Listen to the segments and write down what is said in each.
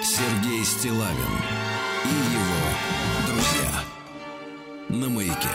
Сергей Стиллавин и его друзья на Маяке.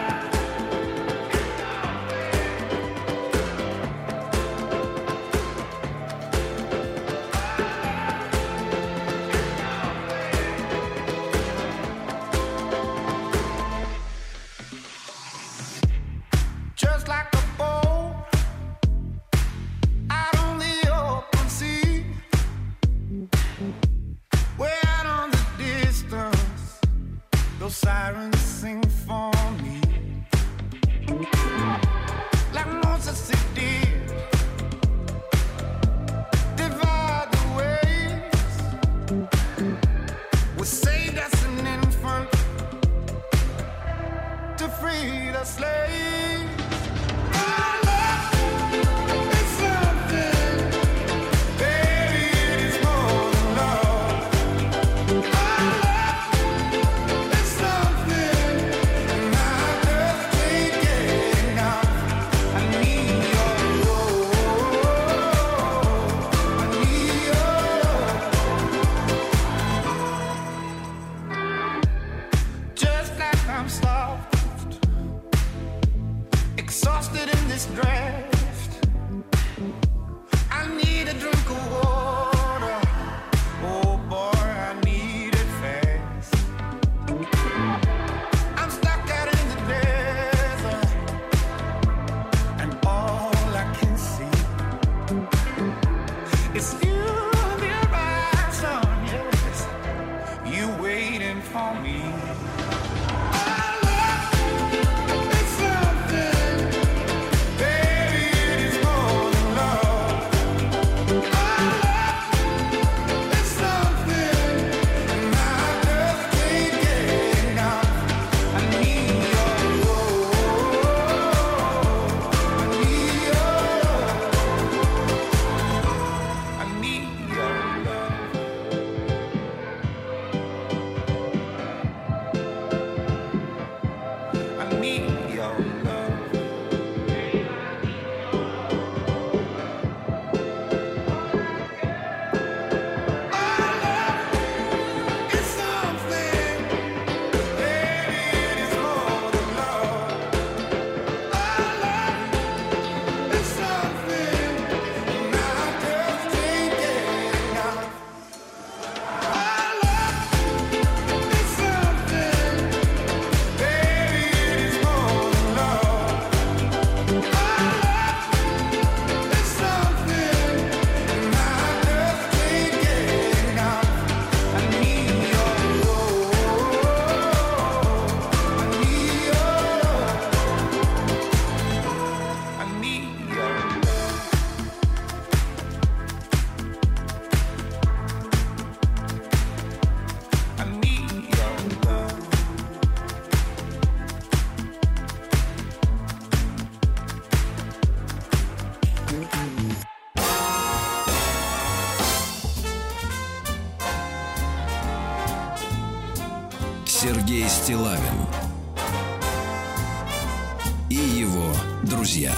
Сергей Стиллавин и его друзья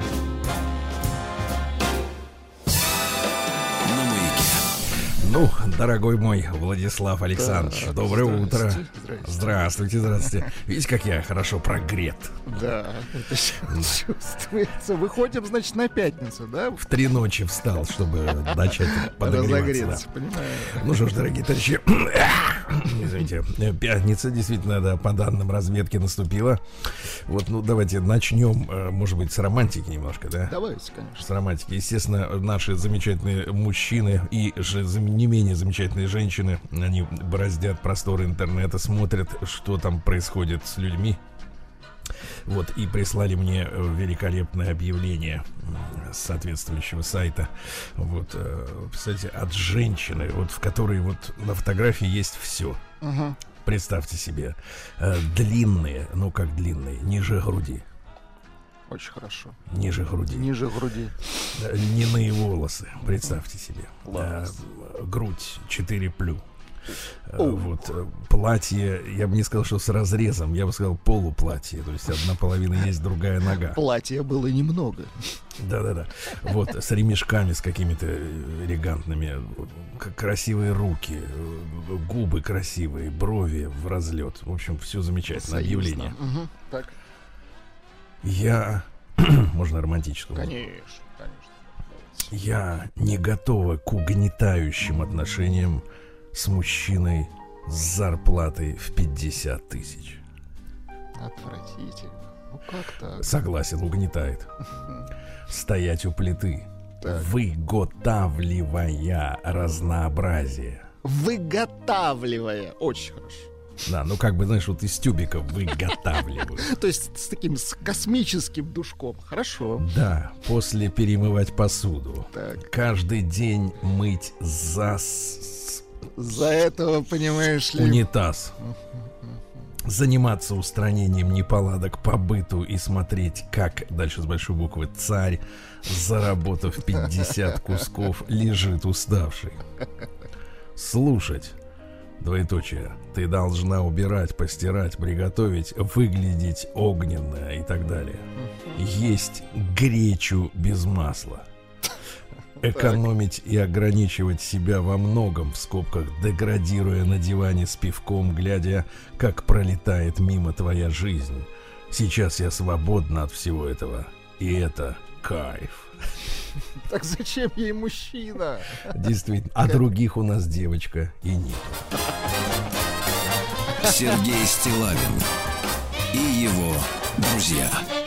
на Маяке. Ну, дорогой мой Владислав Александрович, да, доброе утро. Здравствуйте, здравствуйте. Видите, как я хорошо прогрет. Да, это чувствуется. Выходим, значит, на пятницу, да? В 3 ночи встал, чтобы начать подогреваться. Да. Понимаю. Ну что ж, дорогие товарищи, извините, пятница действительно, да, по данным разведки наступила. Вот, ну давайте начнем, может быть, с романтики немножко, да? Давайте, конечно. С романтики. Естественно, наши замечательные мужчины и же не менее замечательные женщины, они бороздят просторы интернета, смотрят, что там происходит с людьми. Вот, и прислали мне великолепное объявление с соответствующего сайта. Вот, кстати, от женщины, вот в которой вот на фотографии есть все. Представьте себе, длинные, ну как длинные, ниже груди. Очень хорошо. Ниже груди. Ниже груди. Льняные волосы, представьте себе. Грудь 4 плю. Вот, платье, я бы не сказал, что с разрезом, я бы сказал полуплатье, то есть одна половина есть, другая нога. Платья было немного. Да-да-да. Вот, с ремешками, с какими-то элегантными, красивые руки, губы красивые, брови в разлет. В общем, все замечательно. Объявление. Угу. Так. Я... Можно романтическую? Конечно. Я не готова к угнетающим отношениям с мужчиной с зарплатой в 50 тысяч. Отвратительно. Ну как так? Согласен, угнетает. Стоять у плиты, выготавливая разнообразие. Выготавливая. Очень хорошо. Да, ну как бы, знаешь, вот из тюбика выготавливают. То есть с таким с космическим душком. Хорошо. Да, после перемывать посуду. Так. Каждый день мыть За этого, понимаешь ли... унитаз. Заниматься устранением неполадок по быту и смотреть, как, дальше с большой буквы, царь, заработав 50 кусков, лежит уставший. Слушать, двоеточие, ты должна убирать, постирать, приготовить, выглядеть огненно и так далее. Есть гречу без масла. Экономить и ограничивать себя во многом, в скобках, деградируя на диване с пивком, глядя, как пролетает мимо твоя жизнь. Сейчас я свободна от всего этого, и это кайф. Так зачем ей мужчина? Действительно, а других у нас, девочка, и нет. Сергей Стиллавин и его друзья.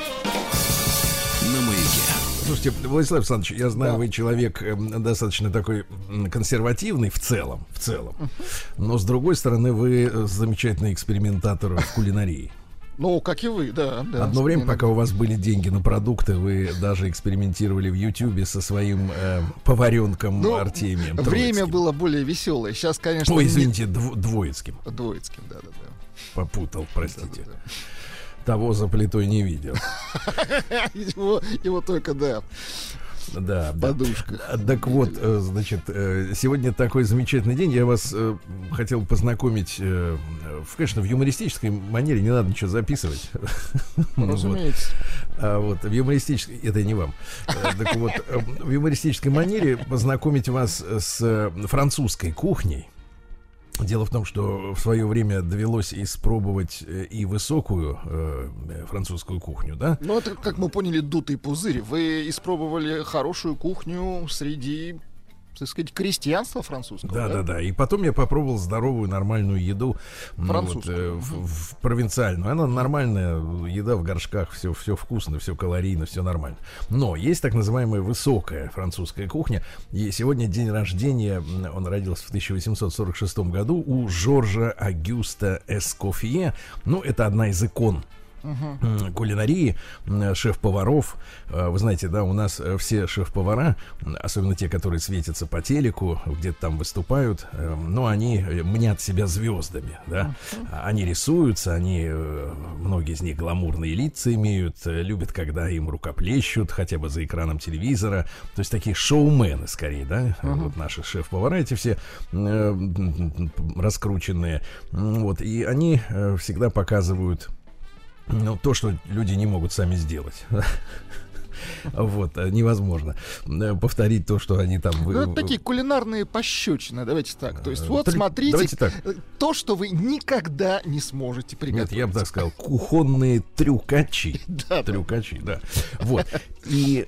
На маяке. Слушайте, Владислав Александрович, я знаю, вы человек достаточно такой консервативный в целом, но с другой стороны, вы замечательный экспериментатор в кулинарии. Ну, как и вы, да. Одно время, пока у вас были деньги на продукты, вы даже экспериментировали в Ютьюбе со своим поваренком Артемием Троицким. Время было более веселое. Сейчас, конечно... Ой, извините, Двоицким. Двоицким, да. Попутал, простите. Того за плитой не видел. Его только, да. Да, в подушках. Так вот, значит, сегодня такой замечательный день. Я вас хотел познакомить, конечно, в юмористической манере, не надо ничего записывать. Разумеется. Вот, в юмористической, это не вам. Так вот, в юмористической манере познакомить вас с французской кухней. Дело в том, что в свое время довелось испробовать и высокую французскую кухню, да? Ну, это, как мы поняли, дутый пузырь. Вы испробовали хорошую кухню среди, так сказать, крестьянства французского. Да. И потом я попробовал здоровую, нормальную еду. Французскую. В провинциальную. Она нормальная, еда в горшках, все вкусно, все калорийно, все нормально. Но есть так называемая высокая французская кухня. И сегодня день рождения, он родился в 1846 году, у Жоржа Агюста Эскофье. Ну, это одна из икон кулинарии, шеф-поваров. Вы знаете, да, у нас все шеф-повара, особенно те, которые светятся по телеку, где-то там выступают, но они мнят себя звездами, да. Они рисуются, многие из них гламурные лица имеют, любят, когда им рукоплещут, хотя бы за экраном телевизора. То есть такие шоумены, скорее, да. Вот наши шеф-повара эти все раскрученные. Вот, и они всегда показывают то, что люди не могут сами сделать. Вот, невозможно повторить то, что они там... Ну, такие кулинарные пощечины, давайте так. То есть, вот смотрите, то, что вы никогда не сможете приготовить. Нет, я бы так сказал, кухонные трюкачи. Трюкачи, да. Вот. И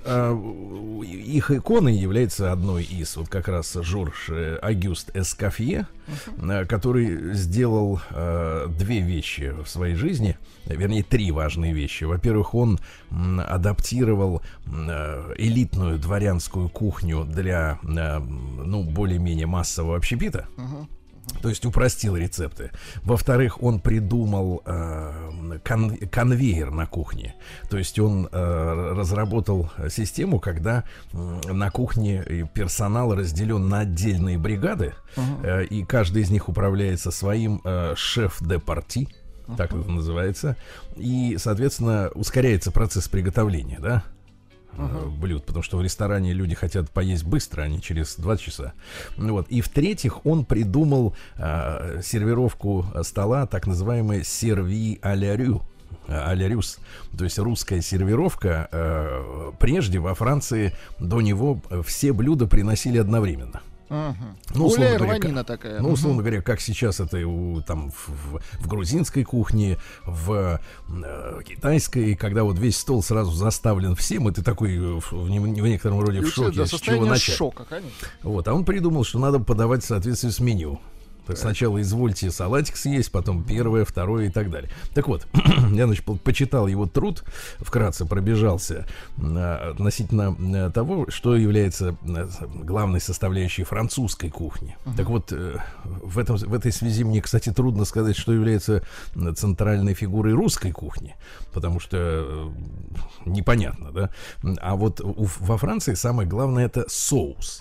их иконой является одной из, вот как раз Жорж Агюст Эскофье, который сделал две вещи в своей жизни, вернее, три важные вещи. Во-первых, он адаптировал элитную дворянскую кухню для, более-менее массового общепита. То есть упростил рецепты. Во-вторых, он придумал конвейер на кухне. То есть он разработал систему, когда на кухне персонал разделен на отдельные бригады, и каждый из них управляется своим шеф-де-парти, так это называется, и, соответственно, ускоряется процесс приготовления, да? блюд, потому что в ресторане люди хотят поесть быстро, а не через 2 часа. Вот. И в-третьих, он придумал сервировку стола, так называемый серви а-ля рю. А-ля рюс, то есть русская сервировка. Прежде во Франции до него все блюда приносили одновременно. Ну, условно говоря, как сейчас это там в грузинской кухне, в китайской, когда вот весь стол сразу заставлен всем, и ты такой в некотором роде в шоке, с чего начать. Шока, конечно. Вот, а он придумал, что надо подавать в соответствии с меню. Так сначала извольте салатик съесть, потом первое, второе и так далее. Так вот, я, значит, почитал его труд, вкратце пробежался относительно того, что является главной составляющей французской кухни. Так вот, в этой связи мне, кстати, трудно сказать, что является центральной фигурой русской кухни, потому что непонятно, да? А вот во Франции самое главное — это соус.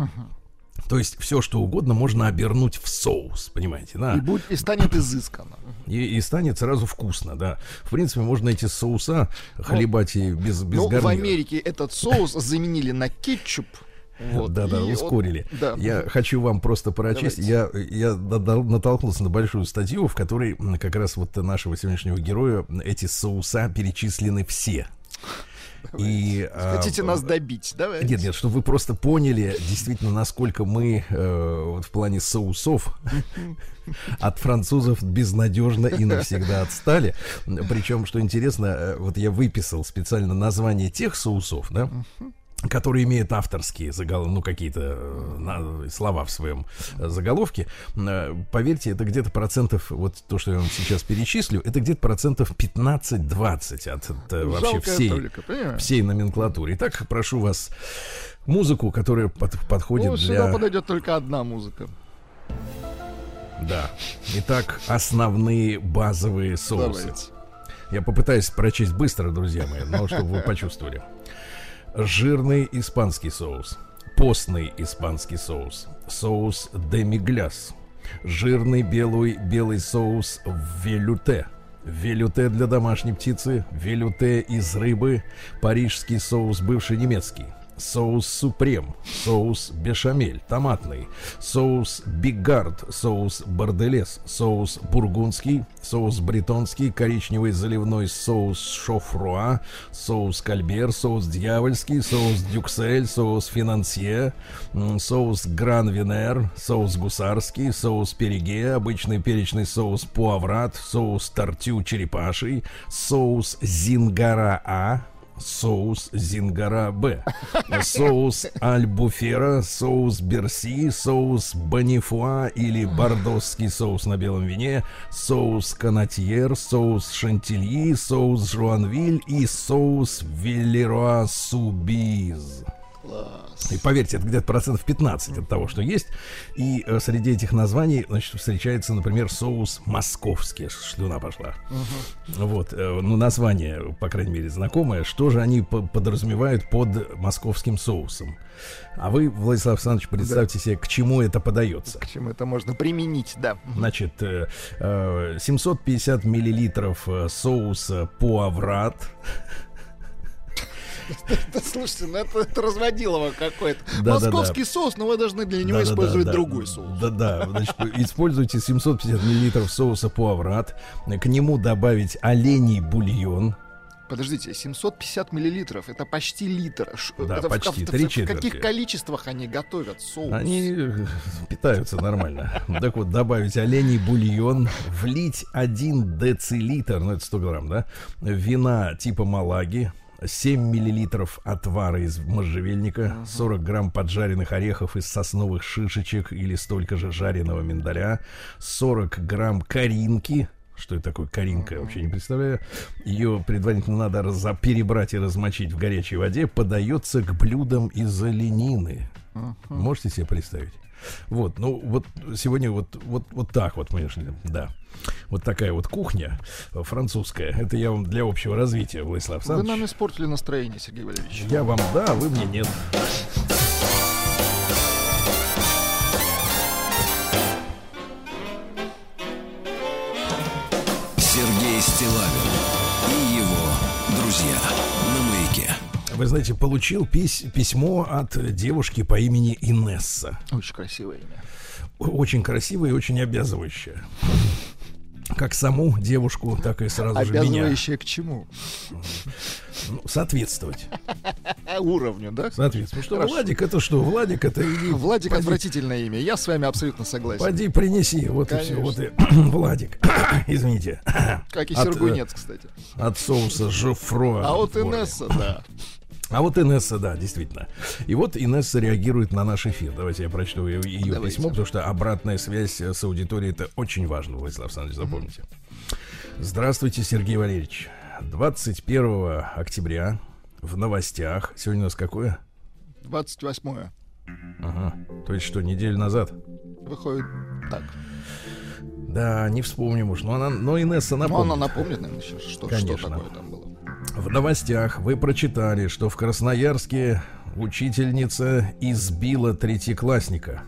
То есть все, что угодно можно обернуть в соус, понимаете, да? И станет изысканно. И станет сразу вкусно, да. В принципе, можно эти соуса хлебать и без гарнира. В Америке этот соус заменили на кетчуп. Вот, да, ускорили. Да. Я хочу вам просто прочесть. Я натолкнулся на большую статью, в которой как раз вот нашего сегодняшнего героя эти соуса перечислены все. И, хотите нас добить, давай. Нет, чтобы вы просто поняли действительно, насколько мы вот в плане соусов от французов безнадежно и навсегда отстали. Причем, что интересно, вот я выписал специально название тех соусов, да, которые имеют авторские какие-то слова в своем заголовке. Поверьте, это где-то процентов, вот то, что я вам сейчас перечислю, это где-то процентов 15-20 от вообще всей номенклатуры. Итак, прошу вас музыку, которая подходит для... Сюда подойдет только одна музыка. Да. Итак, основные базовые соусы. Давайте. Я попытаюсь прочесть быстро, друзья мои, но чтобы вы почувствовали. Жирный испанский соус, постный испанский соус, соус демигляс, жирный белый соус велюте, велюте для домашней птицы, велюте из рыбы, парижский соус бывший немецкий, соус супрем, соус бешамель, томатный, соус бигард, соус борделес, соус бургундский, соус бретонский, коричневый заливной соус шофруа, соус кальбер, соус дьявольский, соус дюксель, соус финансье, соус гран-венер, соус гусарский, соус переге, обычный перечный соус пуаврат, соус тортю черепаший, соус зингара-а, соус зингара-Б, соус альбуфера, соус берси, соус бонифуа или бордосский соус на белом вине, соус канатьер, соус шантильи, соус жуанвиль и соус виллеруа-субиз. И поверьте, это где-то процентов 15 от того, что есть. И среди этих названий, значит, встречается, например, соус московский. Слюна пошла. Вот, название, по крайней мере, знакомое. Что же они подразумевают под московским соусом? А вы, Владислав Александрович, представьте себе, к чему это подается. К чему это можно применить, да. Значит, 750 миллилитров соуса пуаврат. Слушайте, это разводилово какое-то. Московский соус, но вы должны для него использовать другой соус. Да, значит, используйте 750 миллилитров соуса пуаврат. К нему добавить оленей бульон. Подождите, 750 миллилитров, это почти литр. Да, это почти, в каких количествах они готовят соус? Они питаются нормально. Так вот, добавить оленей бульон, влить 1 децилитр, это 100 грамм, да, вина типа Малаги, 7 миллилитров отвара из можжевельника, 40 грамм поджаренных орехов из сосновых шишечек или столько же жареного миндаля, 40 грамм коринки. Что это такое коринка, я вообще не представляю. Ее предварительно надо перебрать и размочить в горячей воде. Подается к блюдам из оленины. Можете себе представить? Вот, сегодня вот так вот, конечно, да. Вот такая вот кухня французская. Это я вам для общего развития, Владислав Александрович. Вы нам испортили настроение, Сергей Валерьевич. Я вам, да, вы мне нет. Сергей Стиллавин и его друзья на Маяке. вы знаете, получил письмо от девушки по имени Инесса. Очень красивое имя. Очень красивое и очень обязывающее. Как саму девушку, так и сразу же меня. Обязывающее к чему? Ну, соответствовать. Уровню, да? Соответственно. Что, Хорошо. Владик, это что? Владик, это иди. Владик отвратительное имя. Я с вами абсолютно согласен. Поди принеси. Вот и все. Конечно. Вот и Владик. Извините. Как и От, Сергунец, кстати. От соуса жофро. А вот Инесса, да. А вот Инесса, да, действительно. И вот Инесса реагирует на наш эфир. Давайте я прочту ее письмо, потому что обратная связь с аудиторией — это очень важно, Владислав Александрович, запомните. Здравствуйте, Сергей Валерьевич. 21 октября в новостях. Сегодня у нас какое? 28-е. Ага. То есть что, неделю назад? Выходит так. Да, не вспомним уж. Но Инесса напомнит. Ну, она напомнит, наверное, сейчас, что такое там было. В новостях вы прочитали, что в Красноярске учительница избила третьеклассника.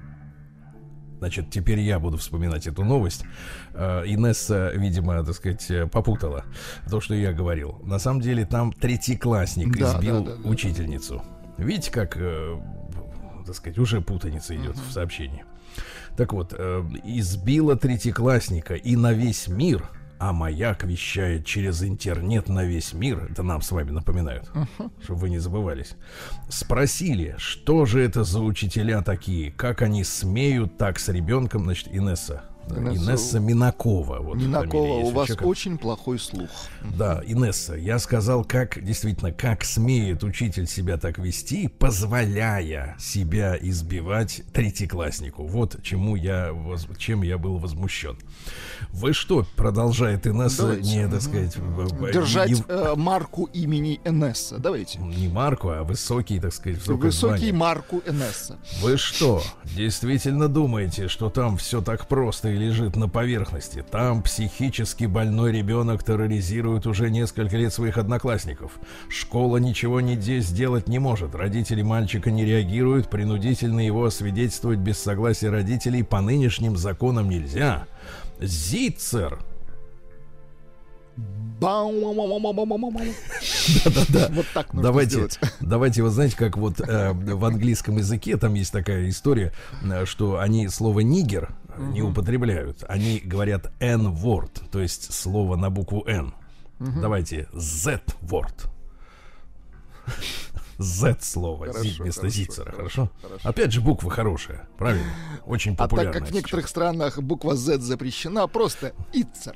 Значит, теперь я буду вспоминать эту новость. Инесса, видимо, так сказать, попутала то, что я говорил. На самом деле там третьеклассник избил учительницу. Видите, как, так сказать, уже путаница идет в сообщении. Так вот, избила третьеклассника и на весь мир, а «Маяк» вещает через интернет на весь мир. Это нам с вами напоминают, чтобы вы не забывались. Спросили, что же это за учителя такие, как они смеют так с ребенком. Значит, Инесса Минакова. Вот Минакова, фамилия, у вас человека... очень плохой слух. Да, Инесса, я сказал, как смеет учитель себя так вести, позволяя себя избивать третьекласснику. Вот чем я был возмущен. Вы что, продолжает Инесса, давайте. так сказать... Держать марку имени Инесса. Давайте. Не марку, а высокий, так сказать, высокий марку Инесса. Вы что, действительно думаете, что там все так просто и лежит на поверхности? Там психически больной ребенок терроризирует уже несколько лет своих одноклассников. Школа ничего сделать не может. Родители мальчика не реагируют. Принудительно его освидетельствовать без согласия родителей по нынешним законам нельзя. Зицер. Да-да-да. Вот так нужно сделать. Давайте, вы знаете, как вот в английском языке там есть такая история, что они слово «нигер» не употребляют. Они говорят N-word, то есть слово на букву N. Давайте Z-word. Z-слово вместо Зицера, хорошо? Опять же, буква хорошая, правильно? Очень популярная. А так как в некоторых странах буква Z запрещена, просто Ицер.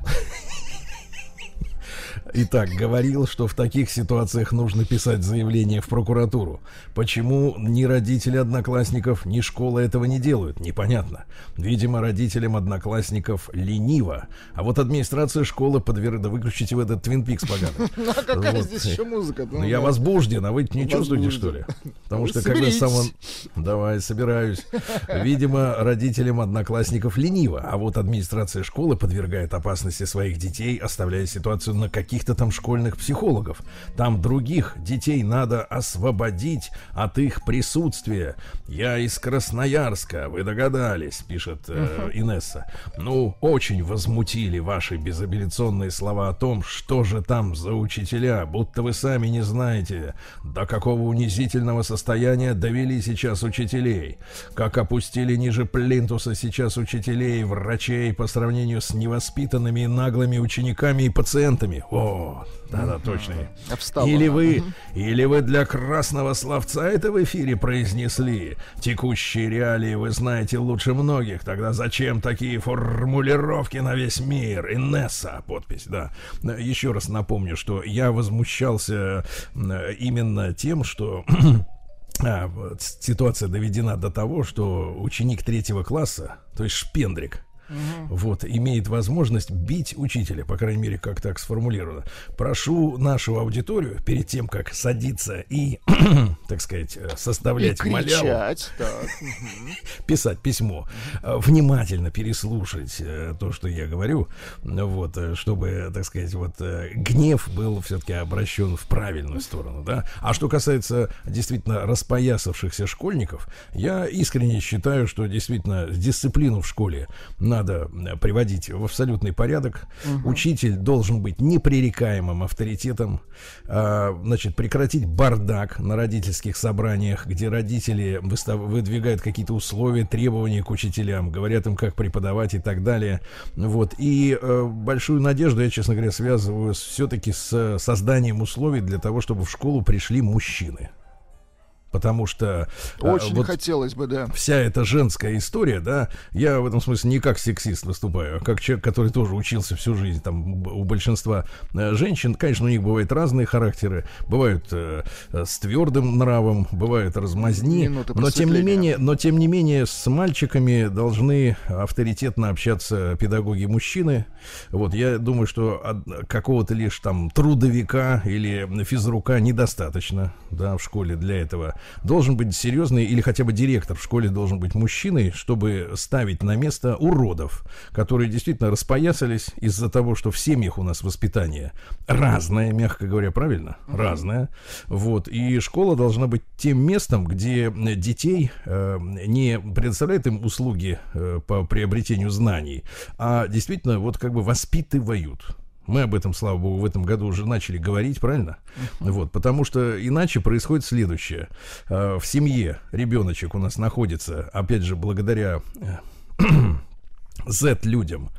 Итак, говорил, что в таких ситуациях нужно писать заявление в прокуратуру. Почему ни родители одноклассников, ни школа этого не делают, непонятно. Видимо, родителям одноклассников лениво. А вот администрация школы да выключите в этот Twin Peaks поганый. Ну а какая здесь еще музыка? Ну я возбужден, а вы не чувствуете, что ли? Потому что когда сам он... Давай, собираюсь. Видимо, родителям одноклассников лениво. А вот администрация школы подвергает опасности своих детей, оставляя ситуацию на каких-то там школьных психологов. Там других детей надо освободить от их присутствия. Я из Красноярска, вы догадались, пишет Инесса. Ну, очень возмутили ваши безапелляционные слова о том, что же там за учителя, будто вы сами не знаете, до какого унизительного состояния довели сейчас учителей, как опустили ниже плинтуса сейчас учителей, врачей по сравнению с невоспитанными и наглыми учениками и пациентами. О, да, точно. Или вы для красного словца это в эфире произнесли? Текущие реалии вы знаете лучше многих. Тогда зачем такие формулировки на весь мир? Инесса, подпись, да. Еще раз напомню, что я возмущался именно тем, что ситуация доведена до того, что ученик 3 класса, то есть шпендрик, вот, имеет возможность бить учителя, по крайней мере, как так сформулировано. Прошу нашу аудиторию перед тем, как садиться и, так сказать, составлять маляву, писать письмо, внимательно переслушать то, что я говорю, вот, чтобы, так сказать, вот, гнев был все-таки обращен в правильную сторону, да. А что касается действительно распоясавшихся школьников, я искренне считаю, что действительно дисциплину в школе надо надо приводить в абсолютный порядок. Учитель должен быть непререкаемым авторитетом. Значит, прекратить бардак на родительских собраниях, где родители выдвигают какие-то условия, требования к учителям, говорят им, как преподавать и так далее. Вот. И большую надежду я, честно говоря, связываю все-таки с созданием условий для того, чтобы в школу пришли мужчины. Потому что очень вот хотелось бы, да. Вся эта женская история, да, я в этом смысле не как сексист выступаю, а как человек, который тоже учился всю жизнь. Там у большинства женщин, конечно, у них бывают разные характеры, бывают с твердым нравом, бывают размазни, но тем не менее с мальчиками должны авторитетно общаться педагоги-мужчины. Вот я думаю, что какого-то лишь там трудовика или физрука недостаточно, да, в школе для этого. Должен быть серьезный или хотя бы директор в школе должен быть мужчиной, чтобы ставить на место уродов, которые действительно распоясались из-за того, что в семьях у нас воспитание разное, мягко говоря, правильно? Разное. Вот. И школа должна быть тем местом, где детей не предоставляют им услуги по приобретению знаний, а действительно вот как бы воспитывают. Мы об этом, слава богу, в этом году уже начали говорить, правильно? Вот, потому что иначе происходит следующее. В семье ребеночек у нас находится, опять же, благодаря Z-людям,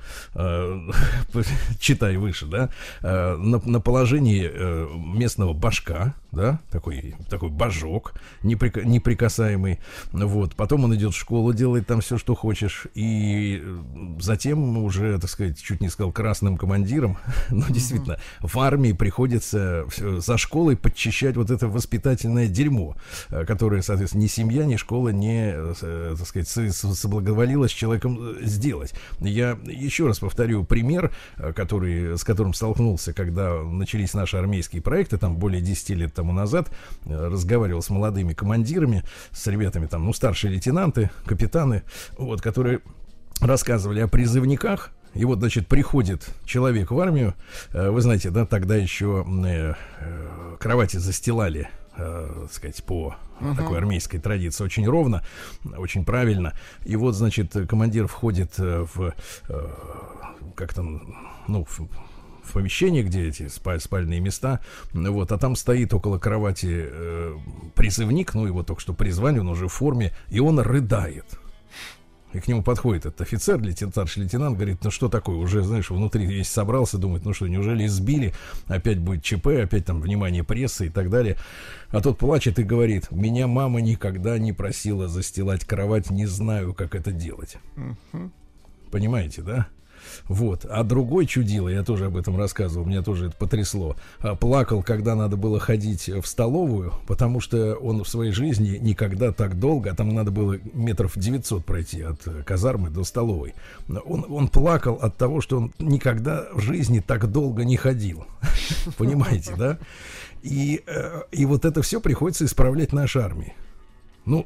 читай выше, да, на положении местного башка, да, такой божок, неприкасаемый. Вот. Потом он идет в школу, делает там все, что хочешь, и затем уже, так сказать, чуть не сказал красным командиром, но действительно, в армии приходится за школой подчищать вот это воспитательное дерьмо, которое, соответственно, ни семья, ни школа не, так сказать, соблаговолила с человеком сделать. Я еще раз повторю пример, с которым столкнулся, когда начались наши армейские проекты, там более 10 лет тому назад, разговаривал с молодыми командирами, с ребятами, там, ну, старшие лейтенанты, капитаны, вот, которые рассказывали о призывниках. И вот, значит, приходит человек в армию, вы знаете, да, тогда еще кровати застилали, так сказать, по такой армейской традиции, очень ровно, очень правильно. И вот, значит, командир входит в как-то, ну, в помещение, где эти спальные места, вот, а там стоит около кровати призывник, ну, его только что призвали, он уже в форме, и он рыдает. И к нему подходит этот офицер, старший лейтенант, говорит, ну что такое, уже, знаешь, внутри весь собрался, думает, ну что, неужели избили, опять будет ЧП, опять там внимание прессы и так далее. А тот плачет и говорит, меня мама никогда не просила застилать кровать, не знаю, как это делать. Понимаете, да? Вот. А другой чудило, я тоже об этом рассказывал, меня тоже это потрясло, плакал, когда надо было ходить в столовую, потому что он в своей жизни никогда так долго, а там надо было метров 900 пройти от казармы до столовой. Он плакал от того, что он никогда в жизни так долго не ходил. Понимаете, да? И вот это все приходится исправлять нашей армии. Ну,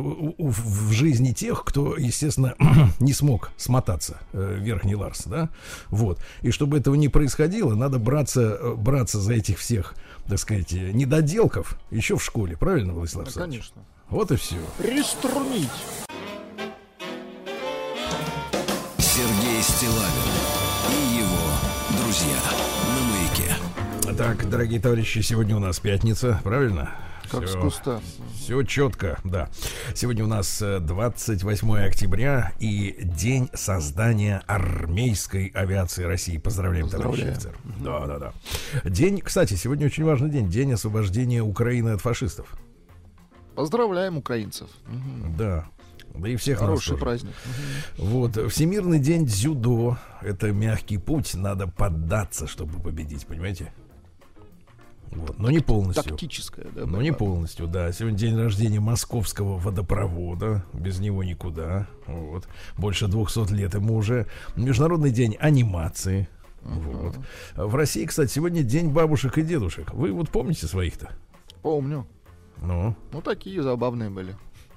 в жизни тех, кто, естественно, не смог смотаться, верхний Ларс, да, вот. И чтобы этого не происходило, надо браться за этих всех, так сказать, недоделков еще в школе, правильно, Владислав Александрович? Конечно. Вот и все. Приструнить. Сергей Стиллавин и его друзья на Маяке. Так, дорогие товарищи, сегодня у нас пятница, правильно? Как с куста. Все четко, да. Сегодня у нас 28 октября и день создания армейской авиации России. Поздравляем, товарищ офицер. Да. День, кстати, сегодня очень важный день. День освобождения Украины от фашистов. Поздравляем украинцев. Да. Да и всех хороший нас праздник. Вот. Всемирный день дзюдо. Это мягкий путь. Надо поддаться, чтобы победить, понимаете? Вот, но не полностью. Тактическое, да? Но не полностью, да. Сегодня день рождения московского водопровода. Без него никуда. Вот. Больше 200 лет ему уже. Международный день анимации. Вот. В России, кстати, сегодня день бабушек и дедушек. Вы вот помните своих-то? Помню. Ну, такие забавные были.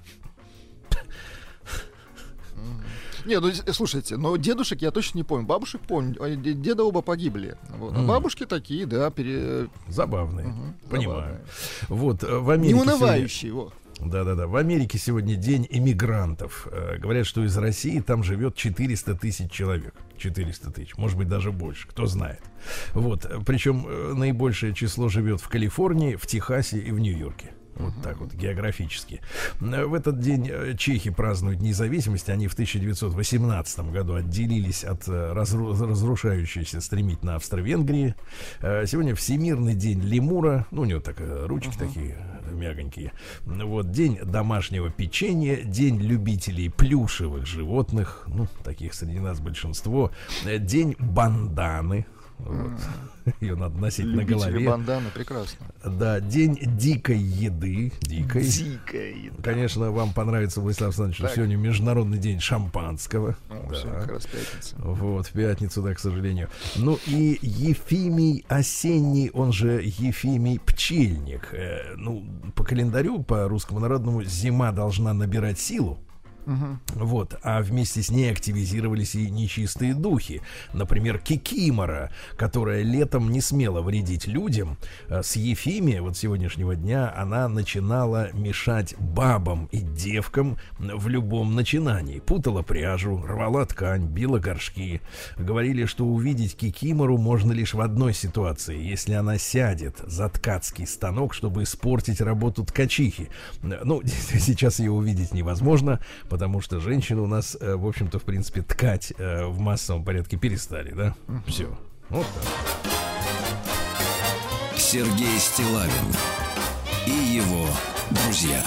Не, ну слушайте, но дедушек я точно не помню. Бабушек помню. Деда оба погибли. Вот. А бабушки такие, да, забавные. Понимаю. Забавные. Вот в Америке. Неунывающие, вот. Да-да-да. В Америке сегодня день эмигрантов. Говорят, что из России там живет 400 тысяч человек. 400 тысяч, может быть, даже больше, кто знает. Вот. Причем наибольшее число живет в Калифорнии, в Техасе и в Нью-Йорке. Вот так вот, географически. В этот день чехи празднуют независимость. Они в 1918 году отделились от разрушающейся стремительно Австро-Венгрии. Сегодня Всемирный день лемура. Ну, у него так ручки такие мягонькие. Вот, день домашнего печенья. День любителей плюшевых животных. Ну, таких среди нас большинство. День банданы. Вот. Ее надо носить на голове. Банданы, прекрасно. Да, день дикой еды. Дикая еда. Конечно, вам понравится, Владислав Александрович, что сегодня Международный день шампанского. Да. Сегодня как раз пятница. Вот, в пятницу, да, к сожалению. Ну и Ефимий Осенний, он же Ефимий Пчельник. Ну, по календарю, по русскому народному, зима должна набирать силу. Вот, а вместе с ней активизировались и нечистые духи. Например, Кикимора, которая летом не смела вредить людям. С Ефимия, вот сегодняшнего дня, она начинала мешать бабам и девкам в любом начинании. Путала пряжу, рвала ткань, била горшки. Говорили, что увидеть Кикимору можно лишь в одной ситуации: если она сядет за ткацкий станок, чтобы испортить работу ткачихи. Ну, сейчас ее увидеть невозможно, потому что женщины у нас, в общем-то, в принципе, ткать в массовом порядке перестали, да? Все. Вот так. Сергей Стиллавин и его друзья.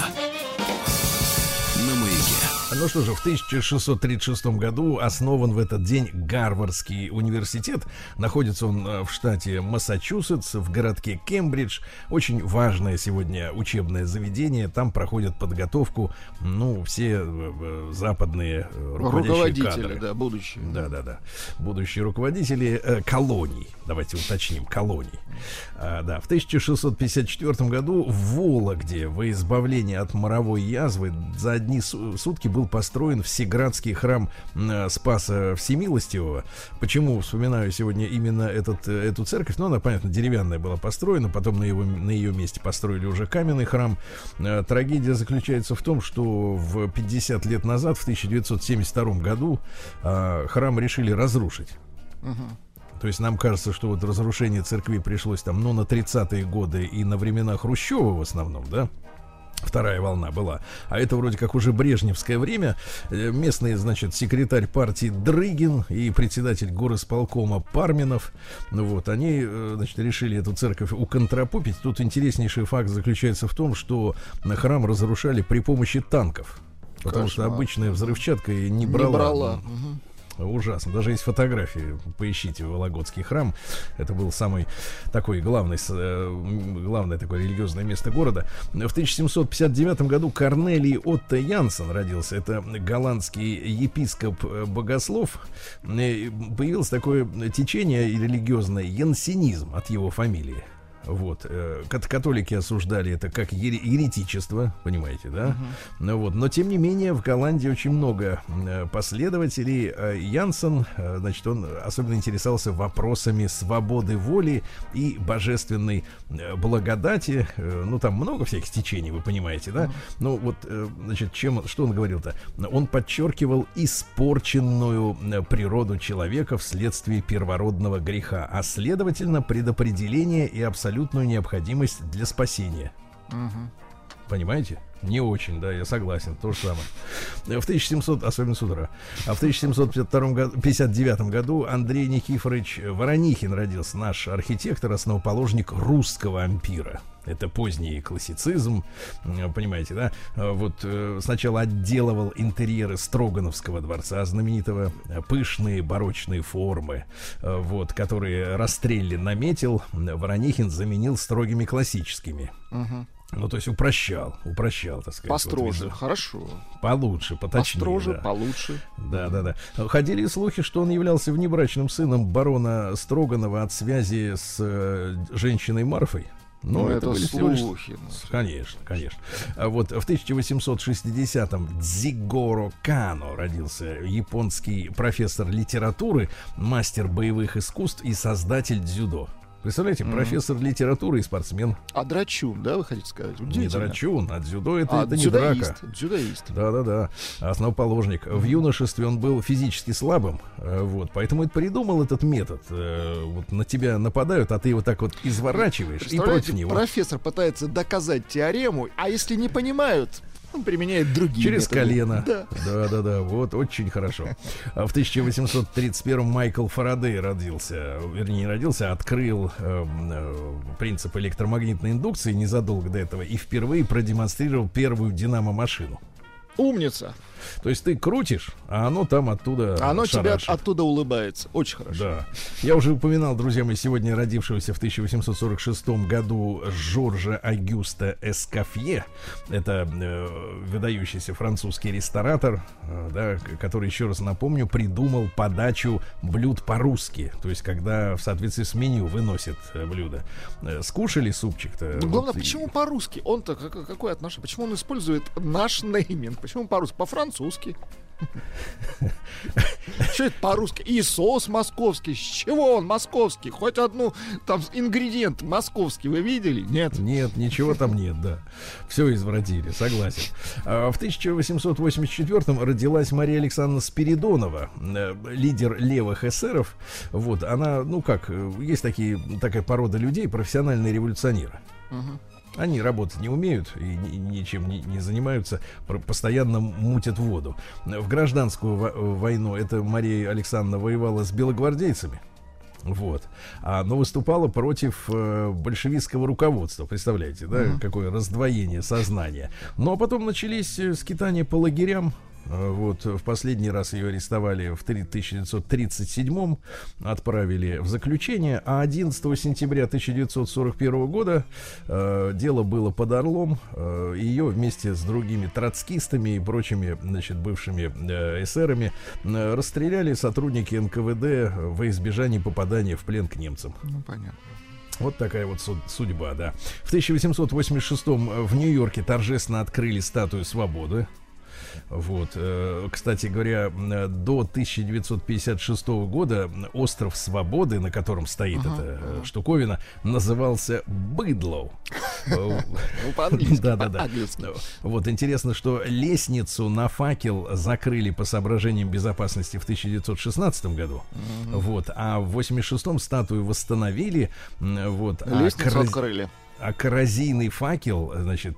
На маяке. Ну что же, в 1636 году основан в этот день Гарвардский университет. Находится он в штате Массачусетс, в городке Кембридж. Очень важное сегодня учебное заведение. Там проходят подготовку, ну, все западные руководители кадры. Да, будущие. Да. Будущие руководители колоний. Давайте уточним, колоний. Да, в 1654 году в Вологде во избавление от моровой язвы за одни сутки был построен Всеградский храм Спаса Всемилостивого. Почему вспоминаю сегодня именно эту церковь? Ну, она, понятно, деревянная была построена, потом на ее месте построили уже каменный храм. Трагедия заключается в том, что в 50 лет назад, в 1972 году, храм решили разрушить. То есть нам кажется, что вот разрушение церкви пришлось там, ну, на 30-е годы и на времена Хрущева в основном, да? Вторая волна была. А это вроде как уже брежневское время. Местный, значит, секретарь партии Дрыгин и председатель горосполкома Парменов, ну вот, они, значит, решили эту церковь уконтропупить. Тут интереснейший факт заключается в том, что храм разрушали при помощи танков. Потому что обычная взрывчатка не брала. Ужасно. Даже есть фотографии. Поищите Вологодский храм. Это был самый такой главное такое религиозное место города. В 1759 году Корнелий Отто Янсен родился. Это голландский епископ-богослов. Появилось такое течение религиозное янсенизм от его фамилии. Вот, католики осуждали это как еретичество, понимаете, да? Вот, но тем не менее в Голландии очень много последователей. Янсен, значит, он особенно интересовался вопросами свободы воли и божественной благодати. Ну, там много всяких течений, вы понимаете, да? Ну, вот, значит, что он говорил-то? Он подчеркивал испорченную природу человека вследствие первородного греха, а следовательно предопределение и абсолютную необходимость для спасения. Понимаете? Не очень, да, я согласен, то же самое. В 1700, особенно с утра. А в 1759 году Андрей Никифорович Воронихин родился, наш архитектор, основоположник русского ампира. Это поздний классицизм, понимаете, да? Вот сначала отделывал интерьеры Строгановского дворца знаменитого, пышные барочные формы, вот, которые Растрелли наметил, Воронихин заменил строгими классическими. Ну, то есть упрощал, так сказать. Построже, вот, хорошо. Получше, поточнее. Построже, да. получше. Да. Ходили слухи, что он являлся внебрачным сыном барона Строганова от связи с женщиной Марфой. Ну, это слухи. Конечно. А вот в 1860-м Дзигоро Кано родился, японский профессор литературы, мастер боевых искусств и создатель дзюдо. Представляете, профессор литературы и спортсмен. А драчун, да, вы хотите сказать? Не драчун, а дзюдо это не дзюдоист, драка. Дзюдоист. Да. Основоположник. В юношестве он был физически слабым, вот, поэтому и придумал этот метод. Вот на тебя нападают, а ты его так вот изворачиваешь и против него. Профессор пытается доказать теорему, а если не понимают, он применяет другие через методы. Колено. Да. Вот, очень хорошо. В 1831 Майкл Фарадей родился. Вернее, не родился, а открыл принцип электромагнитной индукции незадолго до этого и впервые продемонстрировал первую динамо-машину. Умница. То есть ты крутишь, а оно там оттуда оно шарашит. тебя оттуда улыбается. Очень хорошо. Да. Я уже упоминал, друзья мои, сегодня родившегося в 1846 году Жоржа Агюста Эскофье. Это выдающийся французский ресторатор, да, который, еще раз напомню, придумал подачу блюд по-русски. То есть, когда в соответствии с меню выносят блюдо. Скушали супчик-то? Ну, главное, почему по-русски? Он-то какое отношение? Почему он использует наш нейминг? Почему по-русски? По-французски. Что это по-русски? И соус московский. С чего он московский? Хоть одну там ингредиент московский вы видели? Нет. Нет, ничего там нет, да. Все извратили, согласен. В 1884-м родилась Мария Александровна Спиридонова, лидер левых эсеров. Вот, она, есть такая порода людей, профессиональные революционеры. Они работать не умеют и ничем не занимаются, постоянно мутят воду. В гражданскую войну эта Мария Александровна воевала с белогвардейцами. Вот. Но выступала против большевистского руководства. Представляете, да, какое раздвоение сознания. Но потом начались скитания по лагерям. Вот, в последний раз ее арестовали в 1937-м, отправили в заключение, а 11 сентября 1941 года дело было под Орлом. Ее вместе с другими троцкистами и прочими, бывшими эсерами расстреляли сотрудники НКВД во избежание попадания в плен к немцам. Ну, понятно. Вот такая вот судьба, да. В 1886-м в Нью-Йорке торжественно открыли статую свободы. Вот, кстати говоря, до 1956 года остров Свободы, на котором стоит эта штуковина, назывался Быдлоу. По-английски. Да. Вот интересно, что лестницу на факел закрыли по соображениям безопасности в 1916 году. Вот, а в 86-м статую восстановили. Вот, лестницу открыли. А коррозийный факел,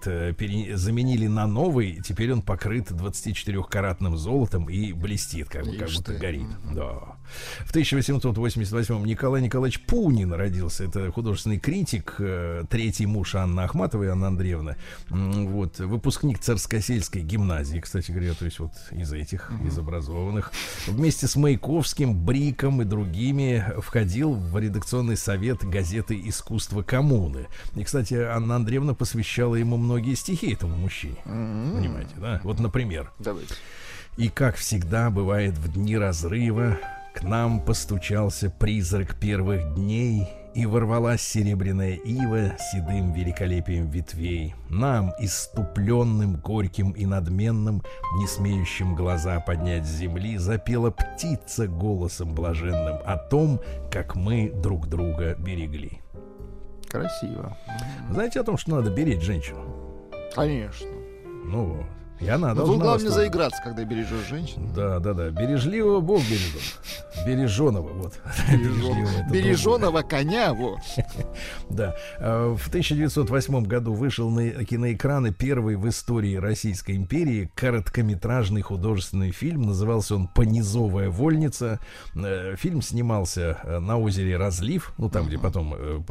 заменили на новый. Теперь он покрыт 24-каратным золотом и блестит, как будто горит. Да. В 1888-м Николай Николаевич Пунин родился. Это художественный критик, третий муж Анны Ахматовой, Анны Андреевны. Вот, выпускник Царскосельской гимназии, кстати говоря, то есть вот из этих, из образованных. Вместе с Маяковским, Бриком и другими входил в редакционный совет газеты «Искусство коммуны». И, кстати, Анна Андреевна посвящала ему многие стихи, этому мужчине. Понимаете, да? Вот, например. Давайте. «И, как всегда бывает в дни разрыва, к нам постучался призрак первых дней, и ворвалась серебряная ива седым великолепием ветвей. Нам, исступленным, горьким и надменным, не смеющим глаза поднять с земли, запела птица голосом блаженным о том, как мы друг друга берегли». Красиво. Знаете о том, что надо беречь женщину? Конечно. Ну, и она Тут должна... главное заиграться, когда бережешь женщину. Да. Бережливого Бог бережет. Береженого, вот. Береженого коня, вот. Да. В 1908 году вышел на киноэкраны первый в истории Российской империи короткометражный художественный фильм. Назывался он «Понизовая вольница». Фильм снимался на озере Разлив, ну там, где потом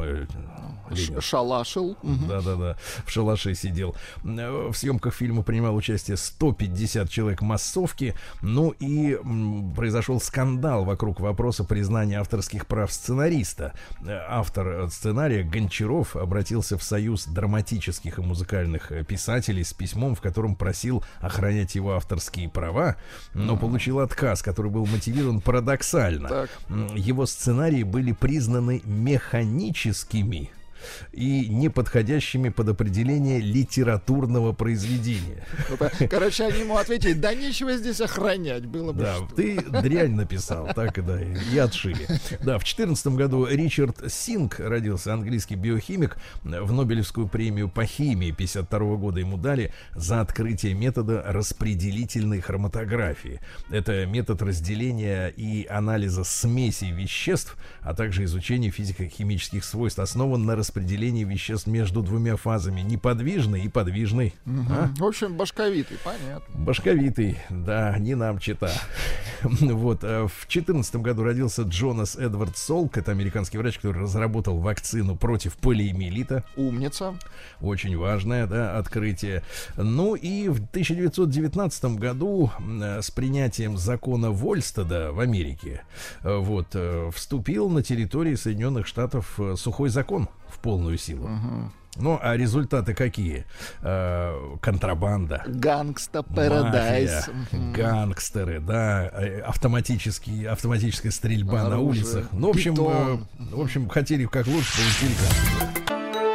шалашил. Да. В шалаше сидел. В съемках фильма принимал участие 150 человек массовки. Ну и произошел скандал вокруг вопроса признания авторских прав сценариста. Автор сценария Гончаров обратился в Союз драматических и музыкальных писателей с письмом, в котором просил охранять его авторские права, но получил отказ, который был мотивирован парадоксально. Так. Его сценарии были признаны механическими. и неподходящими под определение литературного произведения. Короче, они ему ответили: да нечего здесь охранять, было бы. Да, ты дрянь написал, так и да, и отшили. Да, в 2014 году Ричард Синг родился, английский биохимик. В Нобелевскую премию по химии 1952 года ему дали за открытие метода распределительной хроматографии. Это метод разделения и анализа смесей веществ, а также изучения физико-химических свойств, основан на распределении веществ между двумя фазами: неподвижной и подвижной. В общем, башковитый, понятно. Башковитый, да, не нам чита. Вот, в 2014 году родился Джонас Эдвард Солк. Это американский врач, который разработал вакцину против полиомиелита. Умница. Очень важное, да, открытие. Ну и в 1919 году с принятием закона Вольстеда в Америке вот, вступил на территории Соединенных Штатов сухой закон в полную силу. Ну, а результаты какие? Контрабанда. Гангста Парадайз. Гангстеры, да. Автоматическая стрельба на улицах. Ну, в общем, хотели как лучше, получили как.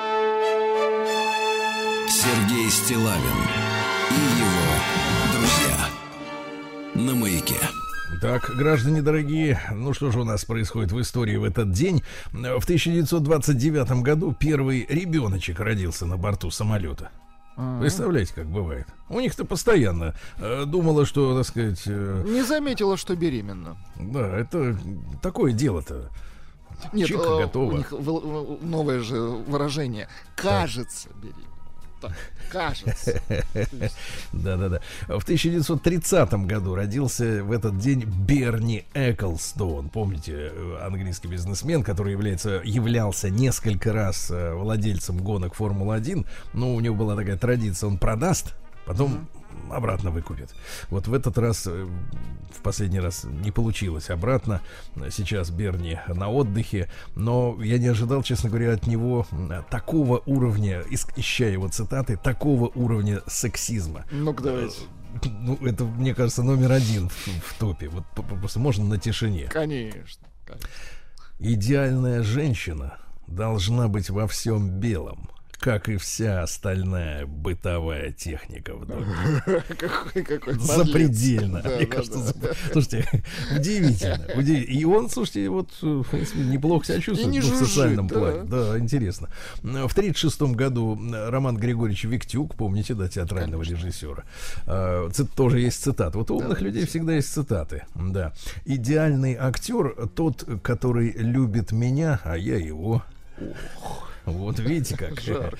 Сергей Стиллавин и его друзья на Маяке. Так, граждане дорогие, ну что же у нас происходит в истории в этот день? В 1929 году первый ребеночек родился на борту самолета. Представляете, как бывает? У них-то постоянно думала, что, так сказать... Не заметила, что беременна. Да, это такое дело-то. Нет, Чика готова. У них новое же выражение. Кажется, беременна. Так, кажется. Да-да-да. В 1930 году родился в этот день Берни Эклстоун. Помните, английский бизнесмен, который являлся несколько раз владельцем гонок Формулы-1. Ну, у него была такая традиция: он продаст, потом обратно выкупит. Вот в этот раз, в последний раз не получилось обратно. Сейчас Берни на отдыхе. Но я не ожидал, честно говоря, от него такого уровня, ища его цитаты, такого уровня сексизма. Ну-ка, давайте. Ну, это, мне кажется, номер один в топе. Вот просто можно на тишине. Конечно. Идеальная женщина должна быть во всем белом, как и вся остальная бытовая техника в доме. Какой запредельно. Слушайте, удивительно. И он, слушайте, вот в принципе, неплохо себя чувствует в социальном плане. Да, интересно. В 1936 году Роман Григорьевич Виктюк, помните, да, театрального режиссера, тоже есть цитата. Вот у умных людей всегда есть цитаты. Да. Идеальный актер тот, который любит меня, а я его. Вот видите, как жарко.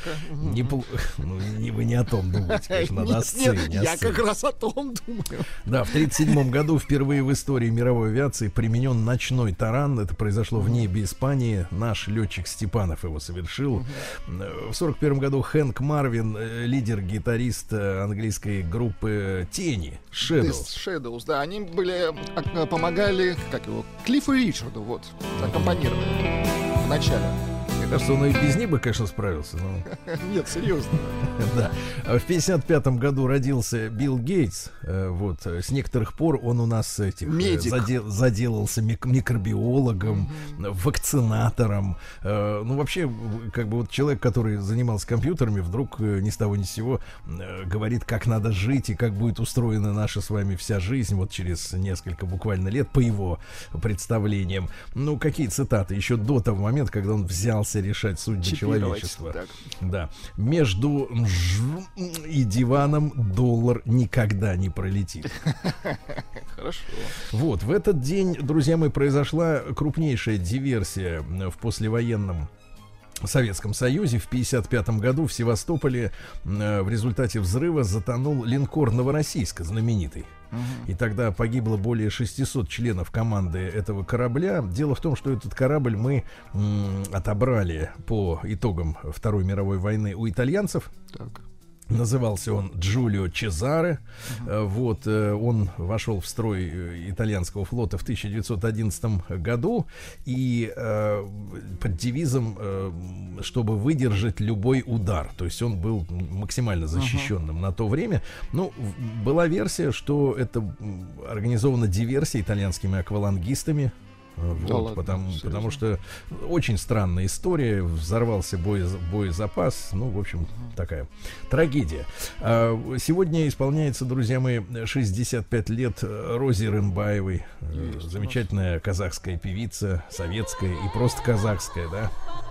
Вы не о том думаете, конечно, надо о сцене. Я как раз о том думаю. Да, в 1937 году впервые в истории мировой авиации применен ночной таран. Это произошло в небе Испании. Наш летчик Степанов его совершил. В 1941 году Хэнк Марвин, лидер-гитарист английской группы Тени, Shadows, да, они помогали, Клиффу Ричарду, вот, аккомпанировали в начале. Мне кажется, он и без них бы, конечно, справился. Но... Нет, серьезно. Да. В 1955 году родился Билл Гейтс. Вот. С некоторых пор он у нас заделался микробиологом, вакцинатором. Ну, вообще, как бы вот человек, который занимался компьютерами, вдруг ни с того ни с сего говорит, как надо жить и как будет устроена наша с вами вся жизнь вот через несколько буквально лет, по его представлениям. Ну, какие цитаты? Еще до того момента, когда он взялся решать судьбы человечества. Да. Между и диваном доллар никогда не пролетит. Хорошо. Вот, в этот день, друзья мои, произошла крупнейшая диверсия в послевоенном Советском Союзе. В 1955 году в Севастополе в результате взрыва затонул линкор «Новороссийск», знаменитый. И тогда погибло более 600 членов команды этого корабля. Дело в том, что этот корабль мы отобрали по итогам Второй мировой войны у итальянцев. Так. Назывался он Джулио Чезаре. Вот, он вошел в строй итальянского флота в 1911 году. И под девизом, чтобы выдержать любой удар. То есть он был максимально защищенным на то время. Ну, была версия, что это организована диверсия итальянскими аквалангистами. Вот, Да ладно, потому что очень странная история. Взорвался боезапас. Ну, в общем, такая трагедия. Сегодня исполняется, друзья мои, 65 лет Розе Рымбаевой. Замечательная казахская певица, советская и просто казахская, да.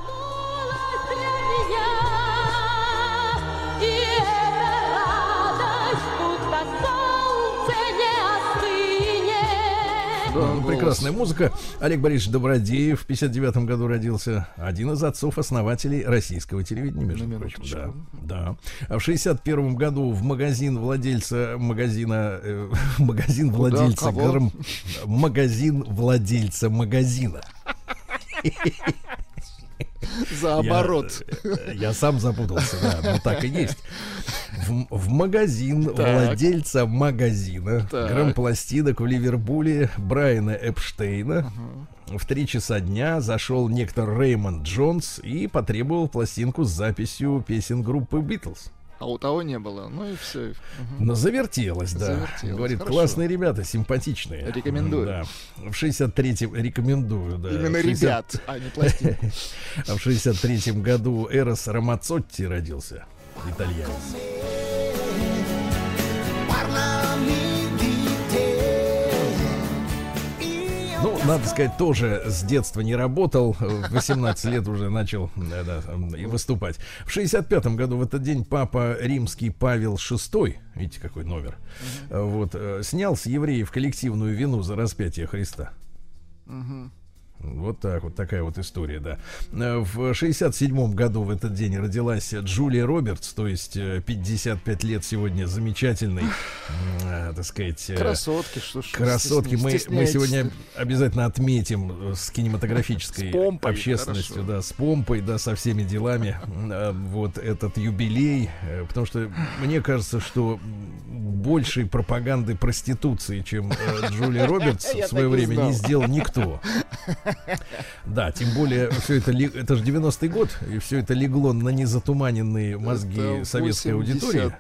Прекрасная музыка. Олег Борисович Добродеев в 59 году родился. Один из отцов-основателей российского телевидения, между прочим. Да. А в 61 году в магазин владельца магазина За оборот. Я сам запутался, да, но так и есть. В магазин владельца магазина грампластинок в Ливерпуле Брайана Эпштейна в 3 часа дня зашел некто Реймонд Джонс и потребовал пластинку с записью песен группы Битлз. А у того не было, ну и все. Но завертелось, да. Говорит, хорошо. Классные ребята, симпатичные. Рекомендую. Да. В 63-м рекомендую, да. Именно ребят, а не пластинку. А в 63-м году Эрос Рамацотти родился, итальянец. Ну, надо сказать, тоже с детства не работал. В 18 лет уже начал и выступать. В 65-м году в этот день папа римский Павел VI, видите, какой номер, вот, снял с евреев коллективную вину за распятие Христа. Вот так вот, такая вот история, да. В 67-м году в этот день родилась Джулия Робертс, то есть 55 лет сегодня замечательной, так сказать... Красотки, что ж. Красотки. Мы сегодня обязательно отметим с кинематографической общественностью, хорошо. Да, с помпой, да, со всеми делами вот этот юбилей, потому что мне кажется, что большей пропаганды проституции, чем Джулия Робертс в свое время не сделал никто. Да, тем более все это же 90-й год, и все это легло на незатуманенные мозги советской аудитории.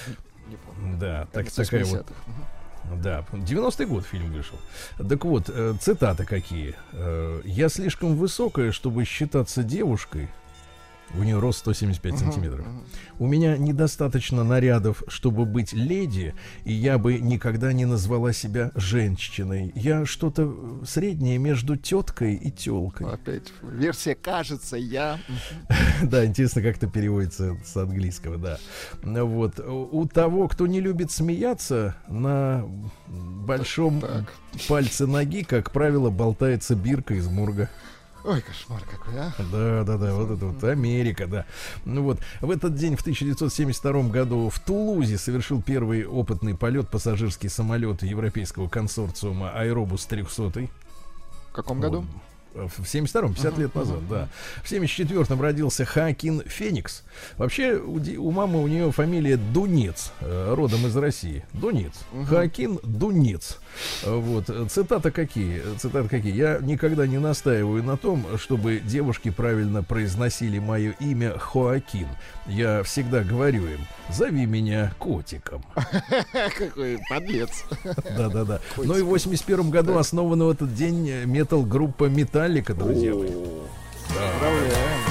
Да, такая вот. Да, 90-й год фильм вышел. Так вот, цитаты какие. «Я слишком высокая, чтобы считаться девушкой». У нее рост 175 сантиметров. У меня недостаточно нарядов, чтобы быть леди, и я бы никогда не назвала себя женщиной. Я что-то среднее между теткой и телкой. Опять версия «кажется, я». Да, интересно, как это переводится с английского, да. Вот. У того, кто не любит смеяться, на большом пальце ноги, как правило, болтается бирка из морга. Ой, кошмар какой, а? Да, вот это вот Америка, да. Ну вот, в этот день, в 1972 году, в Тулузе совершил первый опытный полет пассажирский самолет европейского консорциума Аэробус 300. В каком году? В 72-м, 50 лет назад, да. В 74-м родился Хоакин Феникс. Вообще, у мамы у нее фамилия Дунец, родом из России. Дунец. Хоакин Дунец. Вот. Цитаты какие? Я никогда не настаиваю на том, чтобы девушки правильно произносили мое имя Хоакин. Я всегда говорю им: зови меня котиком. Какой подлец. Да. Ну и в 81 году основана в этот день метал-группа Металлика, друзья мои. Поздравляем.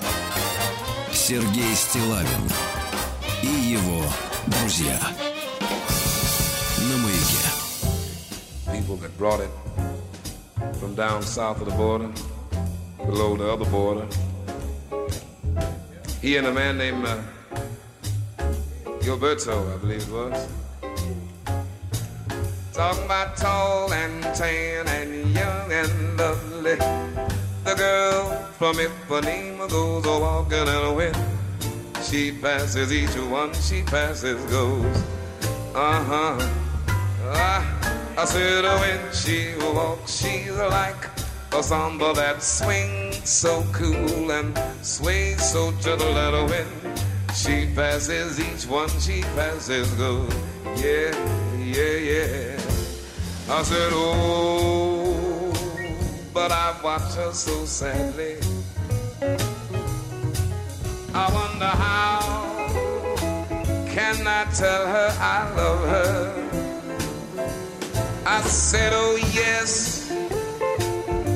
Сергей Стиллавин и его друзья на Маяке. People that brought it from down south of the border, below the other border. He and a man named Gilberto, I believe it was. Talking about tall and tan and young and lovely. The girl from Ipanema goes a walking and when she passes each one, she passes goes. I said when she walks, she's like a samba that swings so cool and sways so gentle that when she passes each one, she passes goes. Yeah. I said, oh, but I watch her so sadly. I wonder how can I tell her I love her? I said, oh yes,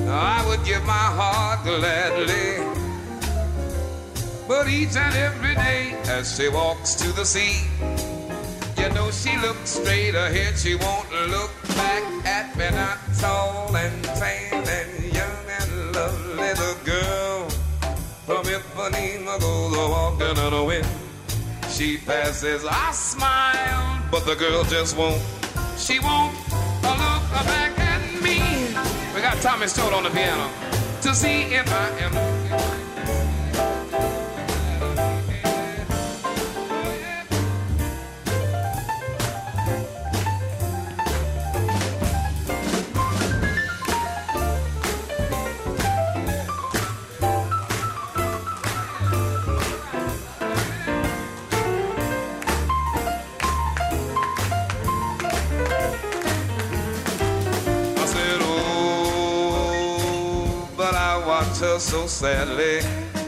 would give my heart gladly. But each and every day as she walks to the sea, you know she looks straight ahead, she won't look back at me. Not tall and tan and young and lovely, the girl from Ipanema goes walking in the wind. She passes, I smile, but the girl just won't. She won't look back at me. We got Tommy Stewart on the piano to see if I am. Her so sadly.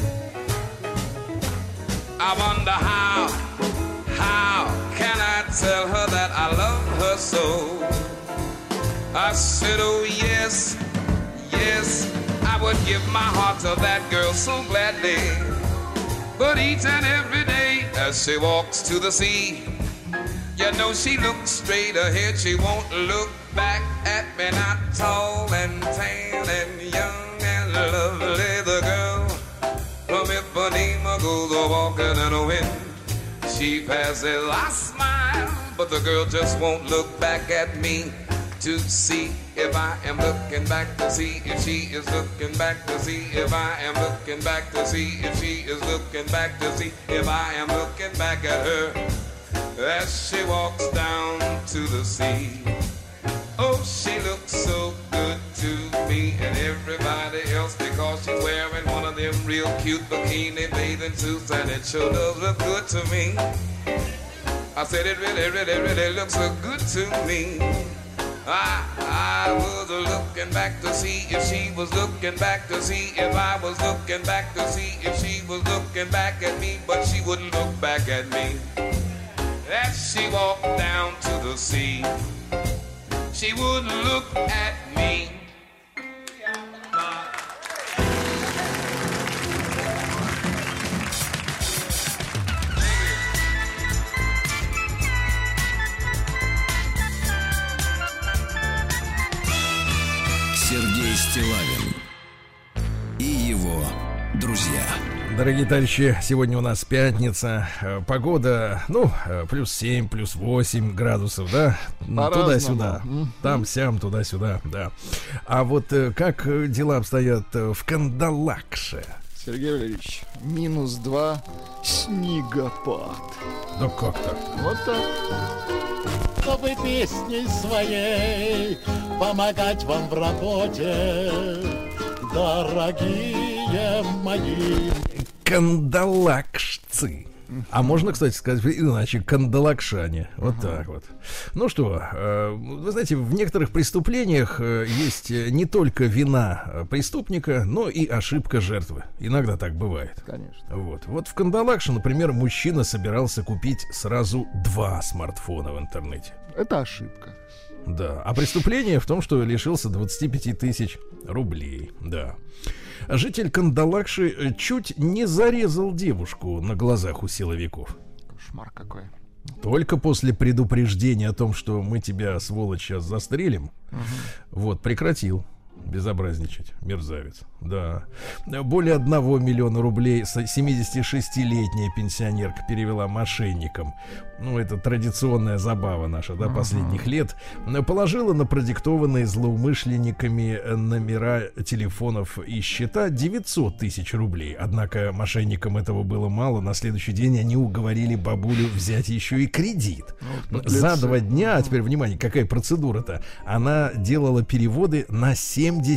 I wonder how can I tell her that I love her so? I said, oh yes, I would give my heart to that girl so gladly. But each and every day as she walks to the sea, you know she looks straight ahead, she won't look back at me. Not tall and tan and young and lovely, the girl from Ipanema goes walking in the wind. She passes, I smile, but the girl just won't look back at me to see if I am looking back to see if she is looking back to see if I am looking back to see if she is looking back to see if I am looking back at her as she walks down to the sea. Oh, she looks so good to me and everybody else because she's wearing one of them real cute bikini bathing suits and it sure does look good to me. I said it really looks so good to me. I was looking back to see if she was looking back to see if I was looking back to see if she was looking back at me, but she wouldn't look back at me. As she walked down to the sea, she wouldn't look at me. Сергей Стиллавин и его друзья. Дорогие товарищи, сегодня у нас пятница. Погода, плюс 7, плюс 8 градусов, да? Туда-сюда. Там-сям, туда-сюда, да. А вот как дела обстоят в Кандалакше? Сергей Валерьевич, -2, снегопад. Да как так? Вот так. Чтобы песней своей помогать вам в работе, дорогие мои. Кандалакшцы. А можно, кстати, сказать иначе, кандалакшане. Вот так вот. Ну что, вы знаете, в некоторых преступлениях есть не только вина преступника, но и ошибка жертвы. Иногда так бывает. Конечно. Вот в Кандалакше, например, мужчина собирался купить сразу 2 смартфона в интернете. Это ошибка. Да. А преступление в том, что лишился 25 тысяч рублей. Да. Житель Кандалакши чуть не зарезал девушку на глазах у силовиков. Кошмар какой. Только после предупреждения о том, что мы тебя, сволочь, сейчас застрелим, прекратил безобразничать, мерзавец. Да. Более 1 миллиона рублей 76-летняя пенсионерка перевела мошенникам. Это традиционная забава наша, да, последних лет. Положила на продиктованные злоумышленниками номера телефонов и счета 900 тысяч рублей. Однако мошенникам этого было мало. На следующий день они уговорили бабулю взять еще и кредит. За 2 дня, а теперь, внимание, какая процедура-то, она делала переводы на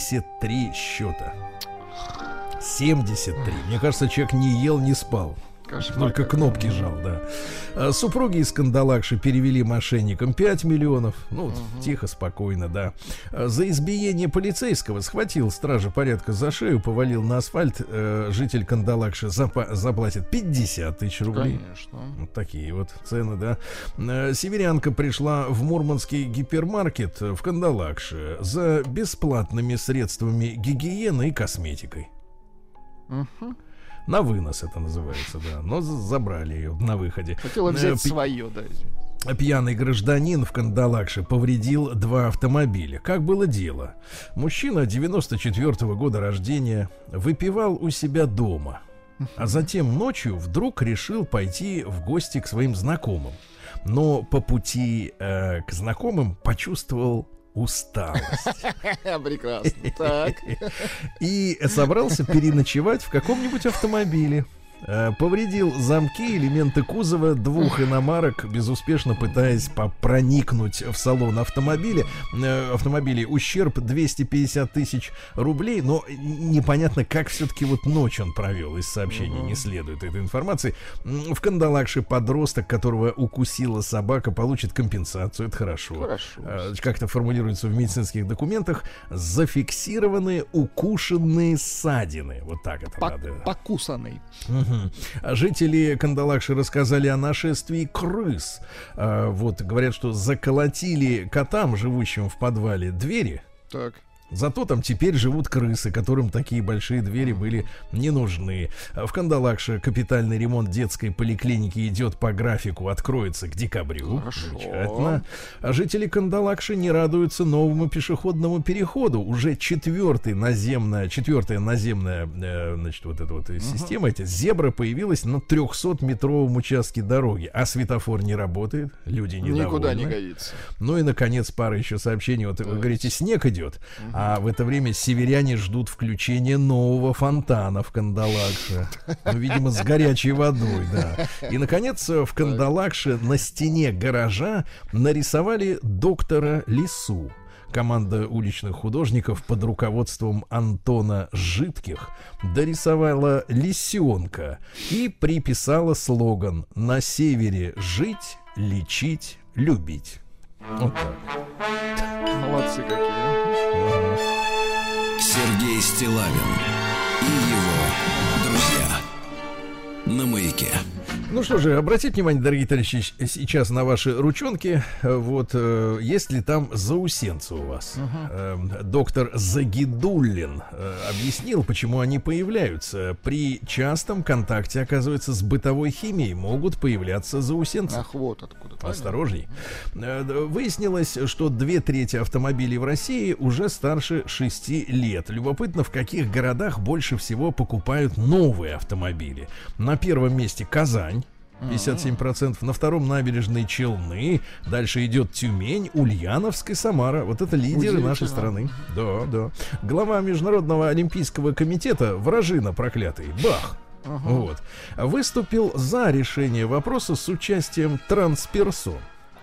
73 счета. 73. Мне кажется, человек не ел, не спал. Только кнопки жал, да. Супруги из Кандалакши перевели мошенникам 5 миллионов. Ну, тихо, спокойно, да. За избиение полицейского схватил стража порядка за шею, повалил на асфальт. Житель Кандалакши заплатит 50 тысяч рублей. Конечно. Вот такие вот цены, да. Северянка пришла в мурманский гипермаркет в Кандалакше за бесплатными средствами гигиены и косметикой. На вынос это называется, да. Но забрали ее на выходе. Хотела взять свое, да. Пьяный гражданин в Кандалакше повредил 2 автомобиля. Как было дело? Мужчина 94-го года рождения выпивал у себя дома, а затем ночью вдруг решил пойти в гости к своим знакомым. Но по пути к знакомым почувствовал усталость. Прекрасно. Так. И собрался переночевать в каком-нибудь автомобиле. Повредил замки, элементы кузова 2 иномарок, безуспешно пытаясь проникнуть в салон автомобиля. Ущерб 250 тысяч рублей, но непонятно, как все-таки вот ночь он провел. Из сообщений не следует этой информации. В Кандалакше подросток, которого укусила собака, получит компенсацию. Это хорошо. Как-то формулируется в медицинских документах. Зафиксированы укушенные ссадины. Вот так это надо. Покусанный. Жители Кандалакши рассказали о нашествии крыс. Вот говорят, что заколотили котам, живущим в подвале, двери. Так. Зато там теперь живут крысы, которым такие большие двери были не нужны. В Кандалакше капитальный ремонт детской поликлиники идет по графику, откроется к декабрю. Хорошо. Замечательно. А жители Кандалакши не радуются новому пешеходному переходу. Уже четвертая наземная, значит, вот эта вот система, эта зебра появилась на 300-метровом участке дороги. А светофор не работает, люди недовольны. Никуда не годится. Ну и, наконец, пара еще сообщений. Вот вы говорите, снег идет. А в это время северяне ждут включения нового фонтана в Кандалакше. Ну, видимо, с горячей водой, да. И, наконец, в Кандалакше на стене гаража нарисовали доктора Лису. Команда уличных художников под руководством Антона Жидких дорисовала лисенка и приписала слоган «На севере жить, лечить, любить». Вот так. Молодцы какие. Сергей Стиллавин и его друзья на Маяке. Ну что же, обратите внимание, дорогие товарищи, сейчас на ваши ручонки. Вот, есть ли там заусенцы у вас? Доктор Загидуллин объяснил, почему они появляются. При частом контакте, оказывается, с бытовой химией могут появляться заусенцы. Ах, вот откуда. Осторожней. Выяснилось, что 2/3 автомобилей в России уже старше 6 лет. Любопытно, в каких городах больше всего покупают новые автомобили. На первом месте Казань. 57%. На втором набережные Челны. Дальше идет Тюмень, Ульяновск и Самара. Вот это лидеры нашей страны. Да, да. Глава Международного олимпийского комитета, вражина проклятый, Бах, вот, выступил за решение вопроса с участием трансперсон.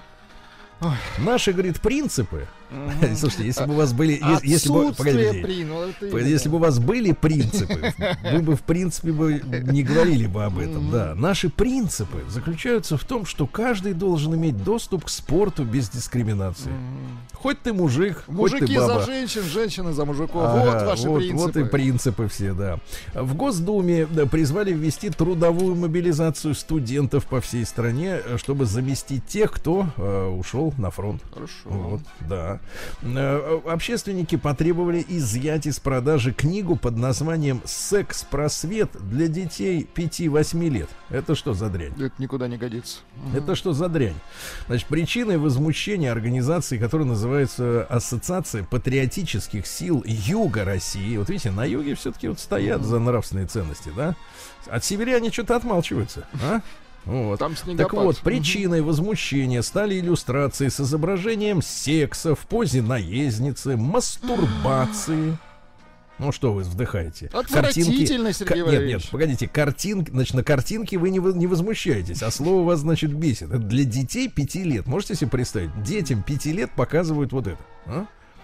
Наши, говорит, принципы. Слушайте, если бы у вас были, если бы у вас были принципы, вы бы в принципе не говорили бы об этом. Да, наши принципы заключаются в том, что каждый должен иметь доступ к спорту без дискриминации. Хоть ты мужик, хоть ты баба. Мужики за женщин, женщины за мужиков. Вот ваши принципы. Вот и принципы все, да. В Госдуме призвали ввести трудовую мобилизацию студентов по всей стране, чтобы заместить тех, кто ушел на фронт. Хорошо. Вот, да. Общественники потребовали изъять из продажи книгу под названием «Секс-просвет для детей 5-8 лет». Это что за дрянь? Это никуда не годится. Это что за дрянь? Значит, причиной возмущения организации, которая называется Ассоциация патриотических сил Юга России. Вот видите, на юге все-таки вот стоят за нравственные ценности, да? От северяне что-то отмалчиваются, а? Вот. Там снегопад. Так вот, причиной возмущения стали иллюстрации с изображением секса в позе наездницы, мастурбации. Ну что вы вздыхаете? Отвратительно, Сергей Валерьевич. Нет, погодите, картинки, значит, на картинке вы не возмущаетесь, а слово вас, значит, бесит. Это для детей 5 лет. Можете себе представить? Детям 5 лет показывают вот это. А?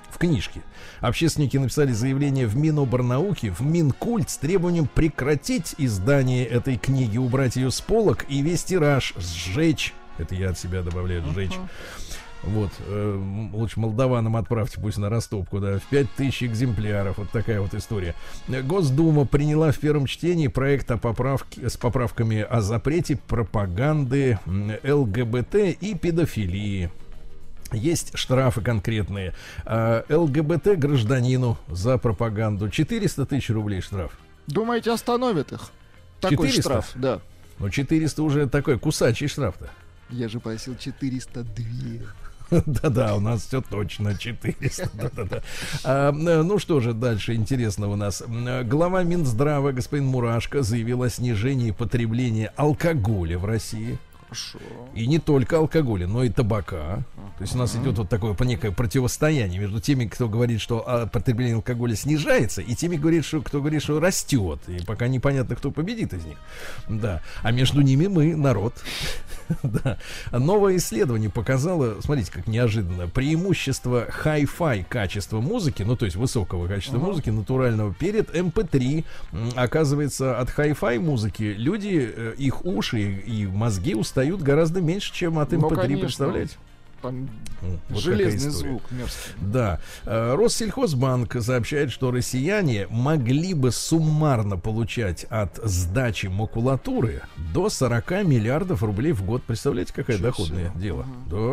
в книжке. Общественники написали заявление в Миноборнауки, в Минкульт с требованием прекратить издание этой книги, убрать ее с полок и весь тираж сжечь. Это я от себя добавляю, сжечь. Вот, лучше молдаванам отправьте, пусть на растопку, да, в 5000 экземпляров. Вот такая вот история. Госдума приняла в первом чтении проект с поправками о запрете пропаганды ЛГБТ и педофилии. Есть штрафы конкретные. ЛГБТ гражданину за пропаганду 400 тысяч рублей штраф. Думаете, остановит их? Такой 400? штраф, да. Ну, 400 уже такой кусачий штраф-то. Я же просил 402. Да-да, у нас все точно 400. Да-да-да. Ну что же дальше интересного у нас. Глава Минздрава господин Мурашко заявил о снижении потребления алкоголя в России. Хорошо. И не только алкоголя, но и табака. То есть у нас идет вот такое некое противостояние между теми, кто говорит, что потребление алкоголя снижается, и теми, кто говорит, что растет. И пока непонятно, кто победит из них. Да. А между ними мы, народ. Да. Новое исследование показало, смотрите, как неожиданно, преимущество хай-фай качества музыки, ну то есть высокого качества музыки, натурального, перед MP3. Оказывается, от хай-фай музыки люди, их уши и мозги устают гораздо меньше, чем от MP3, конечно. Представляете? Там вот железный звук мерзкий. Да. Россельхозбанк сообщает, что россияне могли бы суммарно получать от сдачи макулатуры до 40 миллиардов рублей в год. Представляете, какое доходное дело?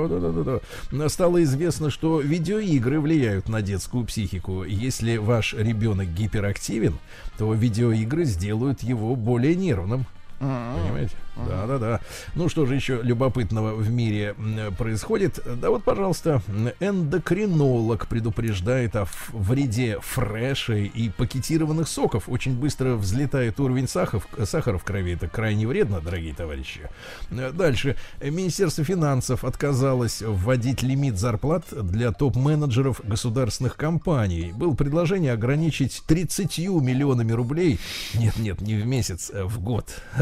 Да. Стало известно, что видеоигры влияют на детскую психику. Если ваш ребенок гиперактивен, то видеоигры сделают его более нервным. Понимаете? Да. Ну что же еще любопытного в мире происходит? Да вот, пожалуйста, эндокринолог предупреждает о вреде фреша и пакетированных соков. Очень быстро взлетает уровень сахара в крови. Это крайне вредно, дорогие товарищи. Дальше. Министерство финансов отказалось вводить лимит зарплат для топ-менеджеров государственных компаний. Было предложение ограничить 30 миллионами рублей. Нет, не в месяц, в год.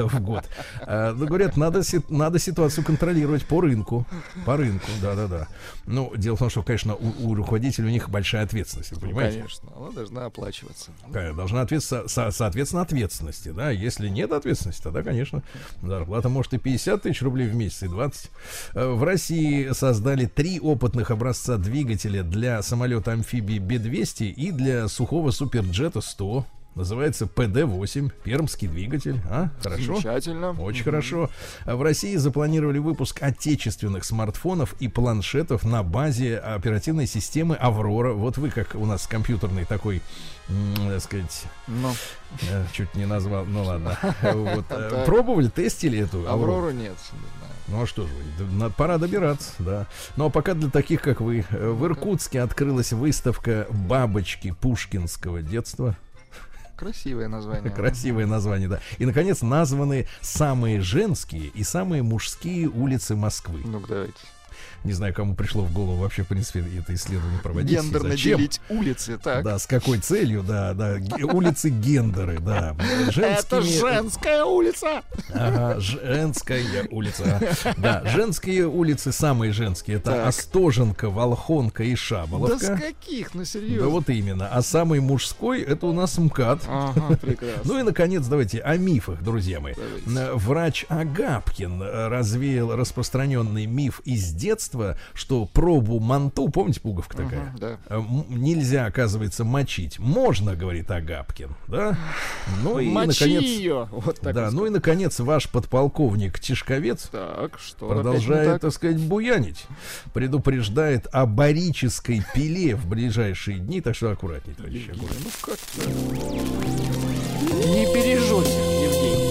Ну, говорят, надо ситуацию контролировать по рынку. Да. Ну, дело в том, что, конечно, у руководителей у них большая ответственность, вы понимаете? Конечно, она должна оплачиваться. Должна соответственно, ответственности, да. Если нет ответственности, тогда, конечно, зарплата может и 50 тысяч рублей в месяц, и 20. В России создали 3 опытных образца двигателя для самолета-амфибии Б-200 и для сухого суперджета 100. Называется ПД-8, пермский двигатель. Хорошо? Замечательно. Очень хорошо. В России запланировали выпуск отечественных смартфонов и планшетов на базе оперативной системы «Аврора». Вот вы, как у нас компьютерный такой, так сказать, чуть не назвал, ну ладно. Вот, пробовали, тестили эту «Аврору»? Нет. Ну а что же вы, пора добираться, да. Ну а пока для таких, как вы. В Иркутске открылась выставка «Бабочки пушкинского детства». Красивое название. Красивое название, да. И, наконец, названы самые женские и самые мужские улицы Москвы. Ну-ка, давайте. Не знаю, кому пришло в голову вообще, в принципе, это исследование проводить. Гендерно делить улицы, так? Да, с какой целью, да. Улицы гендеры, да. Это женская улица! Ага, женская улица. Да, женские улицы, самые женские, это так. Остоженка, Волхонка и Шаболовка. Да с каких, ну серьезно? Да вот именно. А самый мужской, это у нас МКАД. Ага, прекрасно. Ну и, наконец, давайте о мифах, друзья мои. Давайте. Врач Агапкин развеял распространенный миф из детства, что пробу манту, помните, пуговка такая, да. Нельзя, оказывается, мочить. Можно, говорит Агапкин, да? Ну и мочи наконец, ее. Вот так да, ну и наконец ваш подполковник Тишковец что продолжает, так сказать, буянить. Предупреждает о барической пиле в ближайшие дни, так что аккуратнее, товарищи. Ну как-то не пережжете, Евгений.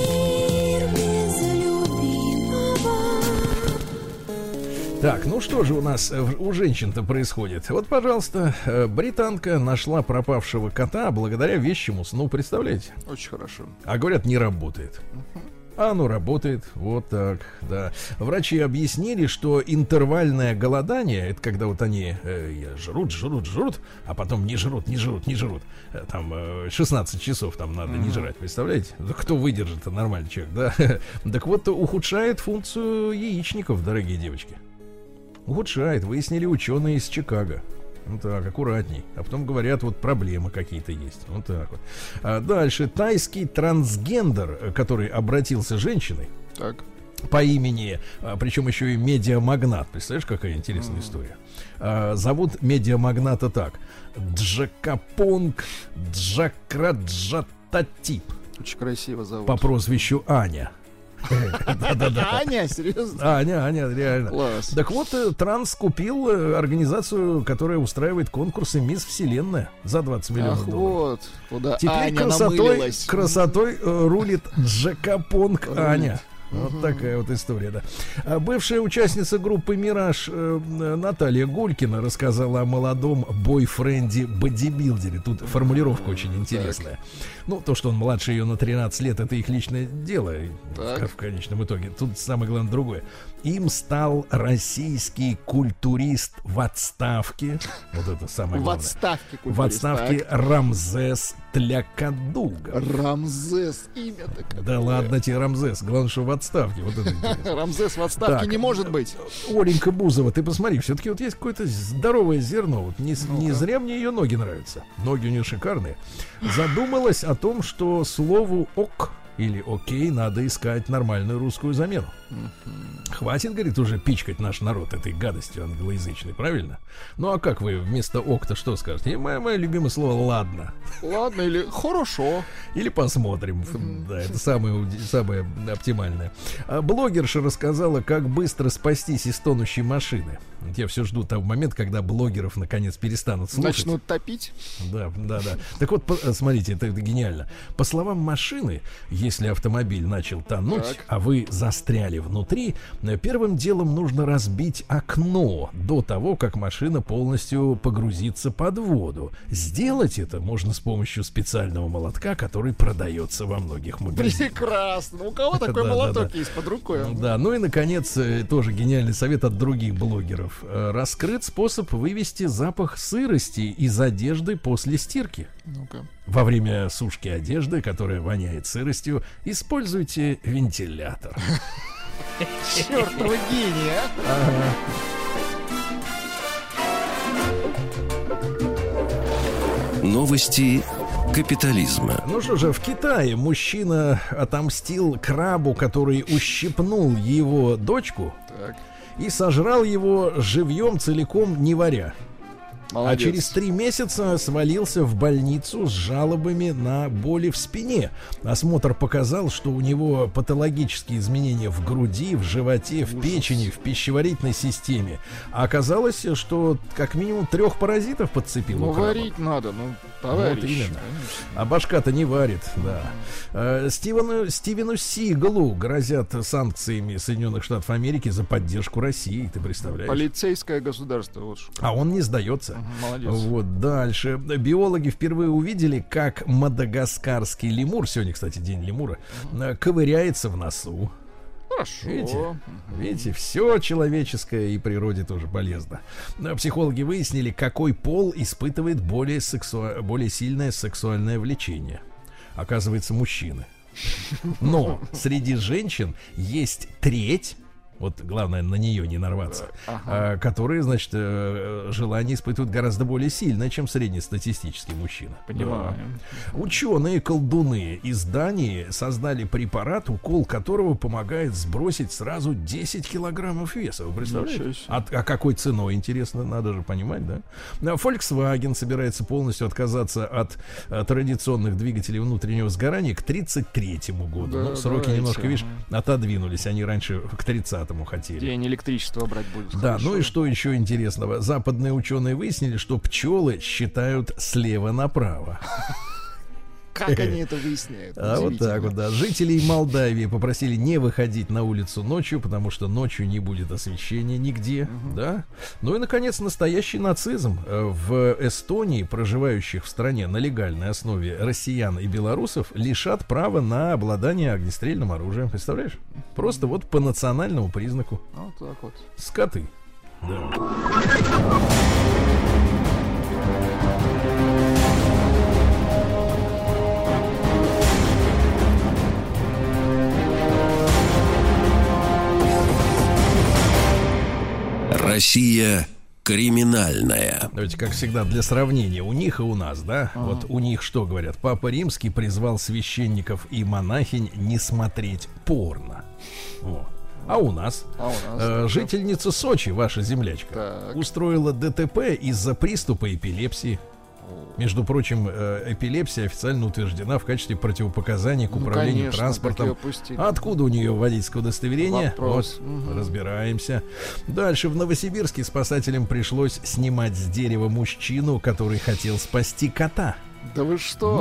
Так, ну что же у нас у женщин-то происходит? Вот, пожалуйста, британка нашла пропавшего кота благодаря вещему сну, представляете? Очень хорошо. А говорят, не работает. А оно работает, вот так, да. Врачи объяснили, что интервальное голодание, это когда вот они жрут, а потом не жрут. Там 16 часов там надо не жрать, представляете? Кто выдержит-то, нормальный человек, да? Так вот, ухудшает функцию яичников, дорогие девочки. Ухудшает, выяснили ученые из Чикаго. Вот так, аккуратней. А потом говорят, вот проблемы какие-то есть. Вот так вот. Дальше. Тайский трансгендер, который обратился женщиной. Так. По имени, причем еще и медиамагнат. Представляешь, какая интересная история? Зовут медиамагната так: Джакапонг Джакраджататип. Очень красиво зовут. По прозвищу Аня. Аня, серьезно? Аня, реально. Класс. Так вот, Транс купил организацию, которая устраивает конкурсы «Мисс Вселенная» за 20 миллионов долларов. Вот, куда Теперь Аня намылилась. красотой рулит Джакапонг Аня. Вот такая вот история, да. Бывшая участница группы «Мираж» Наталья Гулькина рассказала о молодом бойфренде-бодибилдере. Тут формулировка очень интересная. Ну, то, что он младше ее на 13 лет, это их личное дело в конечном итоге. Тут самое главное другое. Им стал российский культурист в отставке. Вот это самое главное. В отставке Рамзес Тлякадуга. Рамзес, имя такое. Да ладно тебе, Рамзес. Главное, что в отставке. Вот это интересно. Рамзес в отставке Так, не может быть. Оленька Бузова, ты посмотри, все-таки вот есть какое-то здоровое зерно. Вот не зря мне ее ноги нравятся. Ноги у нее шикарные. Задумалась о том, что слову «ок» или «окей» надо искать нормальную русскую замену. Хватит, говорит, уже пичкать наш народ этой гадостью англоязычной, правильно? Ну а как вы вместо «ок»-то что скажете? Мое любимое слово «ладно». Ладно, или «хорошо». Или посмотрим. Да, это самое оптимальное. Блогерша рассказала, как быстро спастись из тонущей машины. Я все жду того момента, когда блогеров наконец перестанут слушать. Начнут топить. Да. Так вот, смотрите, это гениально. По словам машины, если автомобиль начал тонуть, а вы застряли внутри, первым делом нужно разбить окно до того, как машина полностью погрузится под воду. Сделать это можно с помощью специального молотка, который продается во многих магазинах. Прекрасно. У кого такой молоток есть под рукой? Да, ну и, наконец, тоже гениальный совет от других блогеров. Раскрыт способ вывести запах сырости из одежды после стирки. Ну-ка. Во время сушки одежды, которая воняет сыростью, используйте вентилятор. Чёртова гения. Новости капитализма. Ну что же, в Китае мужчина отомстил крабу, который ущипнул его дочку, и сожрал его живьем, целиком, не варя. Молодец. А через 3 месяца свалился в больницу с жалобами на боли в спине. Осмотр показал, что у него патологические изменения в груди, в животе, в печени, в пищеварительной системе. А оказалось, что как минимум 3 паразитов подцепил. Ну, варить надо, товарищ. Вот именно. А башка-то не варит, да. Стивену Сигалу грозят санкциями Соединенных Штатов Америки за поддержку России, ты представляешь? Полицейское государство. Вот что. А он не сдается. Молодец. Вот дальше. Биологи впервые увидели, как мадагаскарский лемур, сегодня, кстати, день лемура, ковыряется в носу. Хорошо. Видите, все человеческое и природе тоже полезно. Психологи выяснили, какой пол испытывает более сильное сексуальное влечение. Оказывается, мужчины. Но среди женщин есть треть, вот главное на нее не нарваться, которые, значит, желание испытывают гораздо более сильное, чем среднестатистический мужчина. Понимаю. Да. Ученые-колдуны из Дании создали препарат, укол которого помогает сбросить сразу 10 килограммов веса. Вы представляете? А какой ценой, интересно, надо же понимать, да? Volkswagen собирается полностью отказаться от традиционных двигателей внутреннего сгорания к 33-му году. Да, ну, сроки немножко, видишь, отодвинулись. Они раньше к 30-му хотели. День электричества брать будет. Да, хорошо. ну и что еще интересного? Западные ученые выяснили, что пчелы считают слева направо. Как они это выясняют? Вот так вот, да. Жителей Молдавии попросили не выходить на улицу ночью, потому что ночью не будет освещения нигде, да. Ну и, наконец, настоящий нацизм. В Эстонии проживающих в стране на легальной основе россиян и белорусов лишат права на обладание огнестрельным оружием. Представляешь? Просто вот по национальному признаку. Вот так вот. Скоты. Да. Россия Криминальное. Давайте, как всегда, для сравнения, у них и у нас, да? Вот у них что говорят? Папа Римский призвал священников и монахинь не смотреть порно. О. А у нас, жительница Сочи, ваша землячка, устроила ДТП из-за приступа эпилепсии. Между прочим, эпилепсия официально утверждена в качестве противопоказания к управлению транспортом. Откуда у нее водительское удостоверение? Вопрос. Вот, разбираемся. Дальше в Новосибирске спасателям пришлось снимать с дерева мужчину, который хотел спасти кота. Да вы что?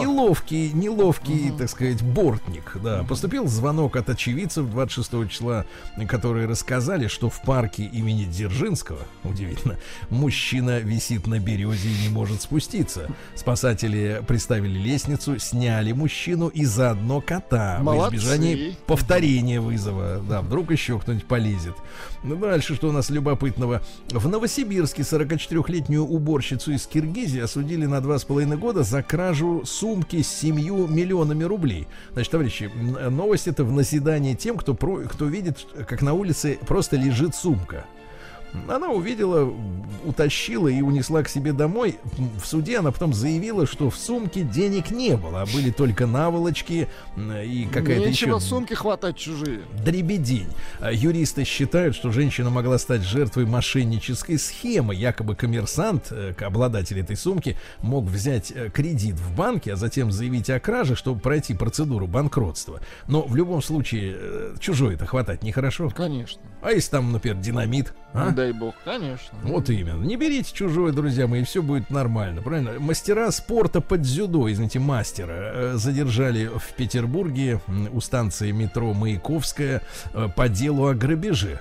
Неловкий, так сказать, бортник. Да, поступил звонок от очевидцев 26 числа, которые рассказали, что в парке имени Дзержинского, удивительно, мужчина висит на березе и не может спуститься. Спасатели приставили лестницу, сняли мужчину и заодно кота. Молодцы. В избежание повторения вызова. Да, вдруг еще кто-нибудь полезет. Ну, дальше, что у нас любопытного. В Новосибирске 44-летнюю уборщицу из Киргизии осудили на 2,5 года за кражу сумки с 7 миллионами рублей. Значит, товарищи, новость это в назидание тем, кто видит, как на улице просто лежит сумка. Она увидела, утащила и унесла к себе домой. В суде она потом заявила, что в сумке денег не было, а были только наволочки и какая-то Нечего еще... сумки хватать чужие. Дребедень. Юристы считают, что женщина могла стать жертвой мошеннической схемы. Якобы коммерсант, обладатель этой сумки, мог взять кредит в банке, а затем заявить о краже, чтобы пройти процедуру банкротства. Но в любом случае чужое-то хватать нехорошо. Конечно. А если там, например, динамит? А? Дай бог, конечно. Вот именно. Не берите чужое, друзья мои, и все будет нормально, правильно? Мастера спорта под дзюдо, извините, мастера, задержали в Петербурге у станции метро Маяковская по делу о грабеже.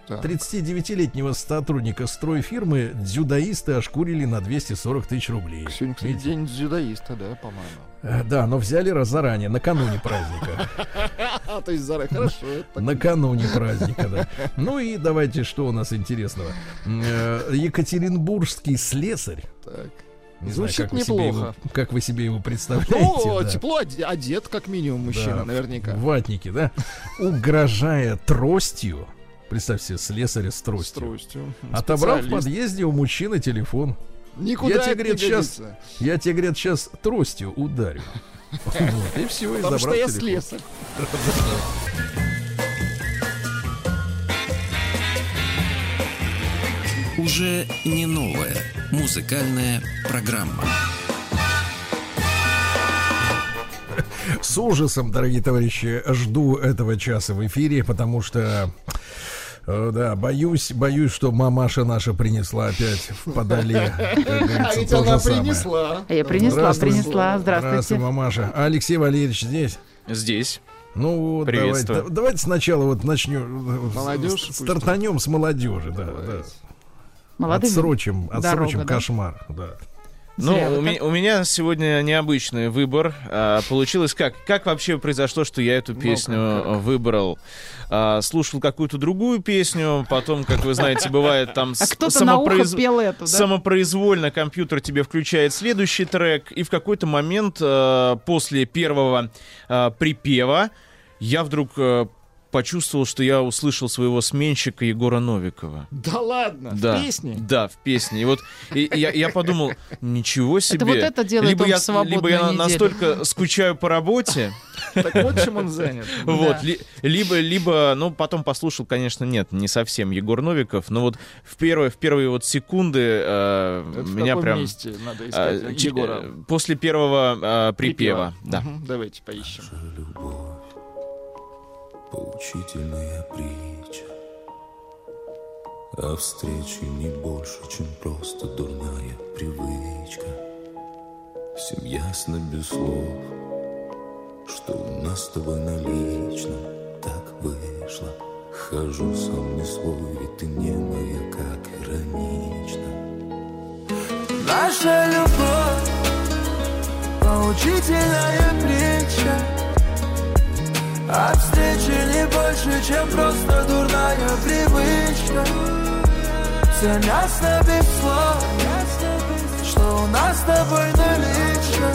39-летнего сотрудника стройфирмы дзюдоисты ошкурили на 240 тысяч рублей. Сегодня, кстати, день дзюдоиста, да, по-моему. Да, но взяли заранее, накануне праздника. То есть заранее, хорошо. Накануне праздника, да. Ну и давайте, что у нас интересного. Екатеринбургский слесарь. Так. Не Звучит знаю, неплохо. Как вы себе его представляете? Ну, да. тепло одет, как минимум, мужчина, да, наверняка. Ватники, да? Угрожая тростью, представьте себе, слесаря с тростью. Отобрал в подъезде у мужчины телефон. Никуда я тебе, говорит, сейчас тростью ударю. Вот, и все, и потому забрал что я телефон. слесарь. Уже не новая музыкальная программа. С ужасом, дорогие товарищи, жду этого часа в эфире, потому что, да, боюсь, что мамаша наша принесла опять в подоле. А ведь она принесла. Я принесла. Здравствуйте. Здравствуй, мамаша. А Алексей Валерьевич здесь? Здесь. Ну, давайте сначала вот начнем. Молодежь. Стартанем с молодежи, да. Молодым. Отсрочим кошмар, да. Ну, у меня сегодня необычный выбор. Получилось как? Как вообще произошло, что я эту песню выбрал? Слушал какую-то другую песню, потом, как вы знаете, бывает там самопроизвольно компьютер тебе включает следующий трек, и в какой-то момент после первого припева я вдруг почувствовал, что я услышал своего сменщика Егора Новикова. Да ладно? Да, в песне? Да, в песне. И вот я подумал, ничего себе. Это вот это делает он в свободную либо я неделю. настолько скучаю по работе. Так вот чем он занят. Вот, либо, ну, потом послушал, конечно, нет, не совсем Егор Новиков, но вот в первые вот секунды меня прям... В месте надо искать Егора? После первого припева, да. Давайте поищем. Поучительная притча о встрече не больше, чем просто дурная привычка. Всем ясно без слов, что у нас с тобой налично так вышло. Хожу сам не свой, ведь ты не моя, как иронично. Наша любовь поучительная притча от встречи не больше, чем просто дурная привычка. Все ясно без слов, что у нас с тобой налично.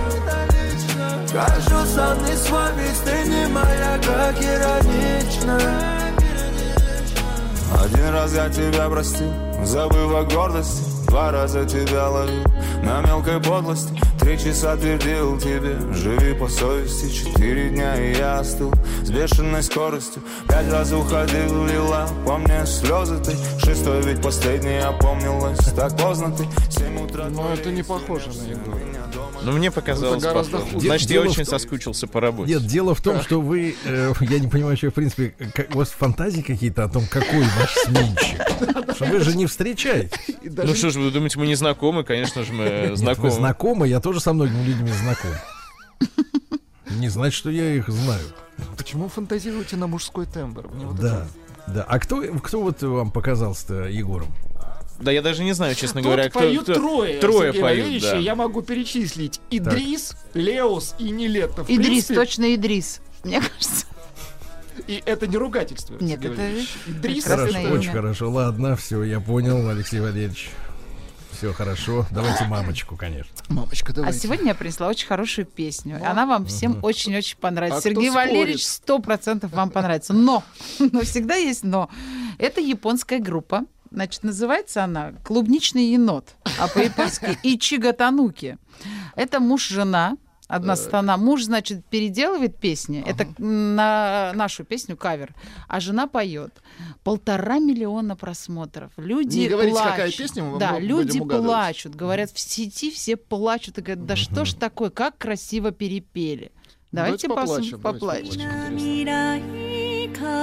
Хожу сам не с вами, ты не моя, как иронично. Один раз я тебя простил, Забыв о гордости, 2 раза тебя ловил на мелкой подлости. 3 часа твердил тебе, живи по совести. 4 дня и я остыл с бешеной скоростью. 5 раз уходил, лила по мне слезы ты. 6-й ведь последний опомнилась, так поздно ты. 7 утра. Но это не похоже на Егора. Но мне показалось похоже. Значит, я очень соскучился по работе. Нет, дело в том, что вы, я не понимаю, что в принципе, у вас фантазии какие-то о том, какой ваш сменщик. Что вы же не встречаетесь. Ну что ж, вы думаете, мы не знакомы? Конечно же, мы знакомы. Вы знакомы, я тоже со многими людьми знаком. Не значит, что я их знаю. Почему фантазируете на мужской тембр? Мне вот Да, да. А кто вот вам показался-то Егором? Да я даже не знаю, честно говоря, кто... поют трое. Трое Сергей поют, Валерьевич, да. Я могу перечислить. Идрис, Леос и Нилетто. В Идрис, принципе, точно Идрис. Мне кажется. И это не ругательство. Нет, Сергей это Валерьевич. Идрис. прекрасное Хорошо, имя. очень хорошо. Ладно, все, я понял, Алексей Валерьевич. Все хорошо. Давайте мамочку, конечно. Мамочка, А давайте. сегодня я принесла очень хорошую песню. Она вам всем очень-очень понравится. А Сергей кто Валерьевич 100% вам понравится. Но всегда есть но. Это японская группа. Значит, называется она «Клубничный енот», а по-японски «Ичиго Тануки». Это муж-жена, одна страна. Муж, значит, переделывает песни. Это на нашу песню кавер. А жена поет. 1,5 миллиона просмотров. Люди Не говорите, плачут. какая песня, мы Да, будем люди угадывать. плачут. Говорят, в сети все плачут. И говорят, да что ж такое, как красиво перепели. Давайте поплачем. поплачем. Давайте интересно.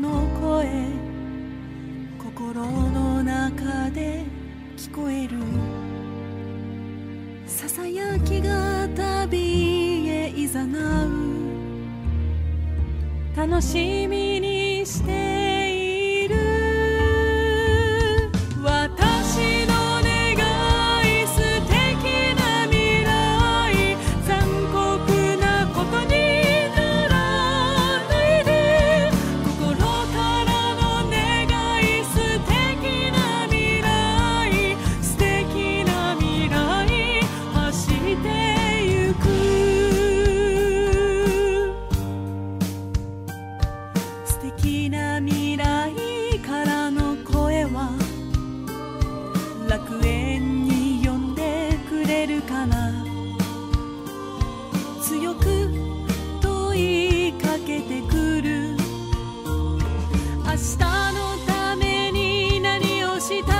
心の中で聞こえるささやきが旅へいざなう楽しみにしている私の願い素敵な未来残酷なことにならないで心からの願い素敵な未来素敵な未来走ってゆく素敵な未来からの声は楽園に呼んでくれるかな強く問いかけてくる明日のために何をした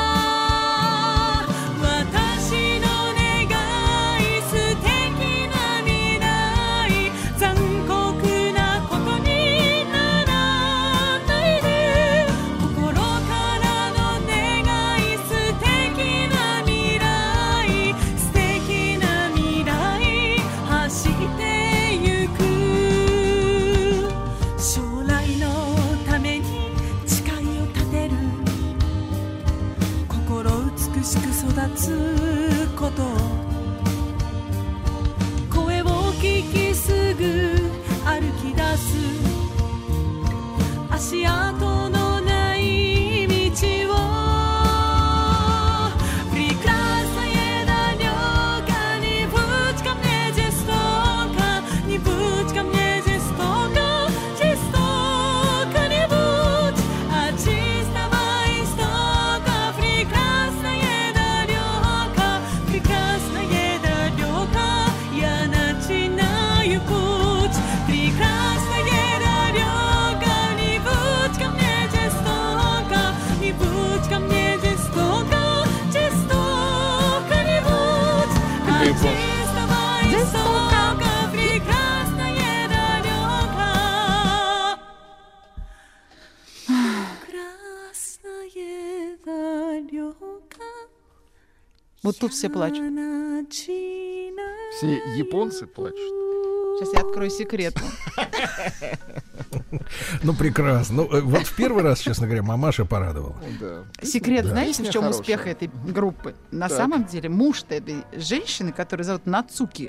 私の願い素敵な未来残酷なことにならないで心からの願い素敵な未来素敵な未来走ってゆく将来のために誓いを立てる心美しく育つこと声を聞きすぐ歩き出す足跡のない道をПрекрасная дорога, не будь ко мне жестоко, не будь ко мне жестоко, жестоко не будь, от чистого истока. Прекрасная дорога, я начинаю путь. Прекрасная дорога, не будь ко мне жестоко, не будь ко мне жестоко, жестоко не будь, от чистого истока. Прекрасная дорога, прекрасная дорога. Вот тут все плачут. Все японцы плачут. Сейчас я открою секрет. Ну, прекрасно. Ну, вот в первый раз, честно говоря, мамаша порадовала. Да. Секрет, знаете, Песня в чем хорошая. успех этой группы? На Так. самом деле муж этой женщины, которую зовут Нацуки,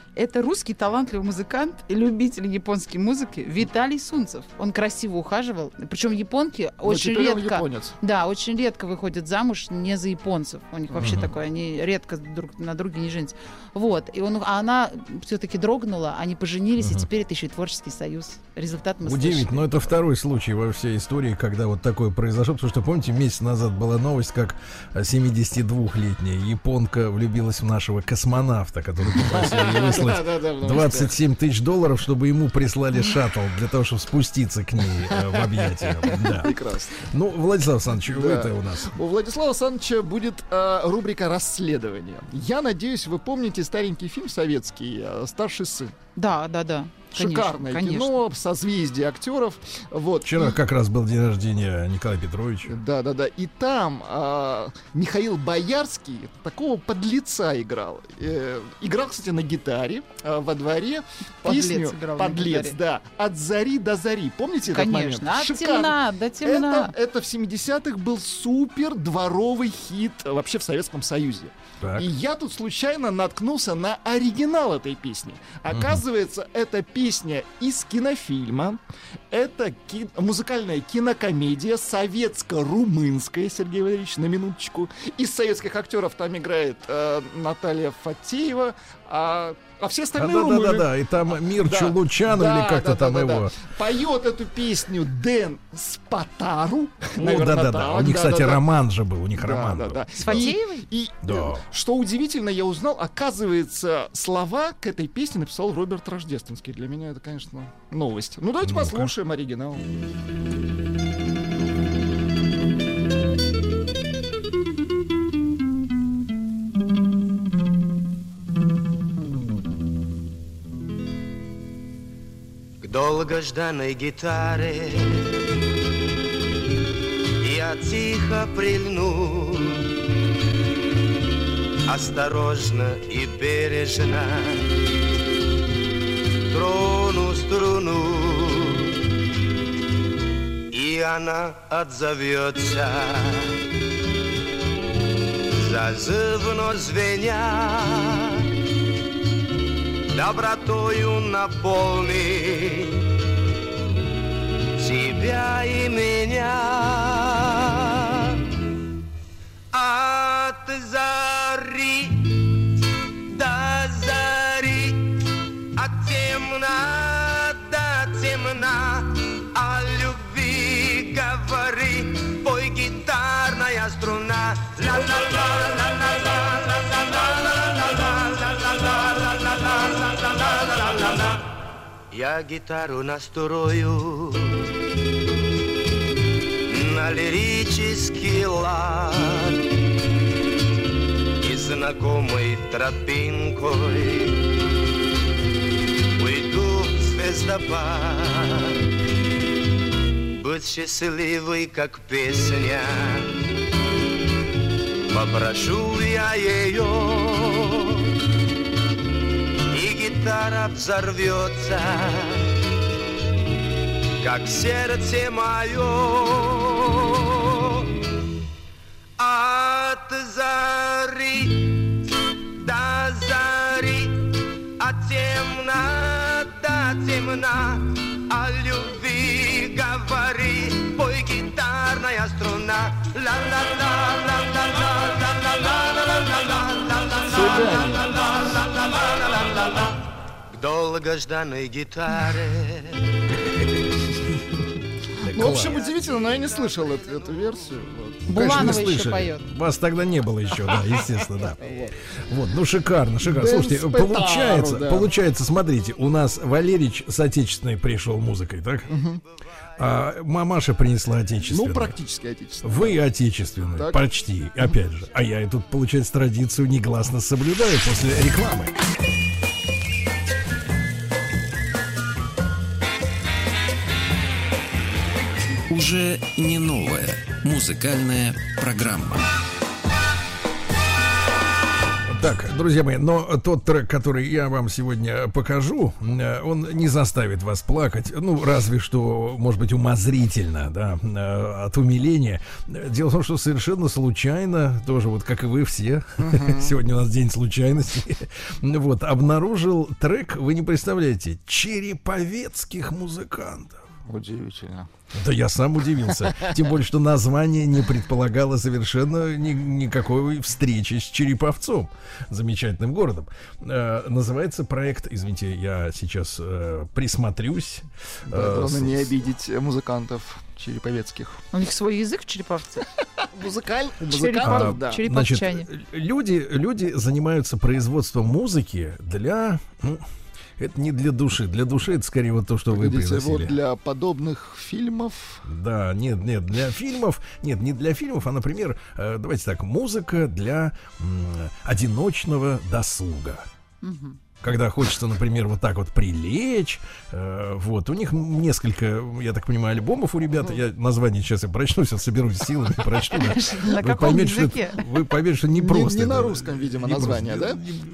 Это русский талантливый музыкант и любитель японской музыки Виталий Сунцев. Он красиво ухаживал. Причем японки очень теперь он редко... японец. Да, очень редко выходят замуж не за японцев. У них вообще такое, они редко друг на друге не женятся. Вот. А она все-таки дрогнула, они поженились, и теперь это еще и творческий союз. Результат мы Удивительно, слышали. но это второй случай во всей истории, когда вот такое произошло. Потому что, помните, месяц назад была новость, как 72-летняя японка влюбилась в нашего космонавта, который попросил ее выслать $27 тысяч, чтобы ему прислали шаттл для того, чтобы спуститься к ней в объятия. Да. Прекрасно. Ну, Владислав Александрович, Да. это у нас. У Владислава Александровича будет рубрика «Расследование». Я надеюсь, вы помните старенький фильм советский «Старший сын». Да. Шикарное кино, созвездие актеров. Вот. Вчера как раз был день рождения Николая Петровича. Да. И там Михаил Боярский такого подлеца играл. Играл, кстати, на гитаре во дворе. Подлец Песню играл на «Подлец», гитаре. да. «От зари до зари». Помните этот момент? Конечно. От Шикарно. темна до темна. Это в 70-х был супер дворовый хит вообще в Советском Союзе. Так. И я тут случайно наткнулся на оригинал этой песни. Оказывается, это песня из кинофильма. Это музыкальная кинокомедия советско-румынская, Сергей Валерьевич, на минуточку. Из советских актеров там играет Наталья Фатеева, а все остальные румыны. Да. И там Мирчу Да. Лучану Да, или как-то да, там да, его. да. Поет эту песню Дэн Спатару. Ну, Наверное, да. У так, них, кстати, да. роман же был. У них роман был. С Фатеевой? И Да. что удивительно, я узнал, оказывается, слова к этой песне написал Роберт Рождественский. Для меня это, конечно, новость. Ну, давайте Ну-ка. послушаем оригинал. К долгожданной гитаре я тихо прильну, осторожно и бережно трону струну, и она отзовется, зазывно звеня, добротою наполни тебя и меня. От зари до зари, от темна до темна, о любви говори, пой гитарная струна. Я гитару настрою на лирический лад и знакомой тропинкой уйду в звездопад. Будь счастливой, как песня, попрошу я ее, и гитара взорвется, как сердце мое. От зари до зари, от темна до темна, о любви говори, пой гитарная струна. К долгожданной гитаре. Ну, в общем, удивительно, но я не слышал эту версию. Вот. Буланова Конечно, не еще слышали. поет. Вас тогда не было еще, да, естественно, да. Вот, ну шикарно. Дэн Слушайте, Спатару, да. получается, смотрите, у нас Валерич с отечественной пришел музыкой, так? А мамаша принесла отечественную. Ну, практически отечественный. Вы отечественную, Так. почти, опять же. А я тут, получается, традицию негласно соблюдаю после рекламы. Уже не новая музыкальная программа. Так, друзья мои, но тот трек, который я вам сегодня покажу, он не заставит вас плакать, ну, разве что, может быть, умозрительно, да, от умиления. Дело в том, что совершенно случайно, тоже вот как и вы все, сегодня у нас день случайностей, вот, обнаружил трек, вы не представляете, череповецких музыкантов. Удивительно. Да я сам удивился. Тем более, что название не предполагало совершенно никакой встречи с Череповцом, замечательным городом. Называется проект, извините, я сейчас присмотрюсь. Да, главное не обидеть музыкантов череповецких. У них свой язык в Череповце. Музыкантов, да. Череповчане. Значит, люди занимаются производством музыки для... Это не для души. Для души это скорее вот то, что вы пригласили. Вот для подобных фильмов. Да, нет, для фильмов. Нет, не для фильмов, а, например, давайте так, музыка для одиночного досуга. Угу. Когда хочется, например, вот так вот прилечь, вот, у них несколько, я так понимаю, альбомов у ребят, я название сейчас я прочту, сейчас соберусь силами, прочту. На каком языке? Вы поймете, что не просто. Не на русском, видимо, название, да?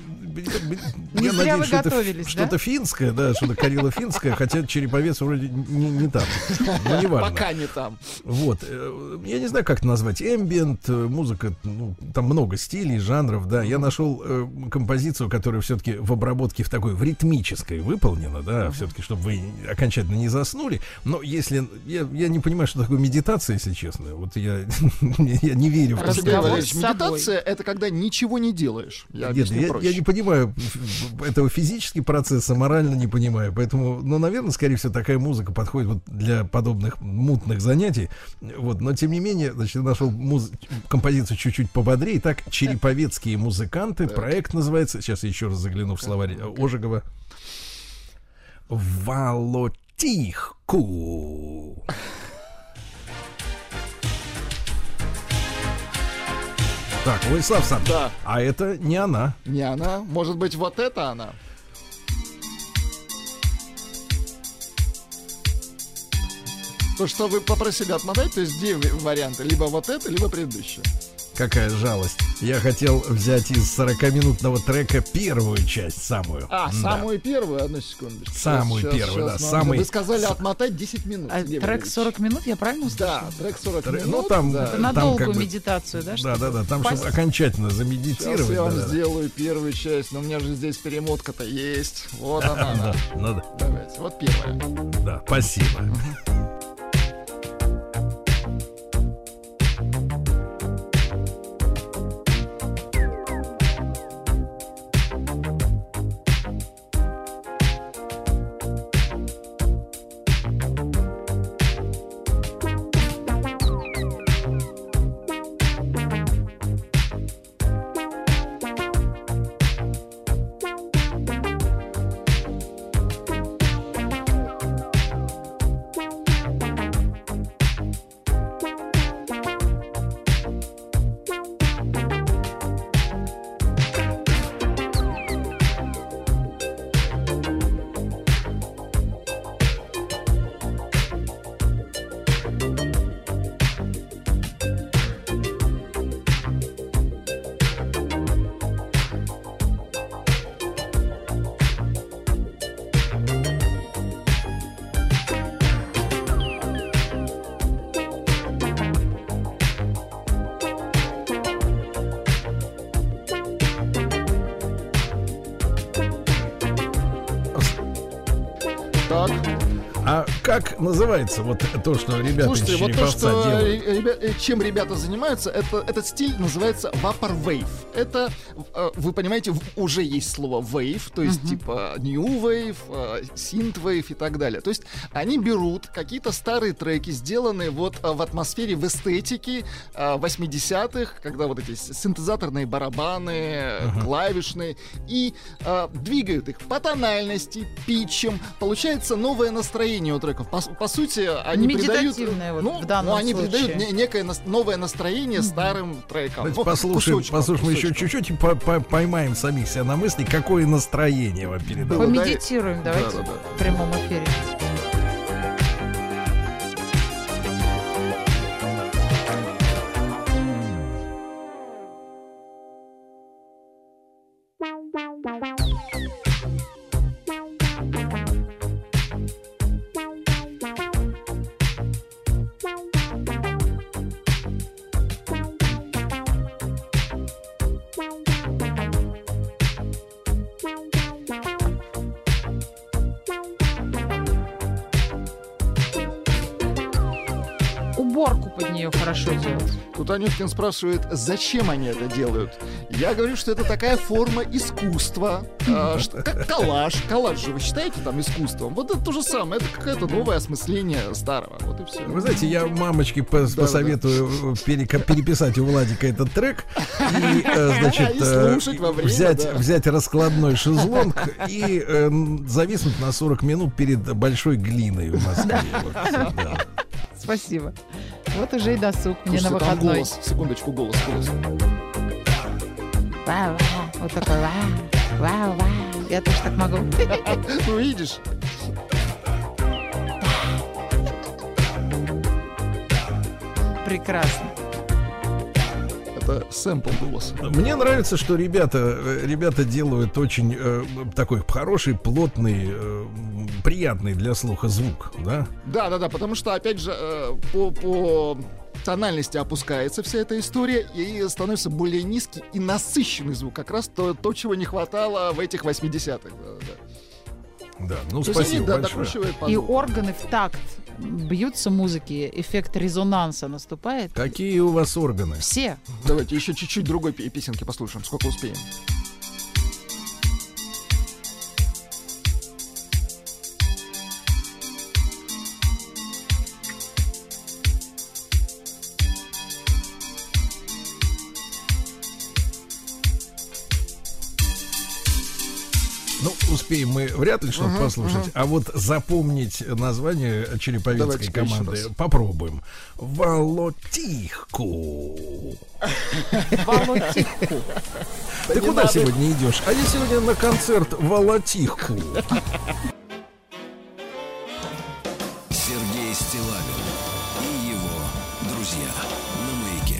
Я зря надеюсь, вы что готовились, это что-то финское, да, что-то карело-финское, хотя Череповец вроде не там. Но не важно. Пока не там. Вот. Я не знаю, как это назвать. Эмбиент, музыка, ну, там много стилей, жанров, да. Я нашел композицию, которая все-таки в обработке в такой, в ритмической выполнена, да, все-таки, чтобы вы окончательно не заснули. Но если... Я не понимаю, что такое медитация, если честно. Вот я не верю в то, Сергей Валерьевич, медитация — это когда ничего не делаешь. Я не понимаю этого физический процесс, а морально не понимаю. Поэтому, ну, наверное, скорее всего, такая музыка подходит вот для подобных мутных занятий. Вот, но тем не менее, значит, я нашел композицию чуть-чуть пободрее. Так, череповецкие музыканты. Проект называется. Сейчас я еще раз загляну в словарь Ожегова. Волотихку. Так, Владислав Александрович, Да. А это не она. Не она. Может быть, вот это она. То, что вы попросили отмотать, то есть 2 варианты. Либо вот это, либо предыдущее. Какая жалость. Я хотел взять из 40-минутного трека первую часть, самую. А, Да. самую первую, одну секундочку. Самую первую, да, самый- Вы сказали отмотать 10 минут. А Сергей трек Валерьевич. 40 минут, я правильно услышала? Да, трек 40 минут. Ну, там, да. Это на там долгую как бы- медитацию, да? Да, там, Пасть? чтобы окончательно Сейчас замедитировать. я вам да. сделаю первую часть, но у меня же здесь перемотка-то есть. Вот она. Да, надо. Давайте, вот первая. Да, спасибо. Так. А как называется вот то, что ребята Слушайте, из вот то, Череповца что делают? чем ребята занимаются, этот стиль называется Vaporwave. Это, вы понимаете, уже есть слово wave, то есть типа new wave, synthwave и так далее. То есть они берут какие-то старые треки, сделанные вот в атмосфере, в эстетике 80-х, когда вот эти синтезаторные барабаны, клавишные, и двигают их по тональности, питчам. Получается новое настроение у треков. По сути, они придают... Медитативное вот в данном они случае. придают некое новое настроение старым трекам. Давайте Ну, послушаем кусочком. еще чуть-чуть и поймаем самих себя на мысли, какое настроение вам передало. Помедитируем, давайте Да-да-да. в прямом эфире. уборку под нее хорошо делать. Тут Анюткин спрашивает, зачем они это делают. Я говорю, что это такая форма искусства, как коллаж. Коллаж же вы считаете там искусством? Вот это то же самое, это какое-то новое осмысление старого. Вот и все. Вы знаете, я мамочке посоветую переписать у Владика этот трек и, значит, взять раскладной шезлонг и зависнуть на 40 минут перед большой глиной в Москве. Спасибо. Вот уже и досуг мне на Слушайте, там выходной. голос, секундочку, голос. Вау, вау. Вот такой вау, вау, вау. Я тоже так могу. Ну, видишь? Прекрасно. Это сэмпл голоса. Мне нравится, что ребята делают очень такой хороший, плотный, приятный для слуха звук, да? Да, потому что, опять же, по тональности опускается вся эта история и становится более низкий и насыщенный звук. Как раз то чего не хватало в этих 80-х. Да, ну То спасибо есть они, большое. докручивают по И звуку. органы в такт бьются музыки, эффект резонанса наступает. Какие у вас органы? Все. Давайте еще чуть-чуть другой песенки послушаем, сколько успеем. Ну, успеем мы вряд ли что-то послушать, а вот запомнить название череповецкой Давайте-ка еще команды раз. попробуем. Волотихку. Волотихку. Ты куда сегодня идешь? А я сегодня на концерт Волотихку. Сергей Стиллавин и его друзья на Маяке.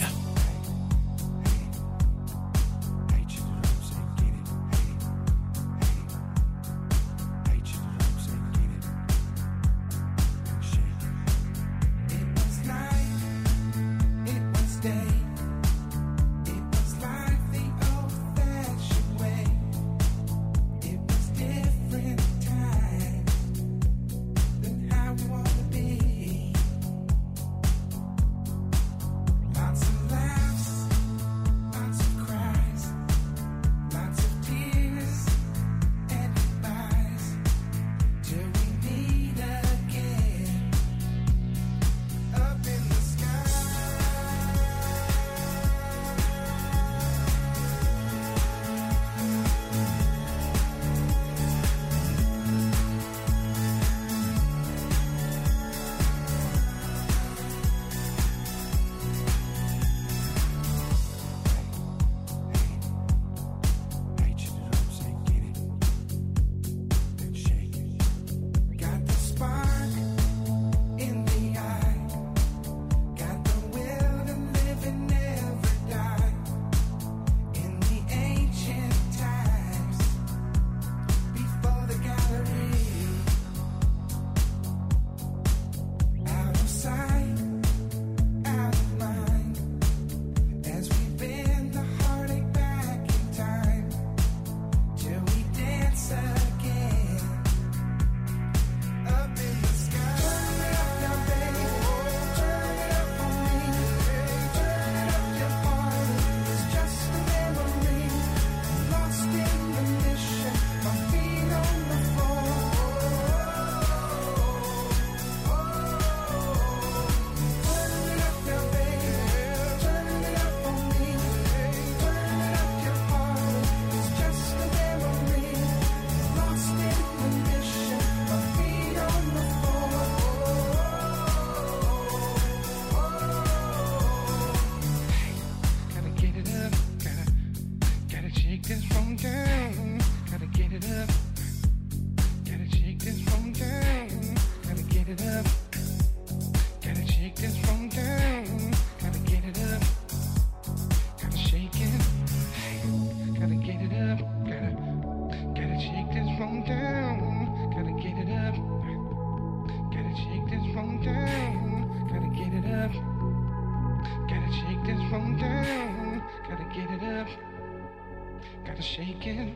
Gotta shake it.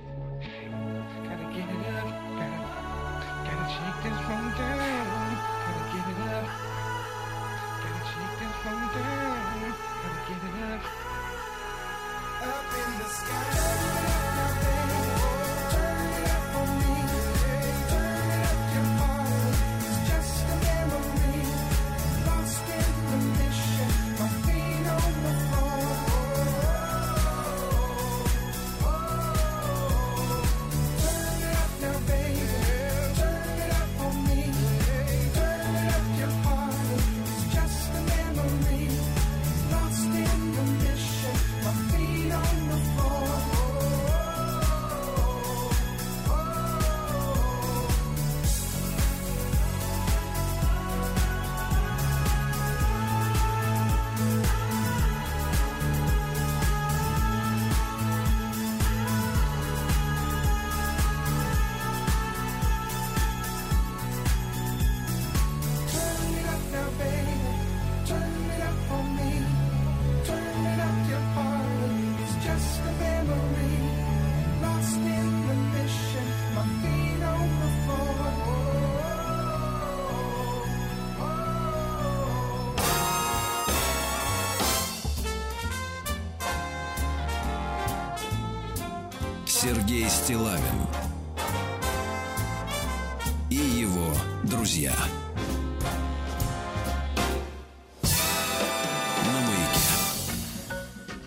Gotta get it up. Gotta shake this from down. Gotta get it up. Gotta shake this Стиллавин и его друзья. На маяке.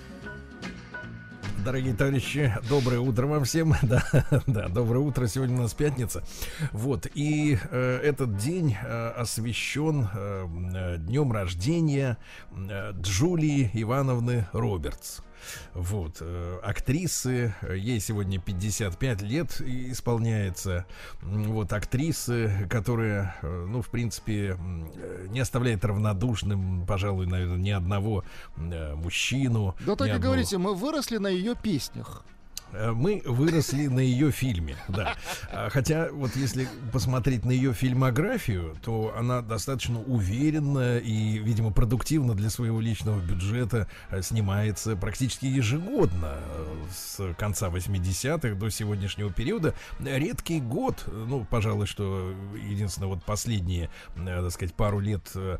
Дорогие товарищи, доброе утро вам всем. Да, доброе утро. Сегодня у нас пятница. Вот, и этот день освящен днем рождения Джулии Ивановны Робертс. Вот, актрисы, ей сегодня 55 лет исполняется. Вот, актрисы, которая, ну, в принципе, не оставляет равнодушным, пожалуй, наверное, ни одного мужчину. Да так и говорите, мы выросли на ее песнях. Мы выросли на ее фильме, да. Хотя, вот если посмотреть на ее фильмографию, то она достаточно уверенно и, видимо, продуктивно для своего личного бюджета снимается практически ежегодно с конца 80-х до сегодняшнего периода. Редкий год, ну, пожалуй, что единственное, вот последние, так сказать, пару лет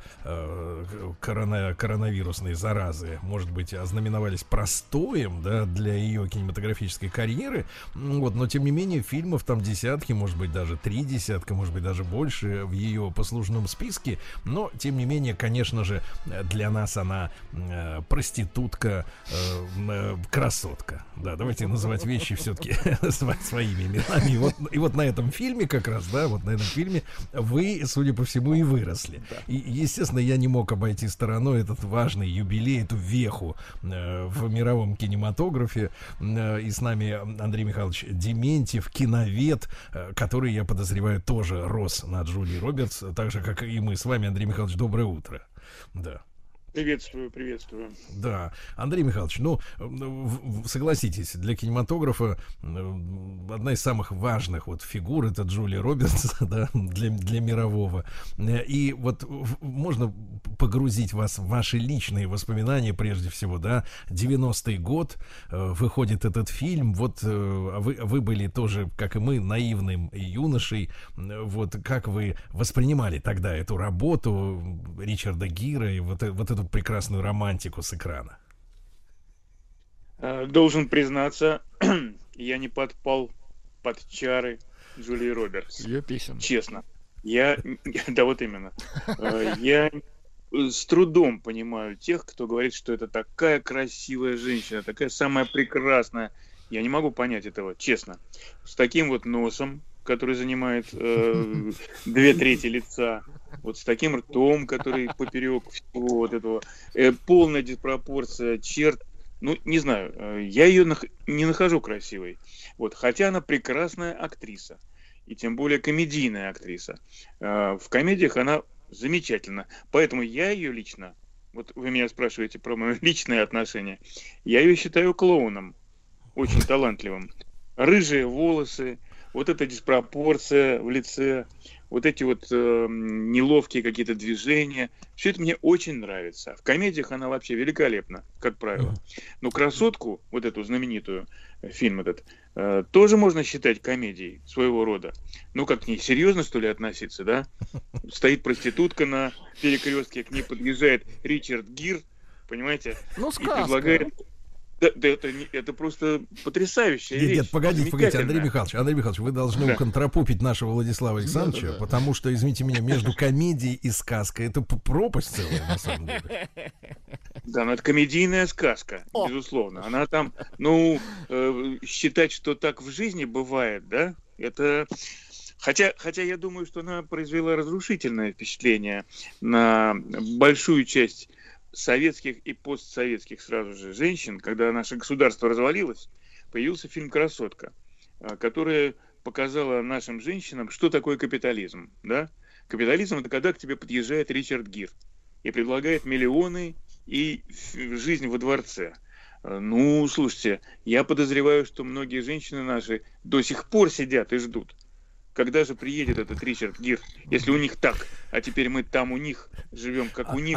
коронавирусной заразы, может быть, ознаменовались простоем, да, для ее кинематографической карьеры, вот, но тем не менее фильмов там десятки, может быть даже 3 десятка, может быть даже больше в ее послужном списке, но тем не менее, конечно же, для нас она проститутка, красотка, да, давайте называть вещи все-таки своими именами, и вот на этом фильме как раз, да, вот на этом фильме вы, судя по всему, и выросли, и, естественно, я не мог обойти стороной этот важный юбилей, эту веху в мировом кинематографе, и с нами Андрей Михайлович Дементьев, киновед, который, я подозреваю, тоже рос на Джулии Робертс, так же, как и мы с вами. Андрей Михайлович, доброе утро. Да. Приветствую. Да, Андрей Михайлович, ну, согласитесь, для кинематографа одна из самых важных вот фигур — это Джулия Робертс, да, для мирового. И вот можно погрузить вас в ваши личные воспоминания, прежде всего, да, 90-й год, выходит этот фильм, вот вы были тоже, как и мы, наивным юношей, вот как вы воспринимали тогда эту работу Ричарда Гира и вот эту прекрасную романтику с экрана? Должен признаться, я не подпал под чары Джулии Робертс. Ее песен. Честно. Да, вот именно. Я с трудом понимаю тех, кто говорит, что это такая красивая женщина, такая самая прекрасная. Я не могу понять этого, честно. С таким вот носом, который занимает 2/3 лица, вот с таким ртом, который поперек всего вот этого, полная диспропорция черт. Ну, не знаю, я ее не нахожу красивой. Вот, хотя она прекрасная актриса, и тем более комедийная актриса. В комедиях она замечательна. Поэтому я ее лично, вот вы меня спрашиваете про мое личное отношение, я ее считаю клоуном, очень талантливым. Рыжие волосы, вот эта диспропорция в лице, вот эти вот неловкие какие-то движения, все это мне очень нравится. В комедиях она вообще великолепна, как правило. Но «Красотку», вот эту знаменитую, фильм этот, тоже можно считать комедией своего рода. Ну, как к ней серьезно, что ли, относиться, да? Стоит проститутка на перекрестке, к ней подъезжает Ричард Гир, понимаете? Ну, и предлагает... Да, это просто потрясающая вещь. Нет, погодите, Андрей Михайлович, вы должны уконтропупить нашего Владислава Александровича, потому что, извините меня, между комедией и сказкой это пропасть целая, на самом деле. Да, но это комедийная сказка, безусловно. Она там, ну, считать, что так в жизни бывает, да, это... Хотя я думаю, что она произвела разрушительное впечатление на большую часть советских и постсоветских сразу же женщин. Когда наше государство развалилось, появился фильм «Красотка», который показала нашим женщинам, что такое капитализм. Да? Капитализм — это когда к тебе подъезжает Ричард Гир и предлагает миллионы и жизнь во дворце. Ну, слушайте, я подозреваю, что многие женщины наши до сих пор сидят и ждут, когда же приедет этот Ричард Гир, если у них так, а теперь мы там у них живем, как у них.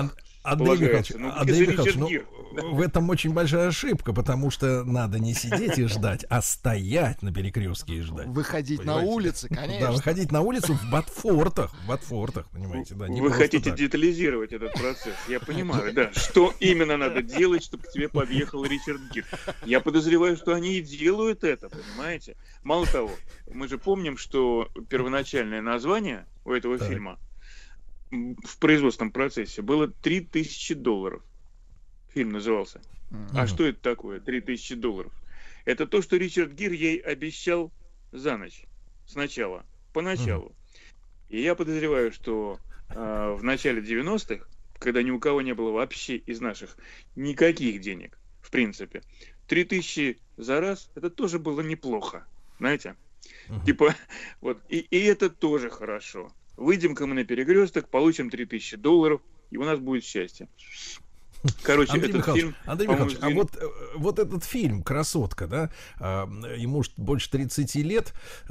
Андрей Михайлович, полагается. Ну, Андрей если Михайлович, Ричард ну, Гир. в этом очень большая ошибка, потому что надо не сидеть и ждать, а стоять на перекрестке и ждать. Выходить на Понимаете? улицы, Да, конечно. выходить на улицу в Ботфортах, понимаете, да. Не Вы просто хотите так. детализировать этот процесс, я понимаю, да. Что именно надо делать, чтобы к тебе подъехал Ричард Гир? Я подозреваю, что они и делают это, понимаете? Мало того, мы же помним, что первоначальное название у этого Так. фильма в производственном процессе было $3000. Фильм назывался. А что это такое, $3000? Это то, что Ричард Гир ей обещал за ночь. Сначала, поначалу. И я подозреваю, что в начале 90-х, когда ни у кого не было вообще из наших никаких денег, в принципе, 3000 за раз, это тоже было неплохо. Знаете? Типа, вот, и это тоже хорошо. Выйдем-ка мы на перекресток, получим $3000, и у нас будет счастье. Короче, Андрей этот Михайлович, фильм... Андрей по-моему, Михайлович, вот этот фильм «Красотка», да, ему больше 30 лет,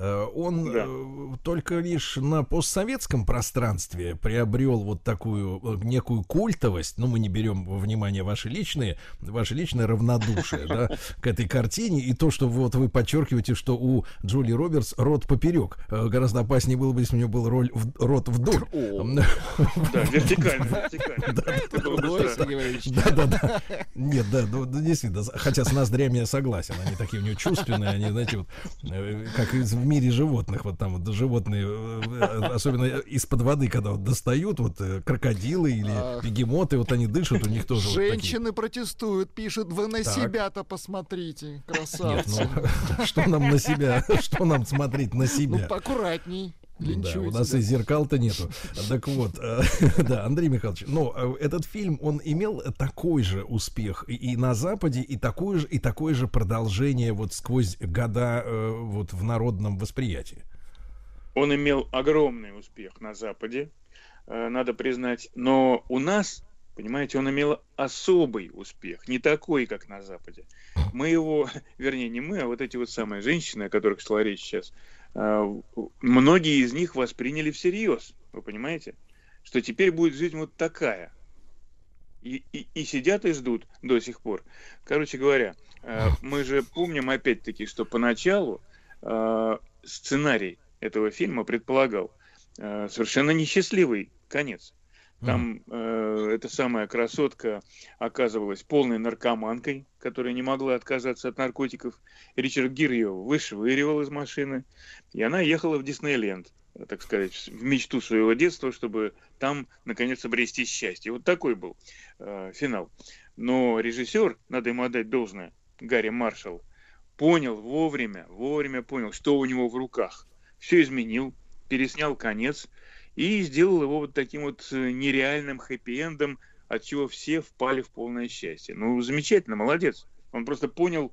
он только лишь на постсоветском пространстве приобрел вот такую некую культовость, ну, мы не берем во внимание ваше личное равнодушие, да, к этой картине, и то, что вот вы подчеркиваете, что у Джулии Робертс рот поперек. Гораздо опаснее было бы, если у нее был рот вдоль. Да, вертикально. Это было бы странно. Да. Нет, да, ну, действительно, хотя с ноздрями я согласен, они такие у нее чувственные, они, знаете, вот, как в мире животных, вот там вот животные, особенно из-под воды, когда вот достают, вот крокодилы или бегемоты, вот они дышат, у них тоже Женщины протестуют, пишут, вы на себя-то посмотрите, красавцы. Нет, ну, что нам на себя, что нам смотреть на себя? Ну, поаккуратней. Да, у нас и зеркал-то нету. Так вот, да, Андрей Михайлович, но этот фильм, он имел такой же успех и на Западе, и такое же продолжение вот сквозь года вот в народном восприятии. Он имел огромный успех на Западе, надо признать, но у нас, понимаете, он имел особый успех, не такой, как на Западе. Мы его, вернее, не мы, а вот эти вот самые женщины, о которых шла речь сейчас, многие из них восприняли всерьез, вы понимаете, что теперь будет жизнь вот такая. И сидят и ждут до сих пор. Короче говоря, мы же помним опять-таки, что поначалу сценарий этого фильма предполагал совершенно несчастливый конец. Там эта самая красотка оказывалась полной наркоманкой, которая не могла отказаться от наркотиков. Ричард Гир ее вышвыривал из машины, и она ехала в Диснейленд, так сказать, в мечту своего детства, чтобы там, наконец, обрести счастье. Вот такой был финал. Но режиссер, надо ему отдать должное, Гарри Маршалл, понял вовремя понял, что у него в руках. Все изменил, переснял конец, и сделал его вот таким вот нереальным хэппи-эндом, от чего все впали в полное счастье. Ну, замечательно, молодец. Он просто понял,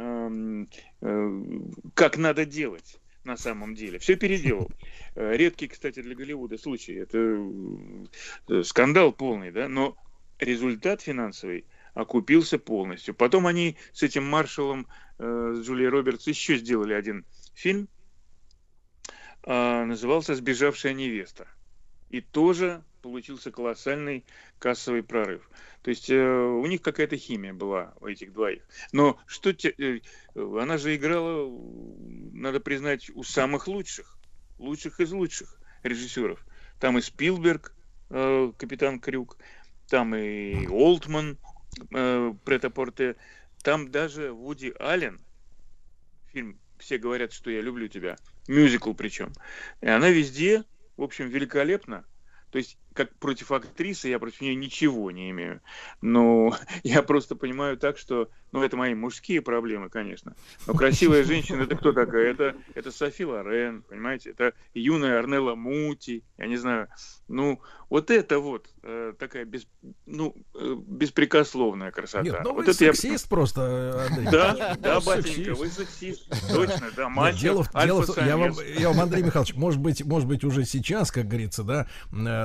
как надо делать на самом деле. Все переделал. Редкий, кстати, для Голливуда случай. Это скандал полный, да, но результат финансовый окупился полностью. Потом они с этим Маршаллом, с Джулией Робертс, еще сделали один фильм, назывался «Сбежавшая невеста». И тоже получился колоссальный кассовый прорыв. То есть у них какая-то химия была, у этих двоих. Но она же играла, надо признать, у самых лучших из лучших режиссеров. Там и Спилберг, «Капитан Крюк», там и Олтман, «Прет-а-порте», там даже Вуди Аллен, фильм «Все говорят, что я люблю тебя», мюзикл причем. И она везде, в общем, великолепна. То есть, как против актрисы, я против нее ничего не имею. Но я просто понимаю так, что... Ну, это мои мужские проблемы, конечно. Но красивая женщина, это кто такая? Это Софи Лорен, понимаете? Это юная Орнелла Мути, я не знаю. Ну, вот это вот такая беспрекословная красота. Нет, ну вот вы это сексист просто, Андрей. Да, батенька, вы сексист. Точно, да, мачо, альфа-самец. Я вам, Андрей Михайлович, может быть, уже сейчас, как говорится, да, нас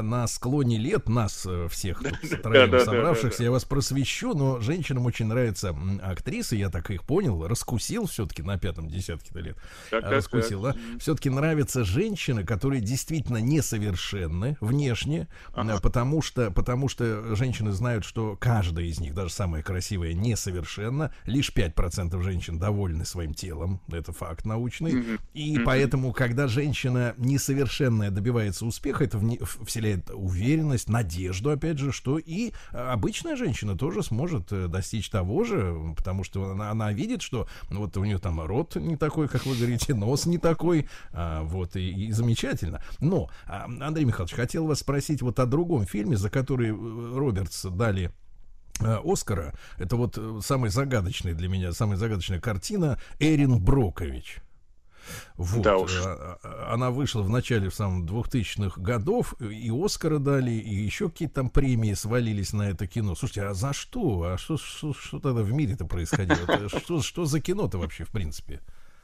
склоне лет нас всех тут да, собравшихся, да. я вас просвещу, но женщинам очень нравятся актрисы, я так их понял, раскусил все-таки на 5-м десятке лет. Раскусил, да? Все-таки нравятся женщины, которые действительно несовершенны внешне, потому что женщины знают, что каждая из них, даже самая красивая, несовершенна. Лишь 5% женщин довольны своим телом. Это факт научный. И поэтому, когда женщина несовершенная добивается успеха, это вселяет уверенность, надежду, опять же, что и обычная женщина тоже сможет достичь того же, потому что она видит, что вот у нее там рот не такой, как вы говорите, нос не такой, вот, и замечательно. Но, Андрей Михайлович, хотел вас спросить вот о другом фильме, за который Робертс дали Оскара. Это вот самая загадочная для меня, самая загадочная картина «Эрин Брокович». Вот. Да уж. Она вышла в начале, в самом 2000-х годов, и Оскара дали, и еще какие-то там премии свалились на это кино. Слушайте, а за что? А что тогда в мире-то происходило? Что за кино-то вообще, в принципе?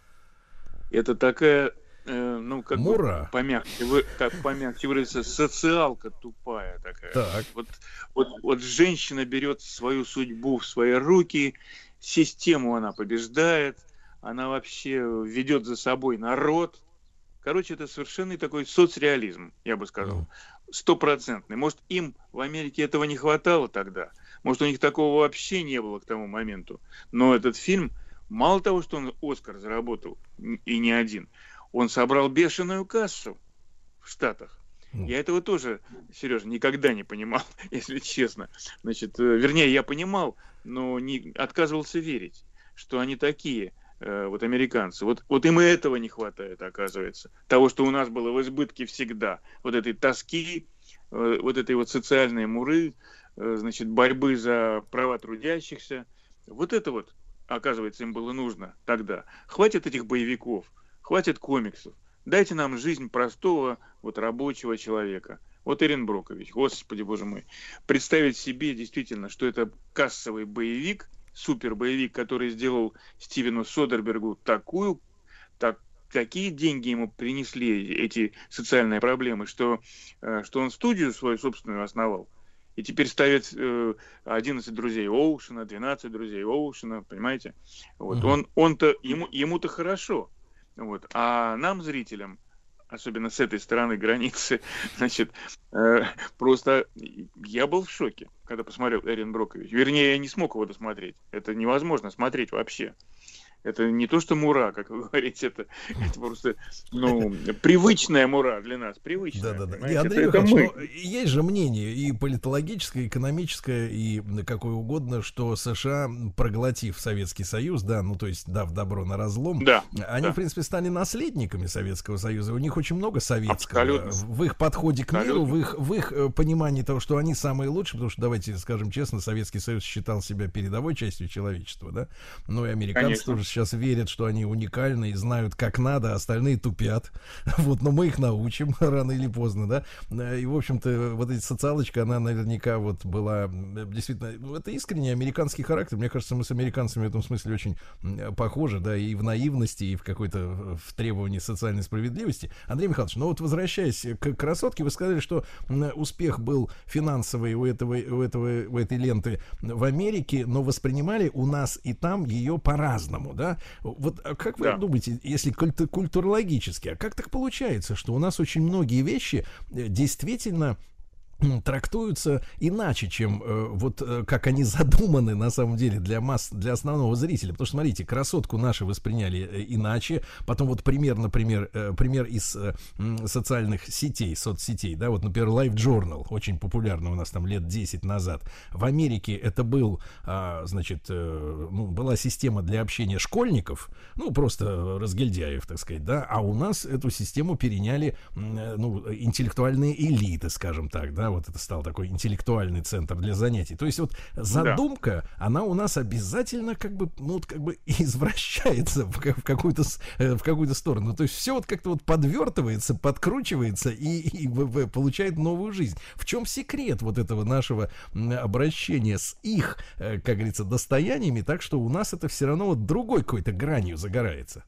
Это такая, ну, как Мура. бы помягче выразиться, социалка тупая такая. Так. Вот женщина берет свою судьбу в свои руки, систему она побеждает, она вообще ведет за собой народ. Короче, это совершенный такой соцреализм, я бы сказал. 100%. Может, им в Америке этого не хватало тогда. Может, у них такого вообще не было к тому моменту. Но этот фильм, мало того, что он Оскар заработал, и не один, он собрал бешеную кассу в Штатах. Я этого тоже, Сережа, никогда не понимал, если честно. Значит, вернее, я понимал, но не отказывался верить, что они такие, вот американцы. Вот им и этого не хватает, оказывается. Того, что у нас было в избытке всегда. Вот этой тоски, вот этой вот социальной муры, значит, борьбы за права трудящихся. Вот это вот, оказывается, им было нужно тогда. Хватит этих боевиков, хватит комиксов. Дайте нам жизнь простого вот рабочего человека. Вот Эрин Брокович, господи боже мой. Представить себе действительно, что это кассовый боевик, супер-боевик, который сделал Стивену Содербергу такие деньги ему принесли, эти социальные проблемы, что он студию свою собственную основал. И теперь ставит 11 друзей Оушена, 12 друзей Оушена, понимаете? Вот. Ему-то хорошо. Вот. А нам, зрителям, особенно с этой стороны границы, значит, просто я был в шоке, когда посмотрел Эрин Брокович. Вернее, я не смог его досмотреть. Это невозможно смотреть вообще. Это не то, что мура, как вы говорите, это просто, ну, привычная мура для нас, привычная. Да. Андрей Михайлович, есть же мнение и политологическое, и экономическое, и какое угодно, что США, проглотив Советский Союз, да, ну, то есть дав добро на разлом, они, в принципе, стали наследниками Советского Союза. У них очень много советского. Абсолютно. В их подходе к миру, в их понимании того, что они самые лучшие, потому что, давайте скажем честно, Советский Союз считал себя передовой частью человечества, да, ну, и американцы тоже сейчас верят, что они уникальны и знают, как надо, а остальные тупят. Вот, но мы их научим рано или поздно, да. И, в общем-то, вот эта социалочка, она наверняка вот была действительно, ну, это искренний американский характер. Мне кажется, мы с американцами в этом смысле очень похожи, да, и в наивности, и в какой-то в требовании социальной справедливости. Андрей Михайлович, ну вот возвращаясь к «Красотке», вы сказали, что успех был финансовый у этой ленты в Америке, но воспринимали у нас и там ее по-разному, да? Вот как вы думаете, если культурологически, а как так получается, что у нас очень многие вещи действительно трактуются иначе, чем вот как они задуманы на самом деле для для основного зрителя. Потому что, смотрите, «Красотку» наши восприняли иначе. Потом вот пример из социальных сетей, соцсетей, да, вот, например, Life Journal, очень популярный у нас там лет 10 назад. В Америке это был, значит, была система для общения школьников, ну, просто разгильдяев, так сказать, да, а у нас эту систему переняли, интеллектуальные элиты, скажем так, да, вот это стал такой интеллектуальный центр для занятий. То есть вот задумка, она у нас обязательно как бы извращается в какую-то сторону. То есть все вот как-то вот подвертывается, подкручивается и получает новую жизнь. В чем секрет вот этого нашего обращения с их, как говорится, достояниями, так что у нас это все равно вот другой какой-то гранью загорается?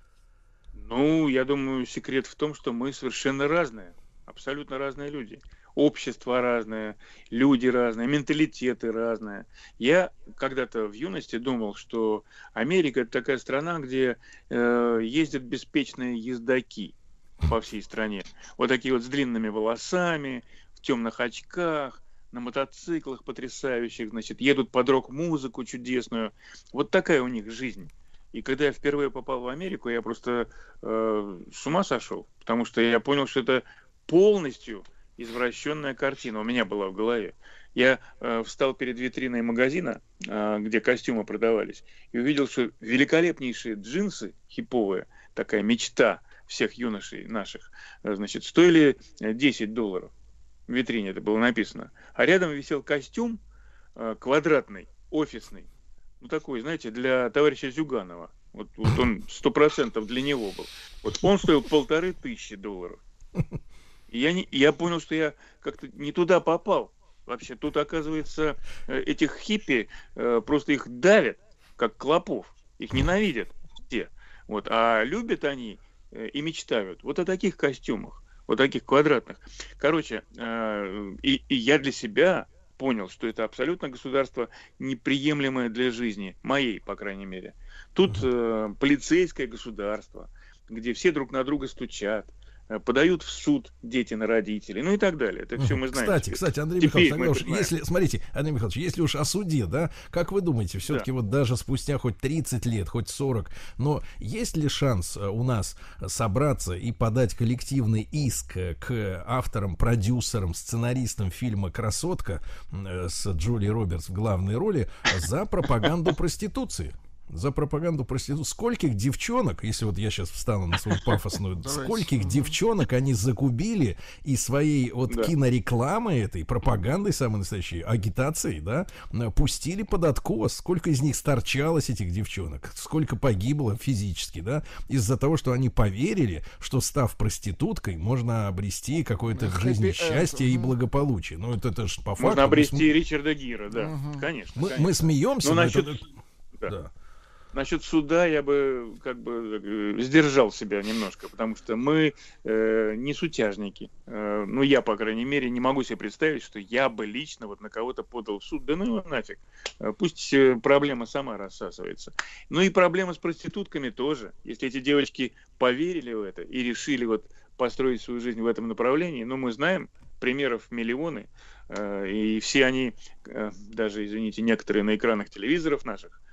Ну, я думаю, секрет в том, что мы совершенно разные. Абсолютно разные люди. общество разное, люди разные, менталитеты разные. Я когда-то в юности думал, что Америка — это такая страна, где ездят беспечные ездаки по всей стране. Вот такие вот с длинными волосами, в темных очках, на мотоциклах потрясающих, значит, едут под рок-музыку чудесную. Вот такая у них жизнь. И когда я впервые попал в Америку, я просто с ума сошел, потому что я понял, что это полностью извращенная картина у меня была в голове. Я встал перед витриной магазина, где костюмы продавались, и увидел, что великолепнейшие джинсы хиповые, такая мечта всех юношей наших, значит, стоили $10. В витрине это было написано. А рядом висел костюм квадратный, офисный. Ну, такой, знаете, для товарища Зюганова. Вот он 100% для него был. Вот он стоил $1500. И я понял, что я как-то не туда попал. Вообще, тут, оказывается, этих хиппи просто их давят, как клопов. Их ненавидят все. Вот. А любят они и мечтают вот о таких костюмах, вот таких квадратных. Короче, и я для себя понял, что это абсолютно государство неприемлемое для жизни, моей, по крайней мере. Тут полицейское государство, где все друг на друга стучат, подают в суд дети на родителей, ну и так далее. Это все мы знаем. Кстати, Андрей Михайлович, если, смотрите, Андрей Михайлович, если уж о суде, да, как вы думаете, все-таки вот даже спустя хоть 30 лет, хоть 40, но есть ли шанс у нас собраться и подать коллективный иск к авторам, продюсерам, сценаристам фильма «Красотка» с Джулией Робертс в главной роли за пропаганду проституции? За пропаганду проституции. Скольких девчонок, если вот я сейчас встану на свою пафосную, скольких девчонок они загубили и своей вот кинорекламой этой, пропагандой самой настоящей, агитацией, да, пустили под откос. Сколько из них сторчалось, этих девчонок, сколько погибло физически, да, из-за того, что они поверили, что, став проституткой, можно обрести какое-то в жизни счастье и благополучие. Ну, это же по факту. Можно обрести Ричарда Гира, да, конечно. Мы смеемся, но насчет... Насчет суда я бы как бы сдержал себя немножко, потому что мы не сутяжники. Ну, я, по крайней мере, не могу себе представить, что я бы лично вот на кого-то подал в суд. Да ну его нафиг. Пусть проблема сама рассасывается. Ну и проблема с проститутками тоже. Если эти девочки поверили в это и решили вот построить свою жизнь в этом направлении, ну, мы знаем примеров миллионы, и все они, даже, извините, некоторые на экранах телевизоров наших,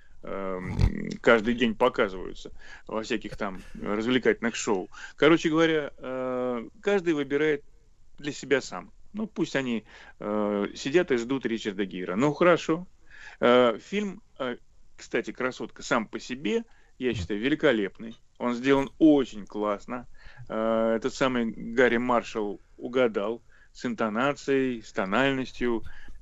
каждый день показываются во всяких там развлекательных шоу. Короче говоря, каждый выбирает для себя сам. Ну, пусть они сидят и ждут Ричарда Гира. Ну, хорошо. Фильм, кстати, «Красотка» сам по себе, я считаю, великолепный. Он сделан очень классно. Этот самый Гарри Маршалл угадал с интонацией, с тональностью,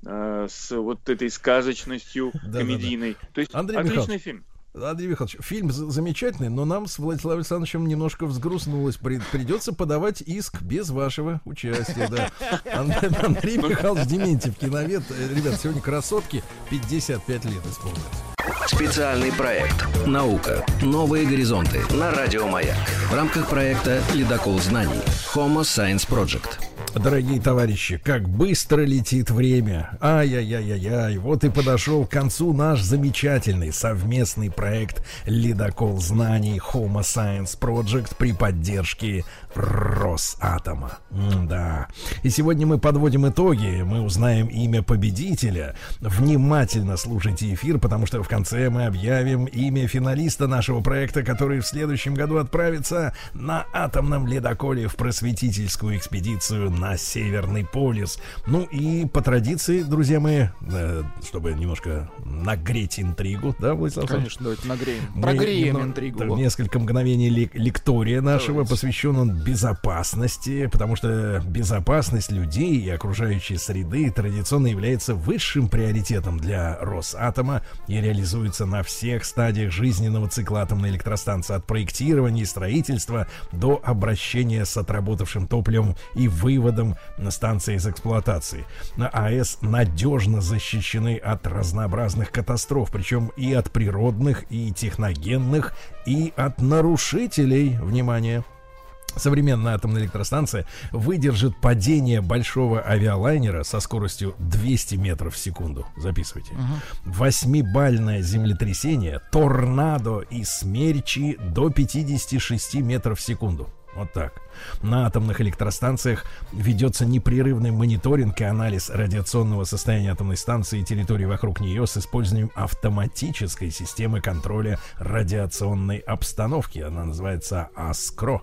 с вот этой сказочностью комедийной. То есть Андрей отличный фильм. Андрей Михайлович, фильм замечательный, но нам с Владиславом Александровичем немножко взгрустнулось. Придется подавать иск без вашего участия. Да. Андрей Михайлович Дементьев, киновед. Ребят, сегодня «Красотки» 55 лет исполнилось. Специальный проект «Наука. Новые горизонты» на Радио Маяк. В рамках проекта «Ледокол знаний» Homo Science Project. Дорогие товарищи, как быстро летит время. Ай-яй-яй-яй. Вот и подошел к концу наш замечательный совместный проект «Ледокол знаний» Homo Science Project при поддержке Росатома. Да. И сегодня мы подводим итоги. Мы узнаем имя победителя. Внимательно слушайте эфир, потому что в конце мы объявим имя финалиста нашего проекта, который в следующем году отправится на атомном ледоколе в просветительскую экспедицию на Северный полюс. Ну и по традиции, друзья мои, чтобы немножко нагреть интригу, да, Владислав? Конечно, давайте нагреем. Прогреем интригу. Несколько мгновений лектория нашего посвящен он безопасности, потому что безопасность людей и окружающей среды традиционно является высшим приоритетом для Росатома и реализуется на всех стадиях жизненного цикла атомной электростанции, от проектирования и строительства до обращения с отработавшим топливом и выводом на станции из эксплуатации. На АЭС надежно защищены от разнообразных катастроф, причем и от природных, и техногенных, и от нарушителей, внимание, современная атомная электростанция выдержит падение большого авиалайнера со скоростью 200 метров в секунду. Записывайте. 8-бальное землетрясение, торнадо и смерчи до 56 метров в секунду. Вот так. На атомных электростанциях ведется непрерывный мониторинг и анализ радиационного состояния атомной станции и территории вокруг нее с использованием автоматической системы контроля радиационной обстановки. Она называется АСКРО.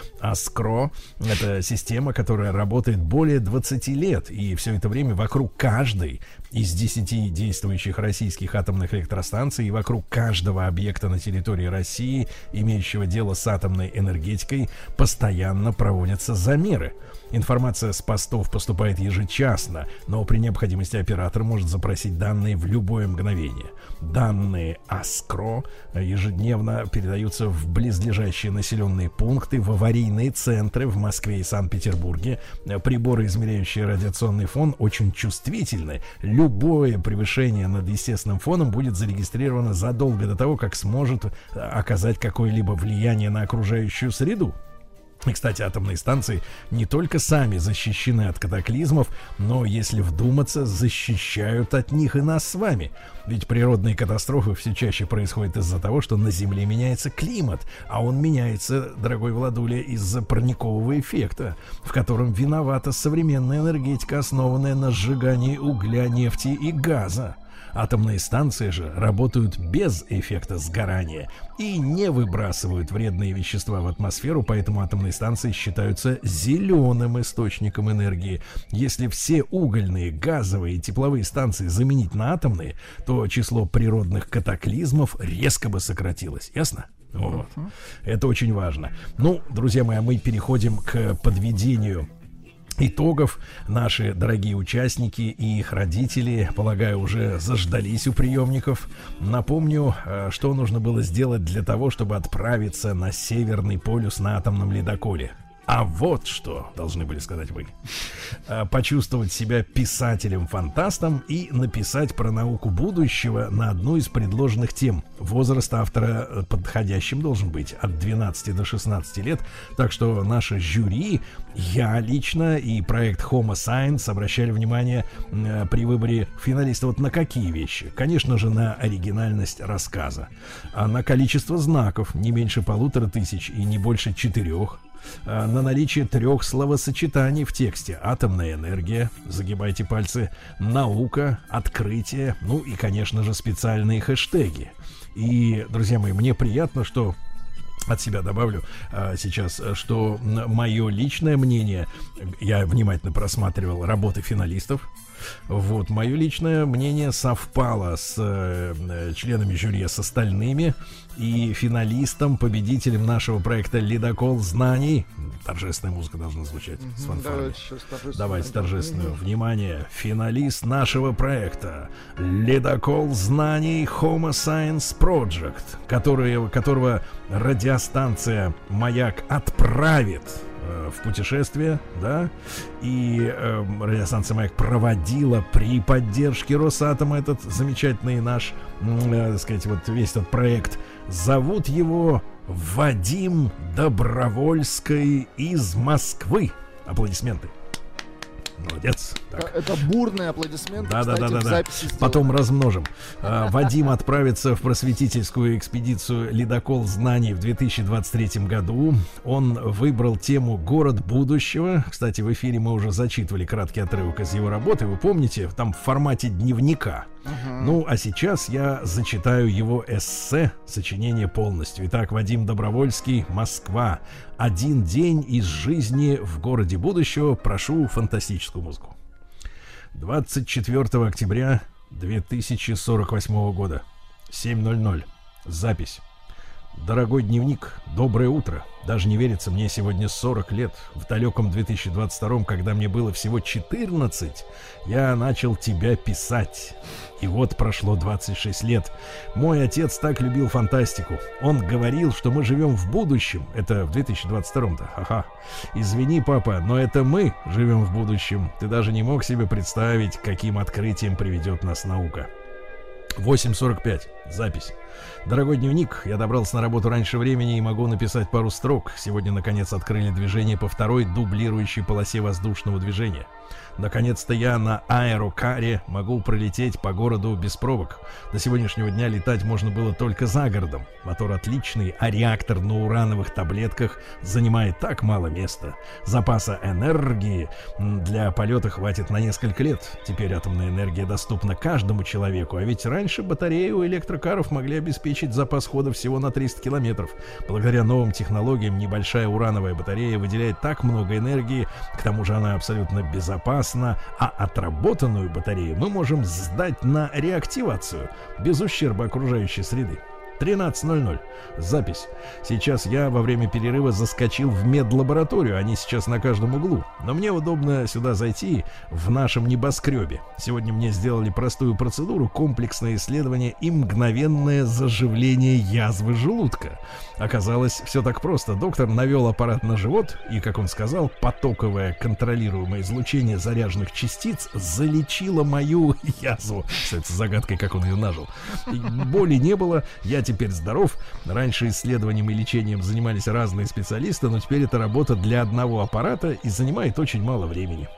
АСКРО — это система, которая работает более 20 лет, и все это время вокруг каждой из 10 действующих российских атомных электростанций и вокруг каждого объекта на территории России, имеющего дело с атомной энергетикой, постоянно проводятся замеры. Информация с постов поступает ежечасно, но при необходимости оператор может запросить данные в любое мгновение. Данные АСКРО ежедневно передаются в близлежащие населенные пункты, в аварийные центры в Москве и Санкт-Петербурге. Приборы, измеряющие радиационный фон, очень чувствительны. Любое превышение над естественным фоном будет зарегистрировано задолго до того, как сможет оказать какое-либо влияние на окружающую среду. И, кстати, атомные станции не только сами защищены от катаклизмов, но, если вдуматься, защищают от них и нас с вами. Ведь природные катастрофы все чаще происходят из-за того, что на Земле меняется климат, а он меняется, дорогой Владуля, из-за парникового эффекта, в котором виновата современная энергетика, основанная на сжигании угля, нефти и газа. Атомные станции же работают без эффекта сгорания и не выбрасывают вредные вещества в атмосферу, поэтому атомные станции считаются зеленым источником энергии. Если все угольные, газовые и тепловые станции заменить на атомные, то число природных катаклизмов резко бы сократилось. Ясно? Вот. Это очень важно. Ну, друзья мои, мы переходим к подведению итогов. Наши дорогие участники и их родители, полагаю, уже заждались у приемников. Напомню, что нужно было сделать для того, чтобы отправиться на Северный полюс на атомном ледоколе. А вот что должны были сказать вы. Почувствовать себя писателем-фантастом и написать про науку будущего на одну из предложенных тем. Возраст автора подходящим должен быть от 12 до 16 лет. Так что наше жюри, я лично и проект Homo Science обращали внимание при выборе финалиста вот на какие вещи. Конечно же, на оригинальность рассказа, на количество знаков, не меньше 1500 и не больше 4, на наличие 3 словосочетаний в тексте: атомная энергия, загибайте пальцы, наука, открытие, ну и, конечно же, специальные хэштеги. И, друзья мои, мне приятно, что от себя добавлю сейчас, что мое личное мнение, я внимательно просматривал работы финалистов. Вот, мое личное мнение совпало с членами жюри, с остальными. И финалистом, победителем нашего проекта «Ледокол знаний». Торжественная музыка должна звучать с фанфарами. Давайте торжественную. Внимание! Финалист нашего проекта «Ледокол знаний Homo Science Project», которого радиостанция «Маяк» отправит в путешествие, да, и радиостанция «Маяк» проводила при поддержке Росатома этот замечательный наш, так сказать, вот весь этот проект. Зовут его Вадим Добровольский из Москвы. Аплодисменты. Молодец. Так. Это бурные аплодисменты. Да. Потом размножим. Вадим отправится в просветительскую экспедицию «Ледокол знаний» в 2023 году. Он выбрал тему «Город будущего». Кстати, в эфире мы уже зачитывали краткий отрывок из его работы. Вы помните, там в формате дневника. Ну, а сейчас я зачитаю его эссе, сочинение полностью. Итак, Вадим Добровольский, Москва. 1 день из жизни в городе будущего. Прошу фантастическую музыку. 24 октября 2048 года. 7:00. Запись. Дорогой дневник, доброе утро. Даже не верится, мне сегодня 40 лет. В далеком 2022, когда мне было всего 14, я начал тебя писать. И вот прошло 26 лет. Мой отец так любил фантастику. Он говорил, что мы живем в будущем. Это в 2022-то. Ха-ха. Извини, папа, но это мы живем в будущем. Ты даже не мог себе представить, каким открытием приведет нас наука. 8:45. Запись. Дорогой дневник, я добрался на работу раньше времени и могу написать пару строк. Сегодня, наконец, открыли движение по второй дублирующей полосе воздушного движения. Наконец-то я на аэрокаре могу пролететь по городу без пробок. До сегодняшнего дня летать можно было только за городом. Мотор отличный, а реактор на урановых таблетках занимает так мало места. Запаса энергии для полета хватит на несколько лет. Теперь атомная энергия доступна каждому человеку, а ведь раньше батареи у электрокаров могли обеспечить запас хода всего на 300 километров. Благодаря новым технологиям небольшая урановая батарея выделяет так много энергии, к тому же она абсолютно безопасна, а отработанную батарею мы можем сдать на реактивацию без ущерба окружающей среды. 13:00. Запись. Сейчас я во время перерыва заскочил в медлабораторию. Они сейчас на каждом углу. Но мне удобно сюда зайти в нашем небоскребе. Сегодня мне сделали простую процедуру, комплексное исследование и мгновенное заживление язвы желудка. Оказалось, все так просто. Доктор навел аппарат на живот, и, как он сказал, потоковое контролируемое излучение заряженных частиц залечило мою язву. С загадкой, как он ее нажил. Боли не было. Я теперь здоров. Раньше исследованием и лечением занимались разные специалисты, но теперь это работа для одного аппарата и занимает очень мало времени.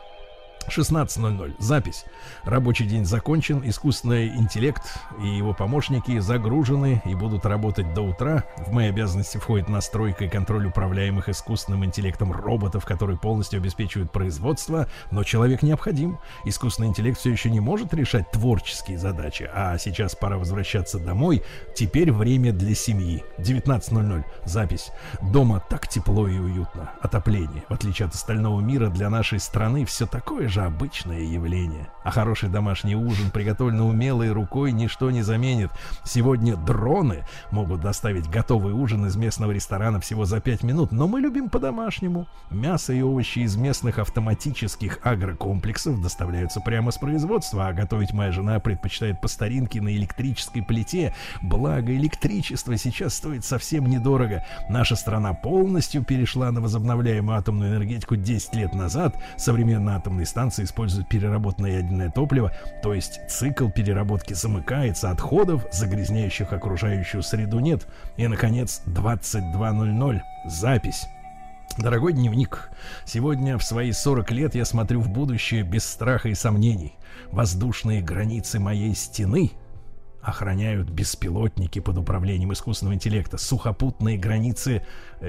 16:00. Запись. Рабочий день закончен. Искусственный интеллект и его помощники загружены и будут работать до утра. В мои обязанности входит настройка и контроль управляемых искусственным интеллектом роботов, которые полностью обеспечивают производство. Но человек необходим. Искусственный интеллект все еще не может решать творческие задачи. А сейчас пора возвращаться домой. Теперь время для семьи. 19:00. Запись. Дома так тепло и уютно. Отопление. В отличие от остального мира, для нашей страны все такое же обычное явление. А хороший домашний ужин, приготовленный умелой рукой, ничто не заменит. Сегодня дроны могут доставить готовый ужин из местного ресторана всего за 5 минут, но мы любим по-домашнему. Мясо и овощи из местных автоматических агрокомплексов доставляются прямо с производства, а готовить моя жена предпочитает по старинке на электрической плите. Благо, электричество сейчас стоит совсем недорого. Наша страна полностью перешла на возобновляемую атомную энергетику 10 лет назад. Современные атомные станции используют переработанное ядерное топливо, то есть цикл переработки замыкается, отходов, загрязняющих окружающую среду, нет. И, наконец, 22:00. Запись. Дорогой дневник, сегодня в свои 40 лет я смотрю в будущее без страха и сомнений. Воздушные границы моей стены охраняют беспилотники под управлением искусственного интеллекта. Сухопутные границы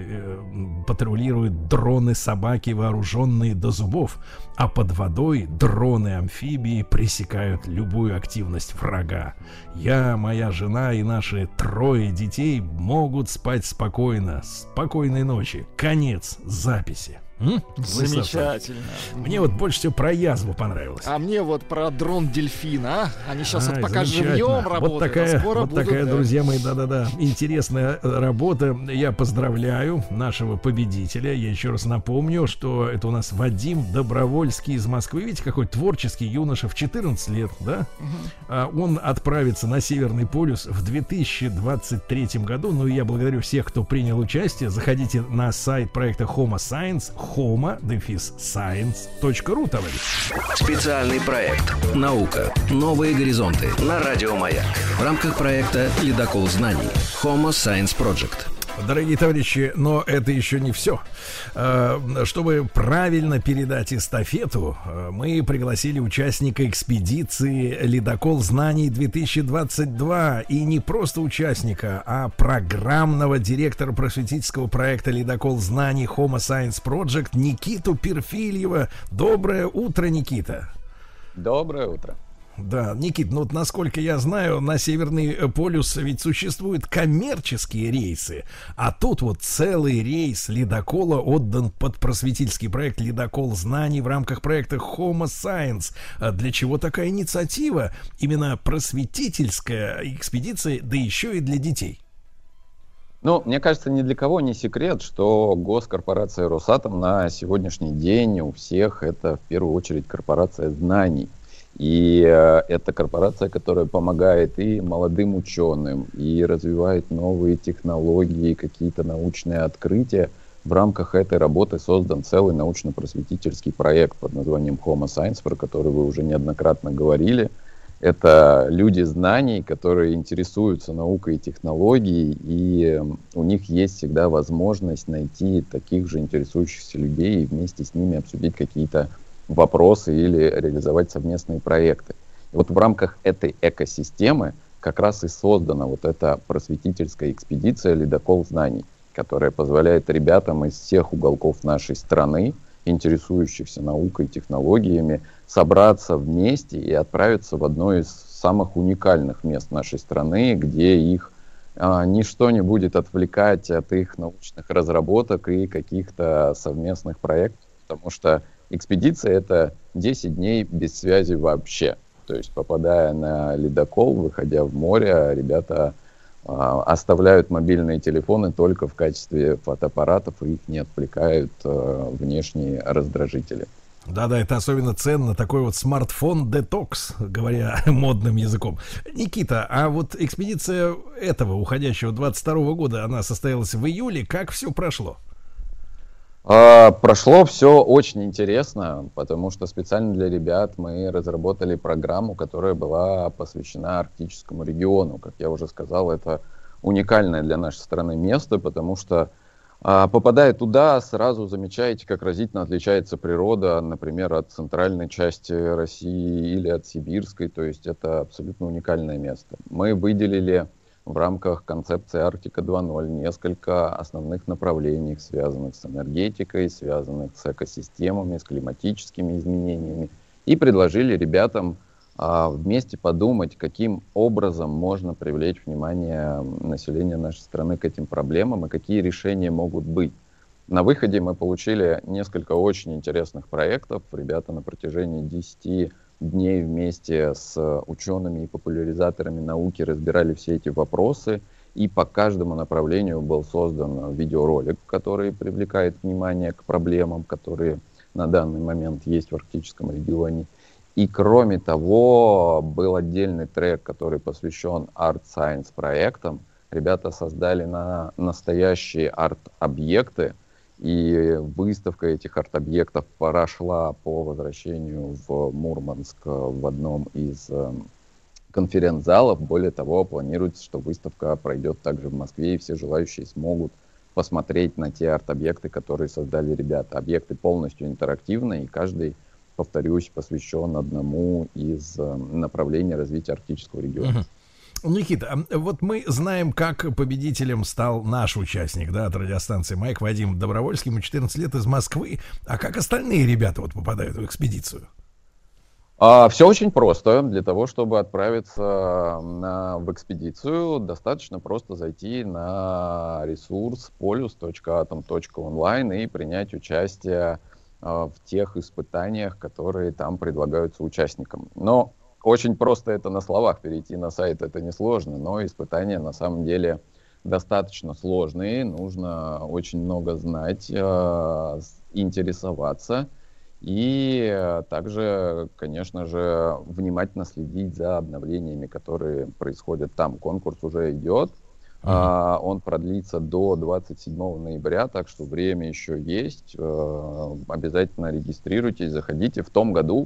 патрулируют дроны-собаки, вооруженные до зубов. А под водой дроны-амфибии пресекают любую активность врага. Я, моя жена и наши 3 детей могут спать спокойно. Спокойной ночи. Конец записи. Замечательно. Мне вот больше всего про язву понравилось. А мне вот про дрон-дельфина. Они сейчас вот пока живьем работают, вот такая, а скоро вот будут... такая, друзья мои, да-да-да, интересная работа. Я поздравляю нашего победителя. Я еще раз напомню, что это у нас Вадим Добровольский из Москвы. Видите, какой творческий юноша в 14 лет, да? Он отправится на Северный полюс в 2023 году. Ну и я благодарю всех, кто принял участие. Заходите на сайт проекта Homo Science, homo-science.ru, товарищ. Специальный проект «Наука. Новые горизонты» на Радио Маяк. В рамках проекта «Ледокол знаний» Homo Science Project. Дорогие товарищи, но это еще не все. Чтобы правильно передать эстафету, мы пригласили участника экспедиции «Ледокол знаний 2022». И не просто участника, а программного директора просветительского проекта «Ледокол знаний» Homo Science Project Никиту Перфильева. Доброе утро, Никита. Доброе утро. Да, Никит, ну вот насколько я знаю, на Северный полюс ведь существуют коммерческие рейсы, а тут вот целый рейс ледокола отдан под просветительский проект «Ледокол знаний» в рамках проекта Homo Science. Для чего такая инициатива? Именно просветительская экспедиция, да еще и для детей. Ну, мне кажется, ни для кого не секрет, что госкорпорация Росатом на сегодняшний день у всех это в первую очередь корпорация знаний. И это корпорация, которая помогает и молодым ученым, и развивает новые технологии, какие-то научные открытия. В рамках этой работы создан целый научно-просветительский проект под названием Homo Science, про который вы уже неоднократно говорили. Это люди знаний, которые интересуются наукой и технологией, и у них есть всегда возможность найти таких же интересующихся людей и вместе с ними обсудить какие-то вопросы или реализовать совместные проекты. И вот в рамках этой экосистемы как раз и создана вот эта просветительская экспедиция «Ледокол знаний», которая позволяет ребятам из всех уголков нашей страны, интересующихся наукой и технологиями, собраться вместе и отправиться в одно из самых уникальных мест нашей страны, где их ничто не будет отвлекать от их научных разработок и каких-то совместных проектов, потому что экспедиция — это 10 дней без связи вообще. То есть, попадая на ледокол, выходя в море, ребята оставляют мобильные телефоны только в качестве фотоаппаратов, и их не отвлекают внешние раздражители. Да-да, это особенно ценно, такой вот смартфон-детокс, говоря модным языком. Никита, а вот экспедиция этого уходящего 22-го года, она состоялась в июле. Как все прошло? Прошло все очень интересно, потому что специально для ребят мы разработали программу, которая была посвящена арктическому региону. Как я уже сказал, это уникальное для нашей страны место, потому что, попадая туда, сразу замечаете, как разительно отличается природа, например, от центральной части России или от сибирской. То есть это абсолютно уникальное место. Мы выделили в рамках концепции «Арктика 2.0» несколько основных направлений, связанных с энергетикой, связанных с экосистемами, с климатическими изменениями, и предложили ребятам вместе подумать, каким образом можно привлечь внимание населения нашей страны к этим проблемам и какие решения могут быть. На выходе мы получили несколько очень интересных проектов. Ребята на протяжении 10 дней вместе с учеными и популяризаторами науки разбирали все эти вопросы, и по каждому направлению был создан видеоролик, который привлекает внимание к проблемам, которые на данный момент есть в арктическом регионе. И кроме того, был отдельный трек, который посвящен арт-сайенс проектам. Ребята создали настоящие арт-объекты, и выставка этих арт-объектов прошла по возвращению в Мурманск в одном из конференц-залов. Более того, планируется, что выставка пройдет также в Москве, и все желающие смогут посмотреть на те арт-объекты, которые создали ребята. Объекты полностью интерактивные, и каждый, повторюсь, посвящен одному из направлений развития арктического региона. Никита, вот мы знаем, как победителем стал наш участник, да, от радиостанции «Маяк» Вадим Добровольский, ему 14 лет, из Москвы. А как остальные ребята вот попадают в экспедицию? Все очень просто. Для того, чтобы отправиться в экспедицию, достаточно просто зайти на ресурс polus.atom.online и принять участие в тех испытаниях, которые там предлагаются участникам. Но очень просто это на словах, перейти на сайт это несложно, но испытания на самом деле достаточно сложные, нужно очень много знать, интересоваться и также, конечно же, внимательно следить за обновлениями, которые происходят там. Конкурс уже идет, он продлится до 27 ноября, так что время еще есть, обязательно регистрируйтесь, заходите. В том году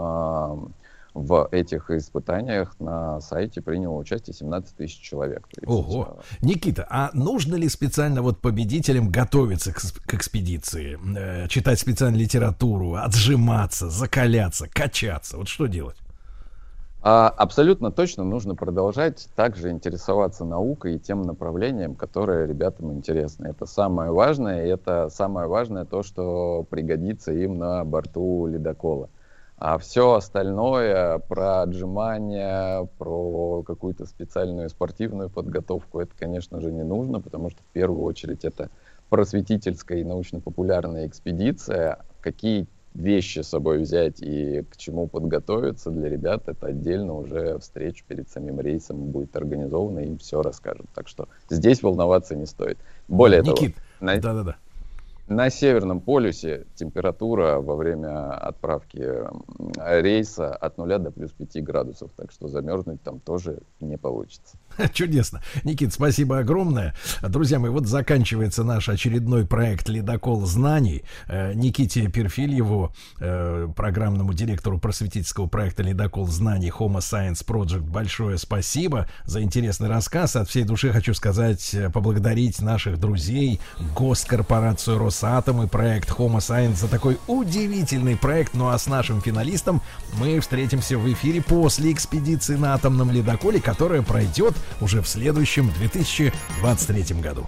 в этих испытаниях на сайте приняло участие 17 тысяч человек. Ого! Никита, а нужно ли специально вот победителям готовиться к экспедиции, читать специальную литературу, отжиматься, закаляться, качаться? Вот что делать? Абсолютно точно нужно продолжать также интересоваться наукой и тем направлением, которое ребятам интересно. Это самое важное, и это самое важное то, что пригодится им на борту ледокола. А все остальное про отжимания, про какую-то специальную спортивную подготовку, это, конечно же, не нужно, потому что в первую очередь это просветительская и научно-популярная экспедиция. Какие вещи с собой взять и к чему подготовиться для ребят, это отдельно уже встреча перед самим рейсом будет организована, им все расскажут. Так что здесь волноваться не стоит. Более того... Да-да-да. На Северном полюсе температура во время отправки рейса от 0 до плюс 5 градусов. Так что замерзнуть там тоже не получится. Чудесно. Никит, спасибо огромное. Друзья мои, вот заканчивается наш очередной проект «Ледокол знаний». Никите Перфильеву, программному директору просветительского проекта «Ледокол знаний» Homo Science Project, большое спасибо за интересный рассказ. От всей души хочу сказать, поблагодарить наших друзей, госкорпорацию «Росатом» и проект Homo Science за такой удивительный проект. Ну а с нашим финалистом мы встретимся в эфире после экспедиции на атомном ледоколе, которая пройдет уже в следующем 2023 году.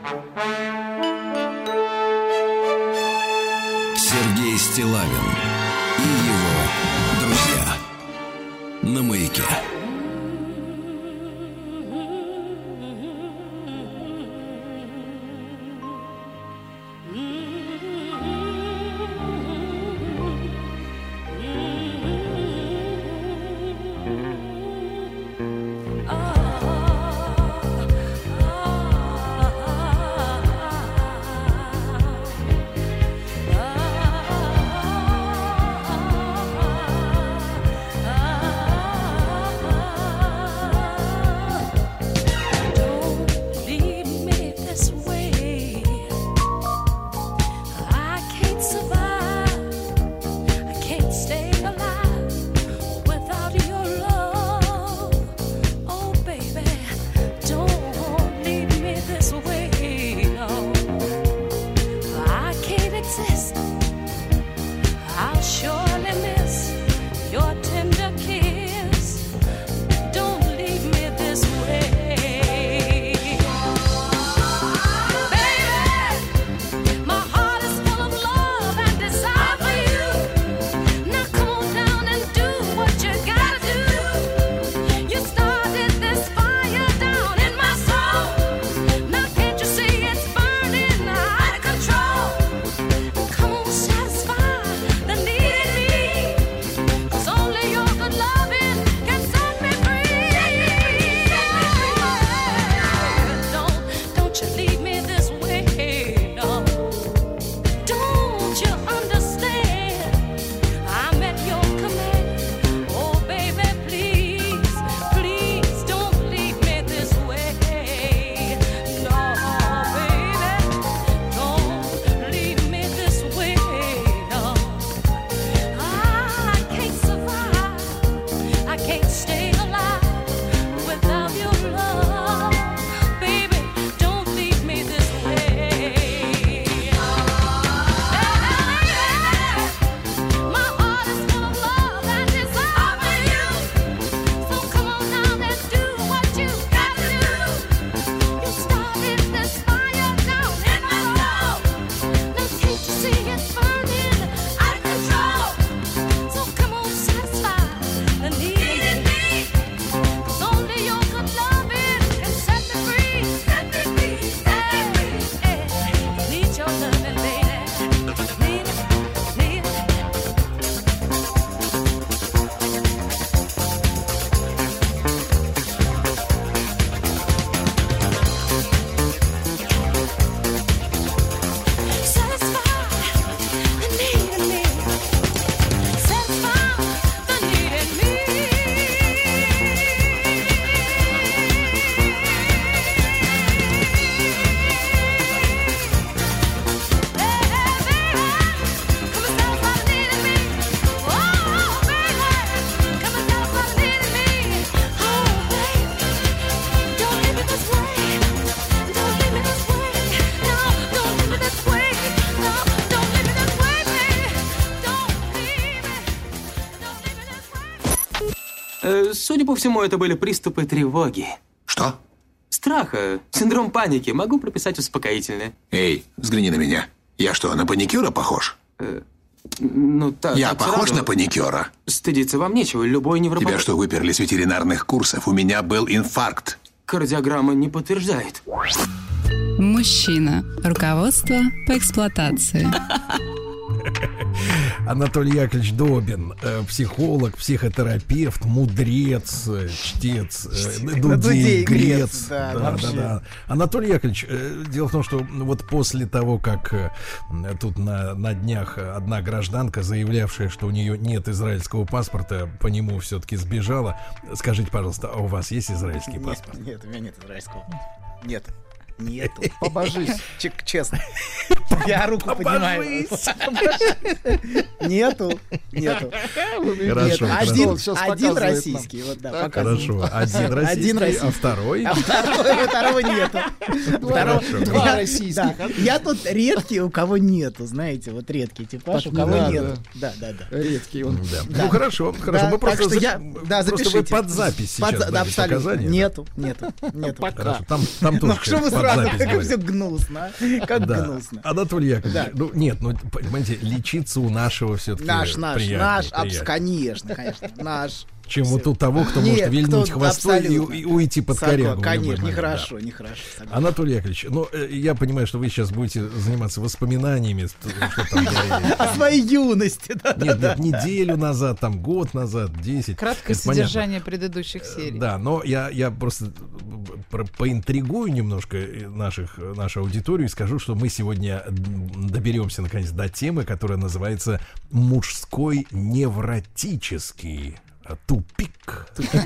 Сергей Стиллавин и его друзья на Маяке. Судя по всему, это были приступы тревоги. Что? Страха, синдром паники. Могу прописать успокоительное. Эй, взгляни на меня. Я что, на паникера похож? Ну, так. Я похож на паникера? Стыдиться вам нечего, любой невропатолог. Тебя что, выперли с ветеринарных курсов? У меня был инфаркт. Кардиограмма не подтверждает. Мужчина. Руководство по эксплуатации. Анатолий Яковлевич Добин, психолог, психотерапевт, мудрец, чтец, дудей, грец. Да. Анатолий Яковлевич, дело в том, что вот после того, как тут на днях одна гражданка, заявлявшая, что у нее нет израильского паспорта, по нему все-таки сбежала. Скажите, пожалуйста, а у вас есть израильский паспорт? Нет, у меня нет израильского. Нет. Нету. Побожись. Честно. Я руку поднимаю. Нету. Хорошо. Один российский. Вот, да, хорошо. Один российский, а второй? Второго нету. Два российских. Я тут редкий, у кого нету, знаете, вот редкий типаж, у кого нету. Да. Редкий он. Ну хорошо. Мы просто вы под запись сейчас дали показания. Нету. Хорошо. Там тоже под запись как все гнусно. Как гнусно. Анатолий Яковлевич, понимаете, лечиться у нашего все-таки приятнее. Конечно, наш. Чем вот у того, кто может вильнуть хвостом и уйти под корягу. Конечно, нехорошо. Анатолий Яковлевич, я понимаю, что вы сейчас будете заниматься воспоминаниями. О своей юности. Нет, неделю назад, год назад, 10. Краткое содержание предыдущих серий. Да, но я просто поинтригую немножко нашу аудиторию и скажу, что мы сегодня доберемся наконец до темы, которая называется «Мужской невротический тупик».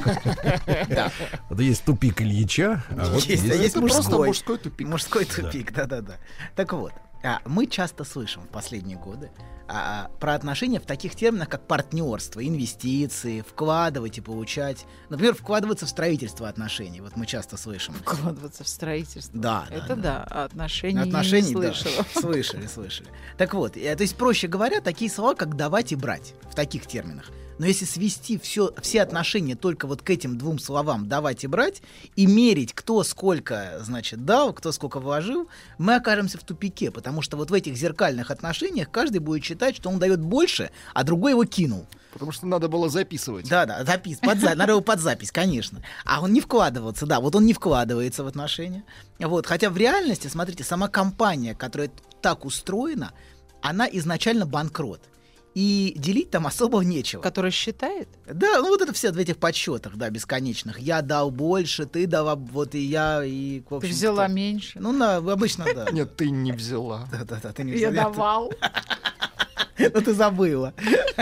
Вот есть тупик Ильича, а вот есть мужской тупик. Мужской тупик, да. Так вот, мы часто слышим в последние годы про отношения в таких терминах, как партнерство, инвестиции, вкладывать и получать. Например, вкладываться в строительство отношений. Вот мы часто слышим. Вкладываться в строительство. Да. Это да. А отношения не слышала. Да. Слышали. Так вот, то есть, проще говоря, такие слова, как давать и брать, в таких терминах. Но если свести все отношения только вот к этим двум словам «давать» и «брать» и мерить, кто сколько, значит, дал, кто сколько вложил, мы окажемся в тупике, потому что вот в этих зеркальных отношениях каждый будет считать, что он дает больше, а другой его кинул. Потому что надо было записывать. Да, надо его под запись, конечно. А он не вкладываться, вот он не вкладывается в отношения. Вот. Хотя в реальности, смотрите, сама компания, которая так устроена, она изначально банкрот. И делить там особо нечего. Который считает? Да, вот это все в этих подсчетах, бесконечных. Я дал больше, ты дала, вот и я, и... Ты взяла меньше. Обычно, да. Нет, ты не взяла. Да, ты не взяла. Я давал. Ну, ты забыла.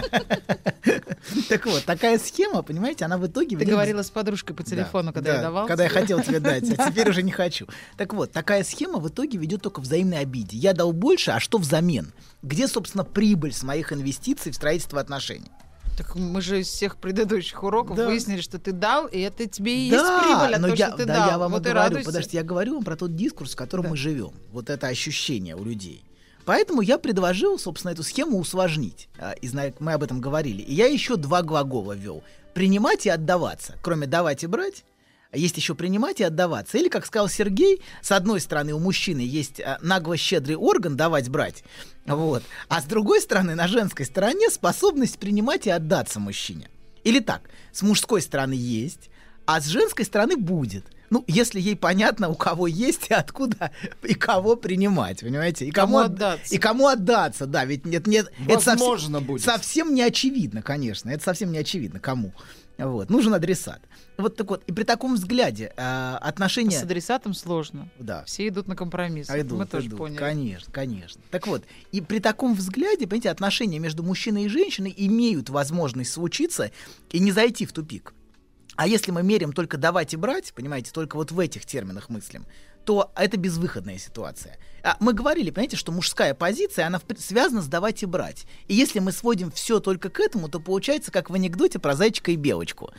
Так вот, такая схема, понимаете, она в итоге... Ты говорила с подружкой по телефону, когда я давал? Когда я хотел тебе дать, а теперь уже не хочу. Так вот, такая схема в итоге ведет только к взаимной обиде. Я дал больше, а что взамен? Где, собственно, прибыль с моих инвестиций в строительство отношений? Так мы же из всех предыдущих уроков выяснили, что ты дал, и это тебе и есть прибыль от того, что ты дал. Я вам вот и говорю, подождите, я говорю вам про тот дискурс, в котором мы живем. Вот это ощущение у людей. Поэтому я предложил, собственно, эту схему усложнить. Мы об этом говорили. И я еще два глагола ввел. Принимать и отдаваться. Кроме давать и брать, есть еще принимать и отдаваться. Или, как сказал Сергей, с одной стороны, у мужчины есть нагло-щедрый орган давать-брать. Вот. А с другой стороны, на женской стороне способность принимать и отдаться мужчине. Или так, с мужской стороны есть, а с женской стороны будет. Если ей понятно, у кого есть и откуда и кого принимать, понимаете? И кому отдаться. И кому отдаться, да, ведь нет, возможно, это будет. Совсем не очевидно, конечно, это совсем не очевидно, кому. Вот, нужен адресат. Вот так вот, и при таком взгляде отношения... С адресатом сложно. Да. Все идут на компромисс. Мы тоже поняли. Конечно. Так вот, и при таком взгляде, понимаете, отношения между мужчиной и женщиной имеют возможность случиться и не зайти в тупик. А если мы меряем только давать и брать, понимаете, только вот в этих терминах мыслим, то это безвыходная ситуация. Мы говорили, понимаете, что мужская позиция, она связана с давать и брать. И если мы сводим все только к этому, то получается, как в анекдоте про зайчика и белочку.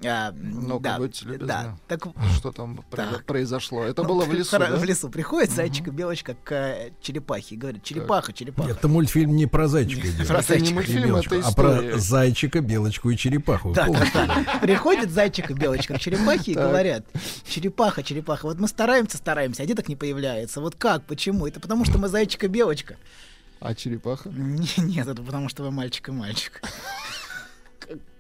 Будьте любезны. Что там произошло? Это было в лесу, В лесу приходит зайчик и белочка к черепахе и говорит: черепаха. Это мультфильм не про зайчика идет. Это не мультфильм, это история. А про зайчика, белочку и черепаху. Приходит зайчик и белочка к черепахе и говорят: черепаха, вот мы стараемся, а деток не появляется. Вот как, почему? Это потому, что мы зайчик и белочка. А черепаха? Нет, это потому, что вы мальчик и мальчик.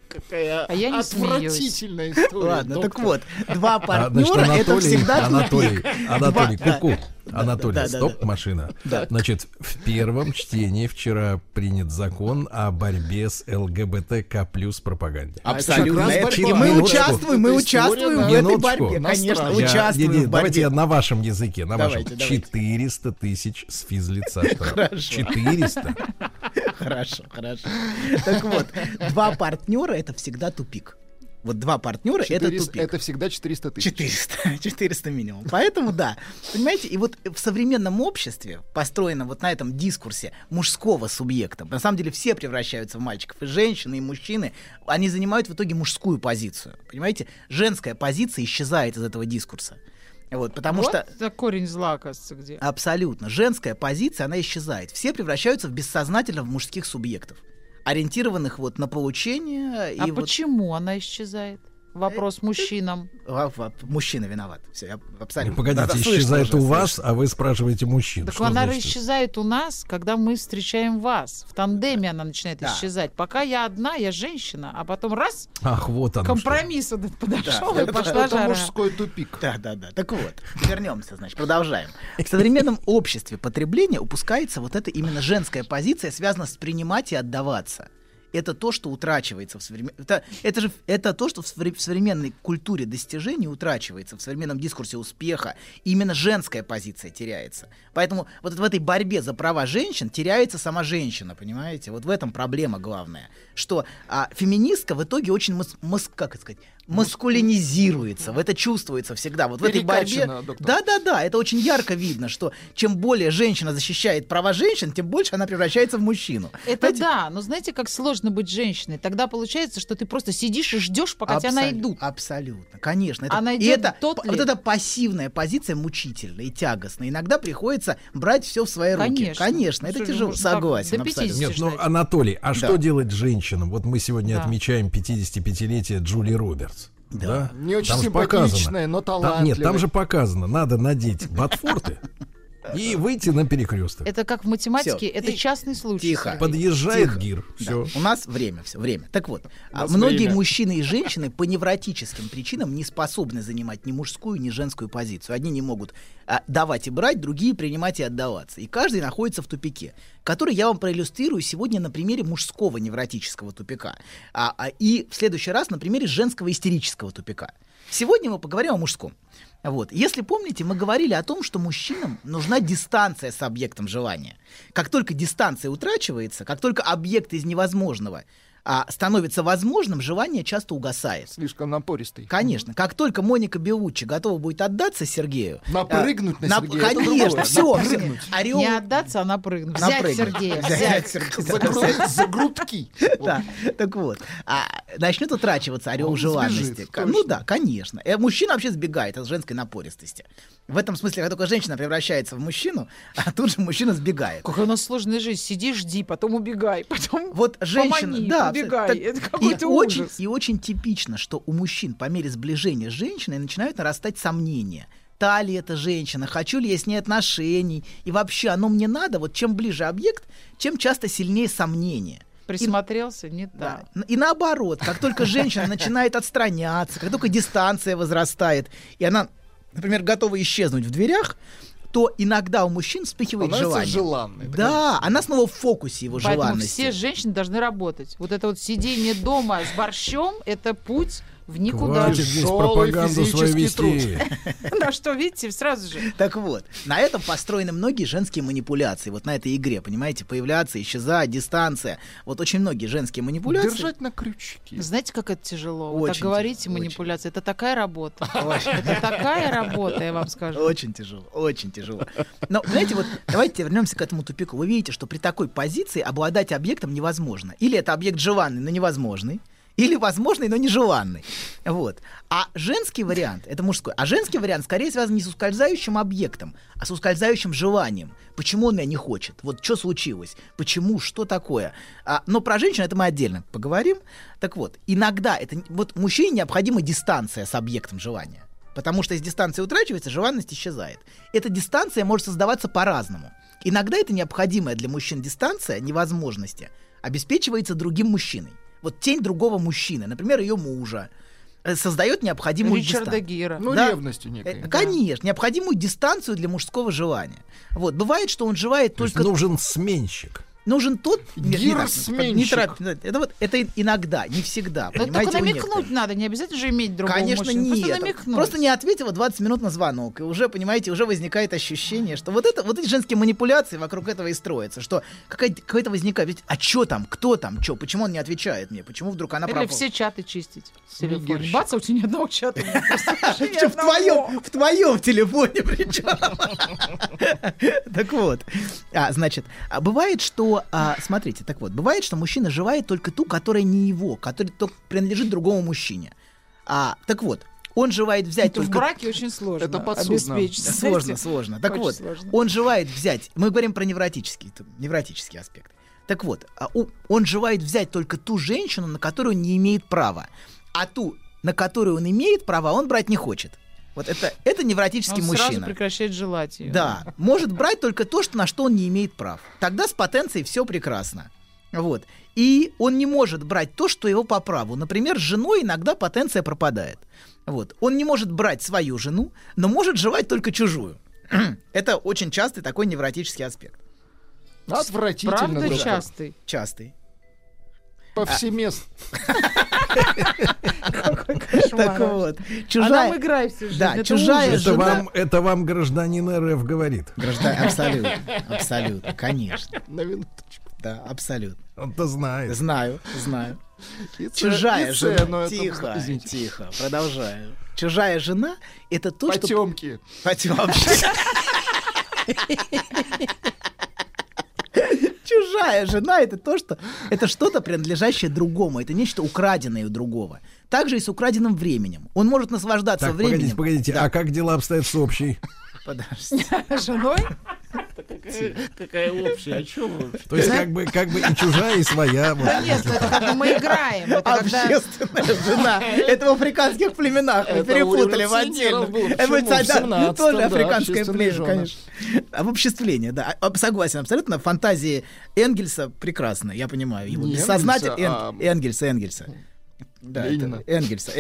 Какая А я не отвратительная история. Ладно, доктор. так вот, два Значит, партнера это всегда тупик. Анатолий, Два- ку-ку. да, Анатолий, да, да, стоп, да. машина. Да. Значит, в первом чтении вчера принят закон о борьбе с ЛГБТК плюс пропаганде. Абсолютно. Как раз Это- борьба. мы Минуточку. участвуем в этой Минуточку. борьбе. Конечно, участвуем в Давайте я борьбе. на вашем языке, на вашем. Давайте, давайте. 400 тысяч с физлица штраф. Хорошо. 400. Хорошо. Так вот, два партнера это всегда тупик. Вот два партнера это 400 тупик. это всегда 400 тысяч. 400 минимум. Поэтому да, понимаете, и вот в современном обществе, построенном вот на этом дискурсе мужского субъекта, на самом деле все превращаются в мальчиков, и женщины, и мужчины, они занимают в итоге мужскую позицию, понимаете? Женская позиция исчезает из этого дискурса. Вот, потому Вот что это корень зла, оказывается, где. абсолютно женская позиция, она исчезает. Все превращаются в бессознательно в мужских субъектов, ориентированных вот на получение. А и вот... почему она исчезает? Вопрос мужчинам. Мужчина виноват. Все, я абсолютно. Погодите, Да, исчезает слышно у уже, вас, слышно. а вы спрашиваете мужчин. Так Что она значит? исчезает у нас, когда мы встречаем вас. В тандеме она начинает Да. исчезать. Пока я одна, я женщина, а потом раз, Ах, вот оно компромисс этот подошел, Да, и пошла Это жара. мужской тупик. Да. Так вот, вернемся, значит, продолжаем. В современном обществе потребления упускается вот эта именно женская позиция, связана с принимать и отдаваться. Это то, что утрачивается в это то, что в современной культуре достижений утрачивается, в современном дискурсе успеха. Именно женская позиция теряется. Поэтому вот в этой борьбе за права женщин теряется сама женщина, понимаете? Вот в этом проблема главная. Что феминистка в итоге очень маскулинизируется. Это чувствуется всегда. Вот в этой борьбе. Перекачана, доктор. Да, это очень ярко видно, что чем более женщина защищает права женщин, тем больше она превращается в мужчину. Это Знаете, да, но знаете, как сложно быть женщиной? Тогда получается, что ты просто сидишь и ждешь, пока тебя найдут. Абсолютно, конечно. А И найдет это, тот ли? вот эта пассивная позиция мучительная и тягостная. Иногда приходится брать все в свои руки. Конечно, это Что же, тяжело. можно так Согласен, до 50 абсолютно. Нет, ну, ждать? Анатолий, а Да. что делать женщинам? Вот мы сегодня Да. отмечаем 55-летие Джули Робертс. Да. Не очень Там же симпатичная, но талантливая. Нет, там же показано, надо надеть ботфорты и выйти на перекресток. Это как в математике, Всё. это частный случай. Тихо. Сергей. Подъезжает Тихо. гир. Да. Все. У нас время. Так вот, нас многие время. мужчины и женщины по невротическим причинам не способны занимать ни мужскую, ни женскую позицию. Одни не могут давать и брать, другие принимать и отдаваться. И каждый находится в тупике, который я вам проиллюстрирую сегодня на примере мужского невротического тупика. И в следующий раз на примере женского истерического тупика. Сегодня мы поговорим о мужском. Вот. Если помните, мы говорили о том, что мужчинам нужна дистанция с объектом желания. Как только дистанция утрачивается, как только объект из невозможного становится возможным, желание часто угасает. Слишком напористый. Конечно. Как только Моника Белуччи готова будет отдаться Сергею... Напрыгнуть на Сергея, это Конечно, другое. все. Напрыгнуть. Орел... Не отдаться, а напрыгнуть. Взять Напрыгнуть. Сергея. Взять Взять. Сергея. За грудки. Да, так вот, начнет утрачиваться орел Он желанности. сбежит, Ну точно. да, конечно. Мужчина вообще сбегает от женской напористости. В этом смысле, как только женщина превращается в мужчину, тут же мужчина сбегает. Какая у нас сложная жизнь. Сиди, жди, потом убегай, потом Вот женщина, помани, да, убегай. так- Это и какой-то очень, ужас. и очень типично, что у мужчин по мере сближения с женщиной начинают нарастать сомнения. Та ли эта женщина, хочу ли я с ней отношений, и вообще оно мне надо. Вот чем ближе объект, чем часто сильнее сомнения. Присмотрелся, не Да. так. И наоборот, как только женщина начинает отстраняться, как только дистанция возрастает, и она, например, готова исчезнуть в дверях, то иногда у мужчин вспыхивает Становится желание. желанной, Да, она снова в фокусе его Поэтому желанности. все женщины должны работать. Вот это вот сидение дома с борщом — это путь в никуда. Хватит здесь Тяжелый пропаганду свою физический вести. На что, видите, сразу же. Так вот, на этом построены многие женские манипуляции. Вот на этой игре, понимаете, появляться, исчезать, дистанция. Вот очень многие женские манипуляции. Держать на крючке. Знаете, как это тяжело? Вы так Очень говорите, тяжело, манипуляция. Это такая работа. Это такая работа, я вам скажу. Очень тяжело, очень тяжело. Но, знаете, вот давайте вернемся к этому тупику. Вы видите, что при такой позиции обладать объектом невозможно. Или это объект желанный, но невозможный. Или возможный, но нежеланный. Вот. А женский вариант, это мужской, а женский вариант скорее связан не с ускользающим объектом, а с ускользающим желанием. Почему он меня не хочет? Вот что случилось? Почему? Что такое? Но про женщин это мы отдельно поговорим. Так вот, иногда это, вот мужчине необходима дистанция с объектом желания. Потому что если дистанция утрачивается, желанность исчезает. Эта дистанция может создаваться по-разному. Иногда это необходимая для мужчин дистанция невозможности обеспечивается другим мужчиной. Вот тень другого мужчины, например, ее мужа, создает необходимую Ричарда дистанцию. Гира. Ну, Да. ревностью некой. Конечно, необходимую дистанцию для мужского желания. Вот. Бывает, что он желает То есть только... нужен сменщик. Нужен тот... Гир-сменщик. Это иногда, не всегда. Но понимаете, только у намекнуть некоторых. надо, не обязательно же иметь другого Конечно, мужчину. Просто нет. намекнуть. Просто не ответила 20 минут на звонок, и уже, понимаете, уже возникает ощущение, что вот эти женские манипуляции вокруг этого и строятся, что какая-то возникает, ведь, а что там, кто там, что, почему он не отвечает мне, почему вдруг она Или пропала? все чаты чистить с телефона. Снегирщик. Бац, а у тебя ни одного чата нет. Причем в твоем телефоне причем. Так вот, значит, бывает, что, смотрите, бывает, что мужчина желает только ту, которая не его, которая только принадлежит другому мужчине. Так вот, он желает взять В только... браке очень сложно Это подсудно. обеспечить. Сложно. Так Очень вот, сложно. он желает взять... Мы говорим про невротический аспект. Так вот, он желает взять только ту женщину, на которую он не имеет права. А ту, на которую он имеет право, он брать не хочет. Вот это невротический Он мужчина. сразу прекращает желать ее. Да, может брать только то, на что он не имеет прав. Тогда с потенцией все прекрасно. Вот. И он не может брать то, что его по праву. Например, с женой иногда потенция пропадает. Вот. Он не может брать свою жену, но может желать только чужую. Это очень частый такой невротический аспект. Отвратительно. Правда, доктор. частый. Частый. Повсеместно. Так вот. А нам играй всю жизнь. Да, это чужая ужас. жена... Это вам гражданин РФ говорит. Абсолютно, конечно. На минуточку. Да, абсолютно. Он-то знает. Знаю. И Чужая С, жена. но это- извините. Тихо, продолжаю. Чужая жена — это то, что... Потемки. Чужая жена — это что-то принадлежащее другому, это нечто украденное у другого. Также и с украденным временем. Он может наслаждаться Так, временем. погодите, Да. а как дела обстоят с общей? Подожди. Женой? Какая общая? О чем вы? То есть как бы и чужая, и своя. вот. Да нет, это как бы мы играем. Это когда... Общественная жена. Это в африканских племенах. Мы Это перепутали в у революционеров отдельном. было. Это Почему? В да, 17-м, тоже да, африканское общественные племя, жены. конечно. Обобществление, да. Согласен абсолютно. Фантазии Энгельса прекрасны, я понимаю. Его Не бессознательно... Энгельса, Энгельса. Да, Ленина. это Энгельса.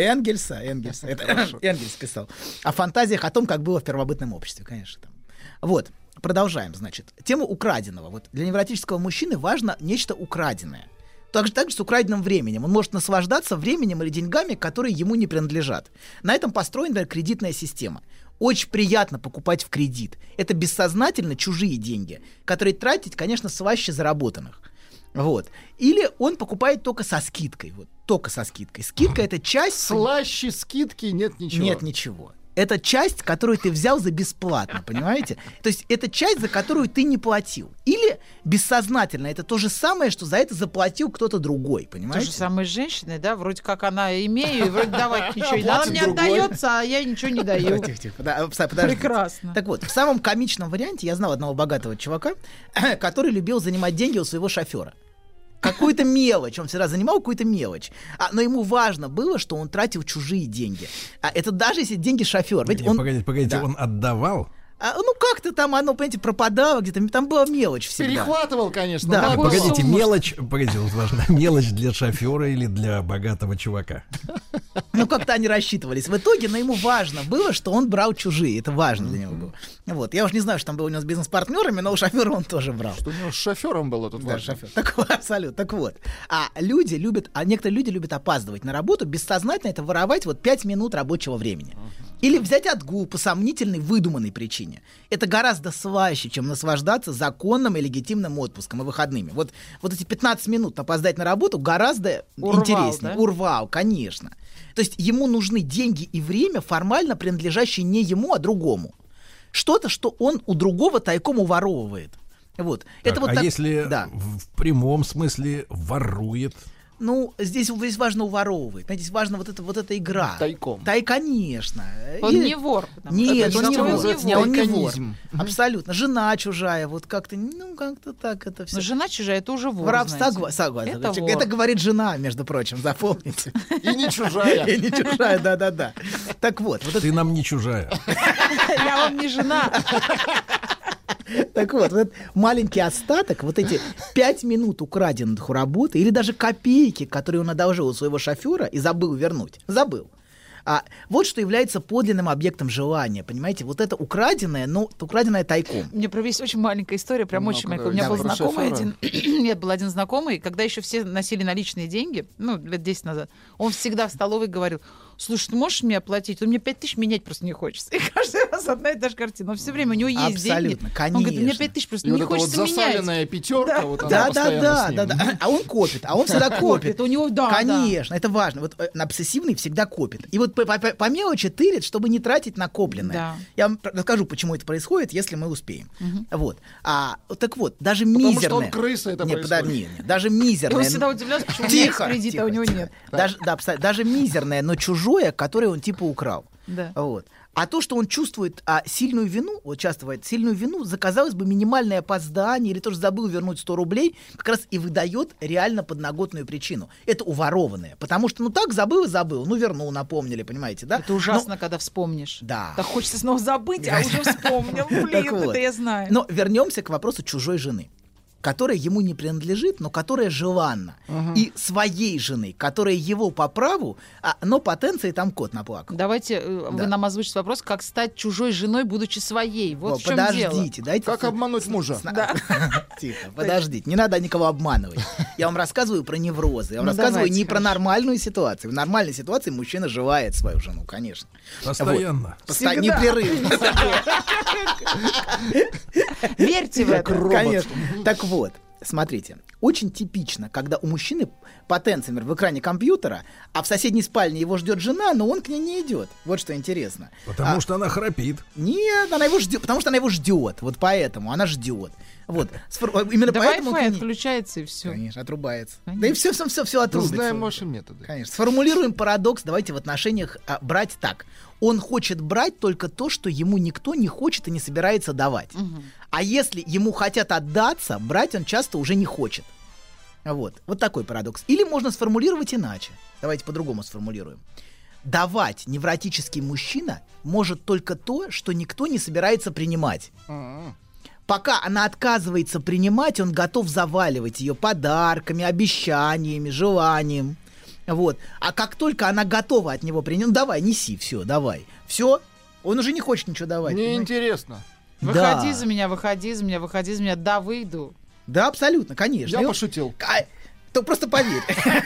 Это Энгельс писал. О фантазиях о том, как было в первобытном обществе, конечно. Там. Вот, продолжаем, значит. Тема украденного. Вот для невротического мужчины важно нечто украденное. Также с украденным временем. Он может наслаждаться временем или деньгами, которые ему не принадлежат. На этом построена, например, кредитная система. Очень приятно покупать в кредит. Это бессознательно чужие деньги, которые тратить, конечно, слаще заработанных. Вот. Или он покупает только со скидкой. Вот, только со скидкой. Скидка — это часть... Слаще скидки нет ничего. Нет ничего. Это часть, которую ты взял за бесплатно, понимаете? То есть это часть, за которую ты не платил. Или бессознательно. Это то же самое, что за это заплатил кто-то другой, То понимаете? же самое с женщиной, да? Вроде как она имею, и вроде давать ничего не надо. Она Платит мне другой. отдается, а я ничего не даю. Тихо. Да, подождите. Прекрасно. Так вот, в самом комичном варианте я знал одного богатого чувака, который любил занимать деньги у своего шофера. Какую-то мелочь, он всегда занимал какую-то мелочь. Но ему важно было, что он тратил чужие деньги. Это даже если деньги шофер. Ведь он... Погодите, Да. он отдавал? Ну как-то там оно, понимаете, пропадало где-то, там была мелочь всегда. Перехватывал, конечно. Да. но было. Погодите, погодите, вот важно, мелочь для шофера или для богатого чувака? Ну как-то они рассчитывались. В итоге, но ему важно было, что он брал чужие. Это важно для него было. Вот. Я уж не знаю, что там было у него с бизнес-партнерами, но у шофера он тоже брал. Что у него с шофером было тут Да, важно. шофер. Так вот, абсолютно. Так вот. Некоторые люди любят опаздывать на работу, бессознательно это воровать 5 минут рабочего времени. Или взять отгул по сомнительной, выдуманной причине. Это гораздо слаще, чем наслаждаться законным и легитимным отпуском и выходными. Вот эти 15 минут опоздать на работу гораздо интереснее. Да? Урвал, конечно. То есть ему нужны деньги и время, формально принадлежащие не ему, а другому. Что-то, что он у другого тайком уворовывает. Вот. Так, Это вот а так... если Да. в прямом смысле ворует? Ну, здесь важно уворовывать. Понимаете, здесь важна вот эта игра. Тайком. Конечно. Он не вор. Нет, Это он не что вор. называется Не, он не вор. тайконизм. Абсолютно. Жена чужая, вот как-то, как-то так это все. Но жена чужая, это уже вор, Воровство, знаете. согласен. Это Это, вор. говорит жена, между прочим, запомните. И не чужая. И не чужая, да-да-да. Так вот. Ты нам не чужая. Я вам не жена. Так вот, этот маленький остаток, вот эти 5 минут украденных у работы, или даже копейки, которые он одолжил у своего шофера и забыл вернуть. Забыл. Вот что является подлинным объектом желания, понимаете? Вот это украденное, но украденное тайком. У меня есть очень маленькая история, прям очень маленькая. У меня был знакомый один, нет, был один знакомый, когда еще все носили наличные деньги, лет 10 назад, он всегда в столовой говорил: слушай, ты можешь мне оплатить? Он мне 5000 менять просто не хочется. И каждый раз одна и та же картина. Но все время у него есть абсолютно, деньги. Конечно. Он говорит: мне 5000 просто не хочется менять. Засаленная пятерка, вот она постоянно с ним. Да. А он копит, он всегда копит. У него, да. Конечно, это важно. Вот обсессивный всегда копит. И вот по мелочи тырит, чтобы не тратить накопленное. Да. Я вам расскажу, почему это происходит, если мы успеем. Вот. Так вот, даже Потому мизерное... что он крыса, это происходит. Нет, даже мизерное... Я всегда удивлялся, почему у меня есть кредит, а у него нет. Даже мизерное, но чужое, которое он типа украл. Да. Вот. А то, что он чувствует сильную вину, вот часто бывает, сильную вину, за, казалось бы, минимальное опоздание или тоже забыл вернуть 100 рублей, как раз и выдает реально подноготную причину. Это уворованное. Потому что, так, забыл и забыл. Вернул, напомнили, понимаете, да? Это ужасно, когда вспомнишь. Да. Так хочется снова забыть, а уже вспомнил. Блин, это я знаю. Но вернемся к вопросу чужой жены, которая ему не принадлежит, но которая желанна. И своей жены, которая его по праву, но потенции там кот наплакал. Давайте вы нам озвучите вопрос, как стать чужой женой, будучи своей. Вот в чем подождите, дело. дайте. Как обмануть мужа? Тихо, подождите, не надо никого обманывать. Я вам рассказываю про неврозы, я вам рассказываю не про нормальную ситуацию. В нормальной ситуации мужчина желает свою жену, конечно. Постоянно. Непрерывно. Верьте в это. Конечно. Так вот, смотрите, очень типично, когда у мужчины потенция, например, в экране компьютера, а в соседней спальне его ждет жена, но он к ней не идет. Вот что интересно. Потому что она храпит. Нет, она его ждет, потому что она его ждет. Вот поэтому она ждет. Вот. Именно да поэтому Wi-Fi отключается и все. Конечно, отрубается. Конечно. Да и все отрубится. Знаем ваши методы. Конечно. Сформулируем парадокс, давайте в отношениях брать так. Он хочет брать только то, что ему никто не хочет и не собирается давать. А если ему хотят отдаться, брать он часто уже не хочет. Вот такой парадокс. Или можно сформулировать иначе. Давайте по-другому сформулируем. Давать невротический мужчина может только то, что никто не собирается принимать. Пока она отказывается принимать, он готов заваливать ее подарками, обещаниями, желанием. Вот. А как только она готова от него принять, давай, неси, все, давай. Все, он уже не хочет ничего давать. Мне интересно. Выходи за меня, выходи за меня, да, выйду. Да, абсолютно, конечно. Я пошутил. То просто поверь.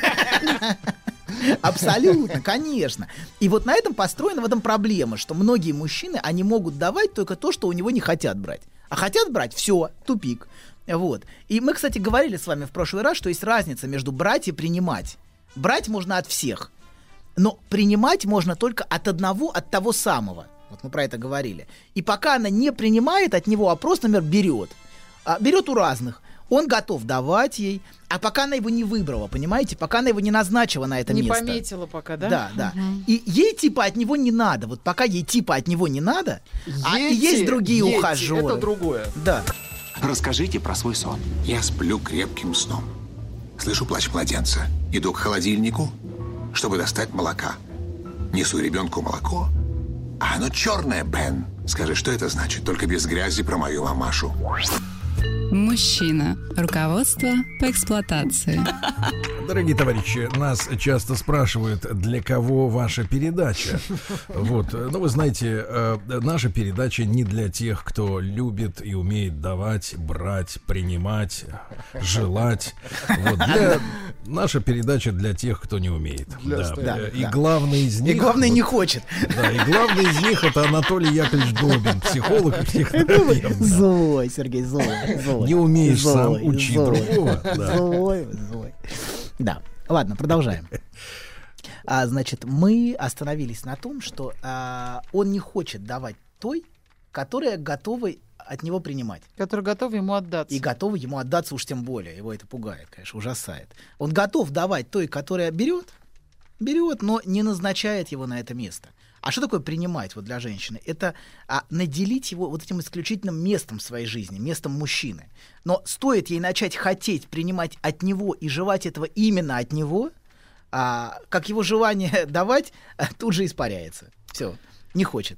Абсолютно, конечно. И вот на этом построена в этом проблема, что многие мужчины, они могут давать только то, что у него не хотят брать. А хотят брать, все, тупик. Вот. И мы, кстати, говорили с вами в прошлый раз, что есть разница между брать и принимать. Брать можно от всех, но принимать можно только от одного, от того самого. Вот мы про это говорили. И пока она не принимает от него, а просто, например, берет. Берет у разных. Он готов давать ей, а пока она его не выбрала, понимаете? Пока она его не назначила на это место. Не пометила пока, да? Да. И ей типа от него не надо. Вот пока ей типа от него не надо, есть другие ухажеры. Это другое. Да. Расскажите про свой сон. Я сплю крепким сном. Слышу плач младенца. Иду к холодильнику, чтобы достать молока. Несу ребенку молоко. А оно черное, Бен. Скажи, что это значит? Только без грязи про мою мамашу. Мужчина. Руководство по эксплуатации. Дорогие товарищи, нас часто спрашивают, для кого ваша передача. Вот, вы знаете, наша передача не для тех, кто любит и умеет давать, брать, принимать, желать. Вот, наша передача для тех, кто не умеет. И главный из них... И главный не хочет. Да, и главный из них — это Анатолий Яковлевич Добин, психолог и психотерапевт. Злой, Сергей, злой. Не умеешь сам учить другого. Злой. Да, ладно, продолжаем. Значит, мы остановились на том, что он не хочет давать той, которая готова от него принимать. Которая готова ему отдаться. И готова ему отдаться уж тем более. Его это пугает, конечно, ужасает. Он готов давать той, которая берет, но не назначает его на это место. А что такое принимать вот для женщины? Это наделить его вот этим исключительным местом в своей жизни, местом мужчины. Но стоит ей начать хотеть принимать от него и желать этого именно от него, как его желание давать тут же испаряется. Все, не хочет.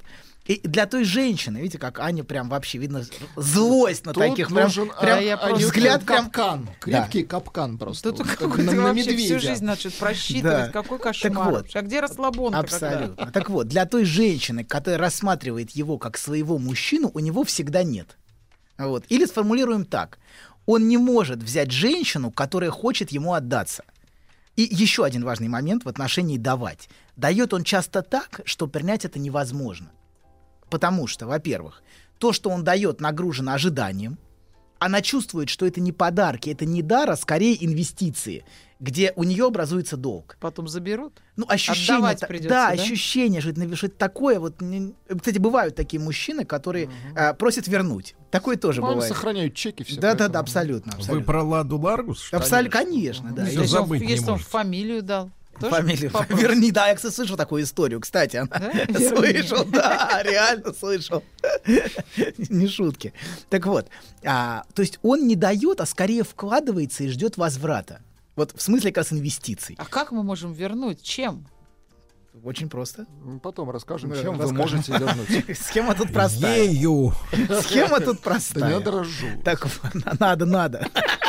И для той женщины, видите, как Аня прям вообще видно злость на Тут таких прям, нужен взгляд прям капкан, крепкий капкан просто. Тут Вот, какой-то на вообще медведя. всю жизнь, значит, просчитывать, Да. какой Так кошмар. вот. А где расслабонка? Абсолютно. Когда? Так вот, для той женщины, которая рассматривает его как своего мужчину, у него всегда нет. Вот. Или сформулируем так. Он не может взять женщину, которая хочет ему отдаться. И еще один важный момент в отношении давать. Дает он часто так, что принять это невозможно. Потому что, во-первых, то, что он дает, нагружено ожиданием. Она чувствует, что это не подарки, это не дар, а скорее инвестиции, где у нее образуется долг. Потом заберут? Ну, ощущение, Отдавать придется, да, да? ощущение, что это такое вот. Кстати, бывают такие мужчины, которые просят вернуть. Такое тоже Они бывает. сохраняют чеки все. Да, абсолютно. Вы про Ладу Ларгус? что ли? Абсолютно, конечно, да. Всё забыть не Если он может. фамилию дал. тоже Фамилию вопрос? верни, да, я, кстати, слышал такую историю, кстати, она слышал, да, реально слышал, не шутки. Так вот, то есть он не дает, а скорее вкладывается и ждет возврата. Вот в смысле как раз инвестиций. А как мы можем вернуть? Чем? Очень просто. Потом расскажем, Да, чем вы расскажем. можете вернуть. Схема тут простая. Ею. Схема тут Да простая. я дрожу. Так, надо.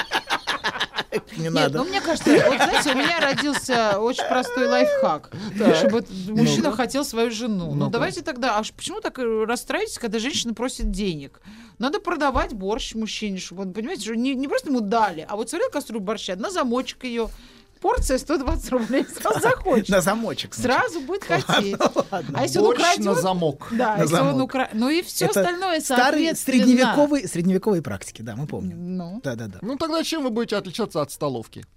Не Нет, надо. ну мне кажется, вот знаете, у меня родился очень простой лайфхак, чтобы мужчина хотел свою жену. Ну давайте тогда, почему так расстраиваетесь, когда женщина просит денег? Надо продавать борщ мужчине, чтобы он, понимаете, что не просто ему дали, а вот сварил кастрюлю борща, на замочек ее. Порция 120 рублей, сразу захочет. На замочек. Сразу будет хотеть. А если он Борщ украдет... на замок. Да, На если он замок. украдет... Ну и все Это остальное, старые соответственно. средневековые практики, да, мы помним. Ну. Да. Ну тогда чем вы будете отличаться от столовки?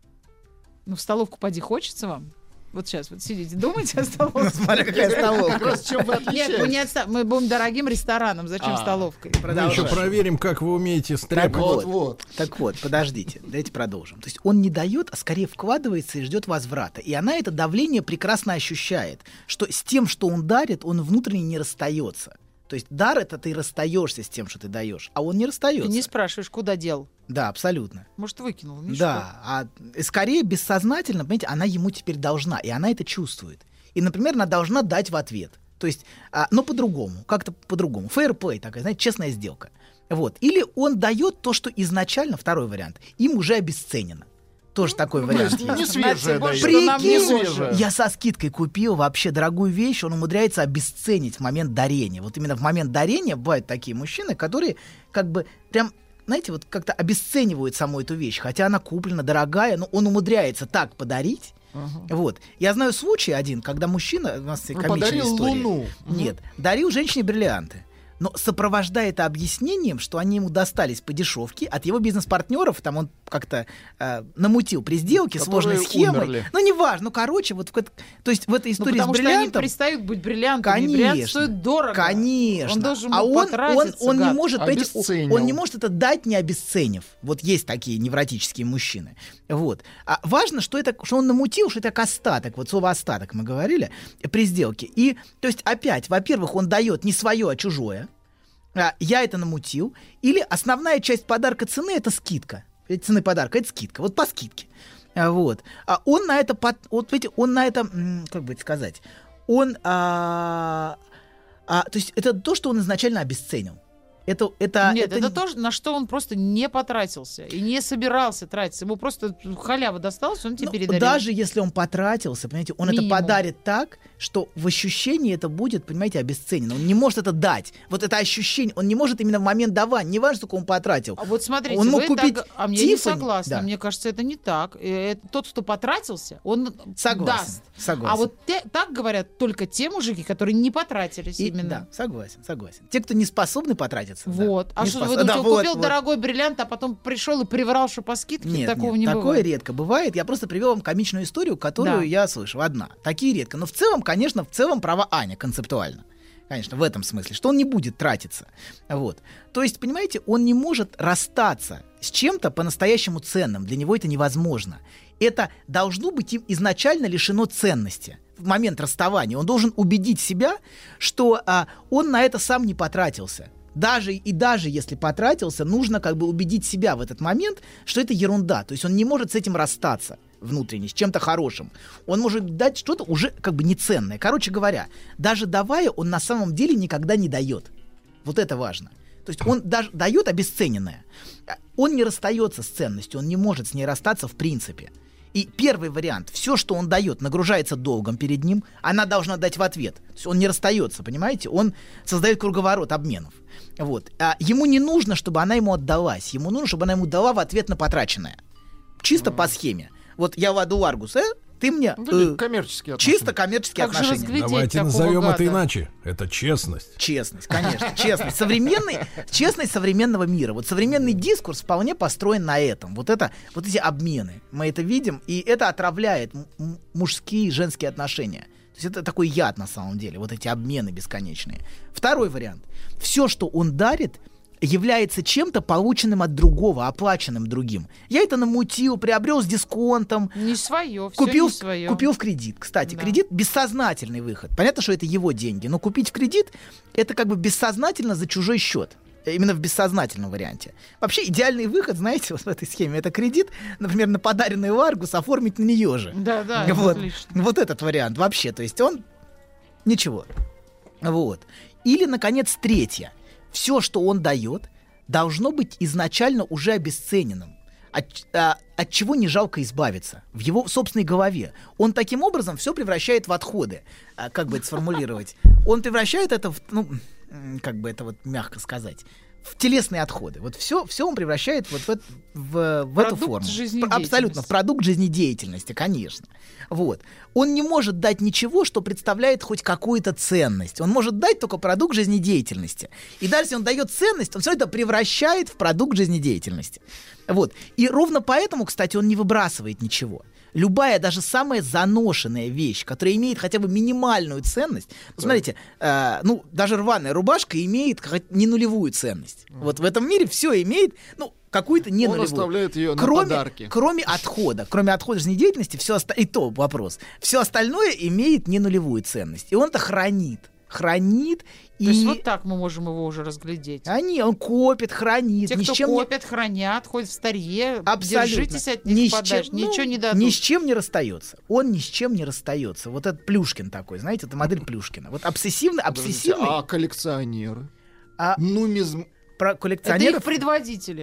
Ну, в столовку поди хочется вам? Вот сейчас вот сидите, думаете о столовке? Смотря какая столовка. Как раз чем вы отличаетесь? Нет, мы будем дорогим рестораном, зачем столовкой? Мы еще проверим, как вы умеете стряпать. Так вот, подождите, давайте продолжим. То есть он не дает, а скорее вкладывается и ждет возврата. И она это давление прекрасно ощущает, что с тем, что он дарит, он внутренне не расстается. То есть дар — это ты расстаешься с тем, что ты даешь, а он не расстается. Ты не спрашиваешь, куда дел. Да, абсолютно. Может, выкинул, Мишка? Да, а скорее бессознательно, понимаете, она ему теперь должна, и она это чувствует. И, например, она должна дать в ответ. То есть, но по-другому, как-то по-другому. Fair play такая, знаете, честная сделка. Вот. Или он дает то, что изначально, второй вариант, им уже обесценено. Тоже такой вариант. Не свежее дает. Прикинь, я со скидкой купил вообще дорогую вещь, он умудряется обесценить в момент дарения. Вот именно в момент дарения бывают такие мужчины, которые как бы прям, знаете, вот как-то обесценивают саму эту вещь, хотя она куплена дорогая, но он умудряется так подарить. Вот. Я знаю случай один, когда мужчина, у нас комичная подарил история. Луну. Нет, дарил женщине бриллианты. Но сопровождая это объяснением, что они ему достались по дешевке от его бизнес-партнеров, там он как-то намутил при сделке Которые сложной схемой. умерли. Ну, неважно, ну, короче, вот то есть в этой истории потому с бриллиантом... что они перестают быть бриллиантами. Конечно. Бриллиант стоит дорого. Конечно. Он должен а был он потратиться, не гад. может, понимаете, Обесценил. он не может это дать, не обесценив. Вот есть такие невротические мужчины. Вот. А важно, что он намутил, что это как остаток. Вот слово остаток мы говорили при сделке. И, то есть, опять, во-первых, он дает не свое, а чужое. Я это намутил. Или основная часть подарка цены — это скидка. Цены подарка — это скидка. Вот по скидке. Вот. А он на это, вот, видите, он на это, как бы это сказать, он, то есть это то, что он изначально обесценил. Нет, это то, на что он просто не потратился и не собирался тратиться. Ему просто халява досталась, он тебе передарил. Даже если он потратился, понимаете, он Минимум. это подарит так, что в ощущении это будет, понимаете, обесценено. Он не может это дать. Вот это ощущение, он не может именно в момент давания, не важно, сколько он потратил. А вот смотрите, он мог вы купить так, а мне не Тиффани. согласна. Да. Мне кажется, это не так. Тот, кто потратился, он Согласен, даст. согласен. А вот так говорят только те мужики, которые не потратились именно. Да, согласен. Те, кто не способны потратиться. Вот. Да, А не что, спос- вы да, думаете, вот, купил вот. дорогой бриллиант, а потом пришел и приврал, что по скидке? Нет, Такого нет, не такое бывает. редко бывает. Я просто привел вам комичную историю, которую Да. я слышал. Одна. Такие редко. Но в целом, конечно, права Аня концептуально. Конечно, в этом смысле, что он не будет тратиться. Вот. То есть, понимаете, он не может расстаться с чем-то по-настоящему ценным. Для него это невозможно. Это должно быть им изначально лишено ценности. В момент расставания он должен убедить себя, что он на это сам не потратился. Даже если потратился, нужно как бы убедить себя в этот момент, что это ерунда. То есть он не может с этим расстаться. внутренне, с чем-то хорошим. Он может дать что-то уже как бы неценное. Короче говоря, даже давая, он на самом деле никогда не дает. Вот это важно. То есть он даже дает обесцененное. Он не расстается с ценностью, он не может с ней расстаться в принципе. И первый вариант, все, что он дает, нагружается долгом перед ним, она должна дать в ответ. То есть он не расстается, понимаете? Он создает круговорот обменов. Вот. А ему не нужно, чтобы она ему отдалась. Ему нужно, чтобы она ему дала в ответ на потраченное. Чисто по схеме. Вот я владу Ларгус, ты мне... коммерческие отношения. Чисто коммерческие отношения. Давайте назовем это иначе. Это честность. Честность, конечно. Честность. Честность современного мира. Вот современный дискурс вполне построен на этом. Вот эти обмены. Мы это видим, и это отравляет мужские и женские отношения. То есть это такой яд на самом деле. Вот эти обмены бесконечные. Второй вариант. Все, что он дарит, является чем-то полученным от другого, оплаченным другим. Я это намутил, приобрел с дисконтом. Не свое, купил, все не свое. Купил в кредит. Кстати, Да. Кредит — бессознательный выход. Понятно, что это его деньги, но купить в кредит — это как бы бессознательно за чужой счет. Именно в бессознательном варианте. Вообще идеальный выход, знаете, вот в этой схеме, это кредит, например, на подаренный Ларгус оформить на нее же. Да, вот. отлично. Вот этот вариант вообще. То есть он ничего. Вот. Или, наконец, третье. Все, что он дает, должно быть изначально уже обесцененным. От чего не жалко избавиться в его собственной голове. Он таким образом все превращает в отходы. Как бы это сформулировать? Он превращает это в, как бы это вот мягко сказать, в телесные отходы. Вот все он превращает вот в эту форму. Абсолютно, в продукт жизнедеятельности, конечно. Вот. Он не может дать ничего, что представляет хоть какую-то ценность. Он может дать только продукт жизнедеятельности. И даже если он дает ценность, он все это превращает в продукт жизнедеятельности. Вот. И ровно поэтому, кстати, он не выбрасывает ничего. Любая, даже самая заношенная вещь, которая имеет хотя бы минимальную ценность, смотрите, даже рваная рубашка имеет не нулевую ценность. Вот в этом мире все имеет, какую-то не нулевую. Он оставляет ее на подарки. Кроме отхода жизнедеятельности, и то вопрос. Все остальное имеет не нулевую ценность. И он это хранит. То есть вот так мы можем его уже разглядеть. Он копит, хранит. Те, кто копят, хранят, ходят в старье, абсолютно. Держитесь от них подальше, ничего не дадут. Ни с чем не расстается. Он ни с чем не расстается. Вот это Плюшкин такой, знаете, это модель Плюшкина. Вот обсессивный. А коллекционеры? Про коллекционеров. Это их предводители.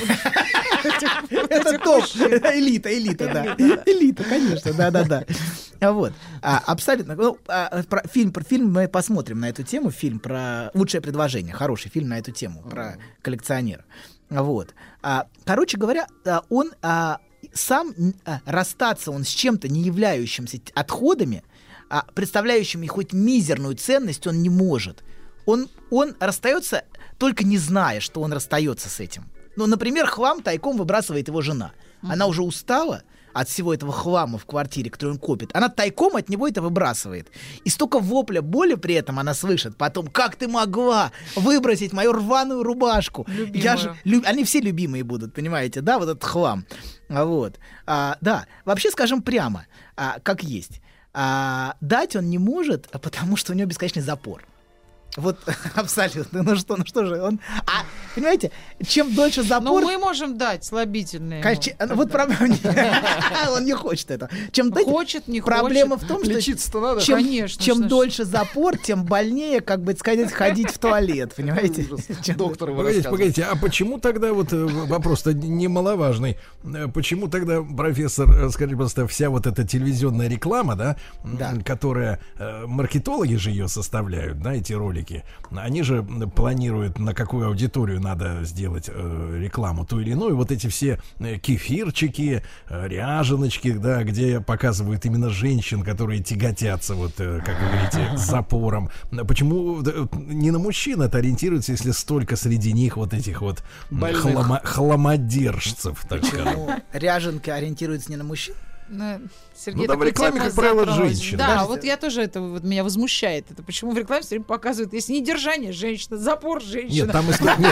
Это топ. Элита, да. Элита, конечно, да. Вот. Абсолютно. Фильм мы посмотрим на эту тему. Фильм про «Лучшее предложение». Хороший фильм на эту тему, про коллекционера. Вот. Короче говоря, он сам расстаться он с чем-то, не являющимся отходами, представляющими хоть мизерную ценность, он не может. Он расстается, только не зная, что он расстается с этим. Например, хлам тайком выбрасывает его жена. Она уже устала от всего этого хлама в квартире, который он копит. Она тайком от него это выбрасывает. И столько вопля боли при этом она слышит. Потом, как ты могла выбросить мою рваную рубашку? Они все любимые будут, понимаете, да, вот этот хлам. Вот. Да, вообще скажем прямо, как есть. Дать он не может, потому что у него бесконечный запор. Вот абсолютно. Ну что же, он... понимаете, чем дольше запор... мы можем дать слабительные. Вот проблема... Он не хочет этого. Хочет, не хочет. Проблема в том, что... Лечиться-то надо. Чем дольше запор, тем больнее, как бы сказать, ходить в туалет, понимаете? Доктор, погодите, а почему тогда, вот вопрос-то немаловажный, почему тогда, профессор, скажите, просто вся вот эта телевизионная реклама, да, которая, маркетологи же ее составляют, да, эти ролики, они же планируют, на какую аудиторию надо сделать рекламу ту или иную. Вот эти все кефирчики, ряженочки, да, где показывают именно женщин, которые тяготятся, вот, как вы говорите, с запором. Почему не на мужчин это ориентируется, если столько среди них вот этих вот хламодержцев, так скажем? Ряженки ориентируются не на мужчин? Сергей, там в рекламе, как правило, женщины. Да, вот я тоже это меня возмущает. Это почему в рекламе все время показывают, если не держание женщина, запор женщина. Нет, там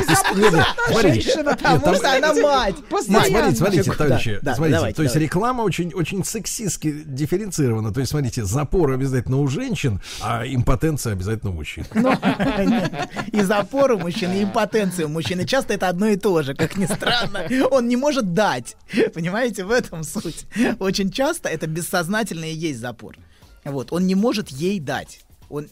женщина, потому что она мать. Смотрите, товарищи, смотрите, то есть реклама очень сексистски дифференцирована. То есть, смотрите, запор обязательно у женщин, а импотенция обязательно у мужчин. И запор у мужчин, и импотенция у мужчин. И часто это одно и то же, как ни странно. Он не может дать. Понимаете, в этом суть. Очень очень часто это бессознательно и есть запор. Вот, он не может ей дать. Он...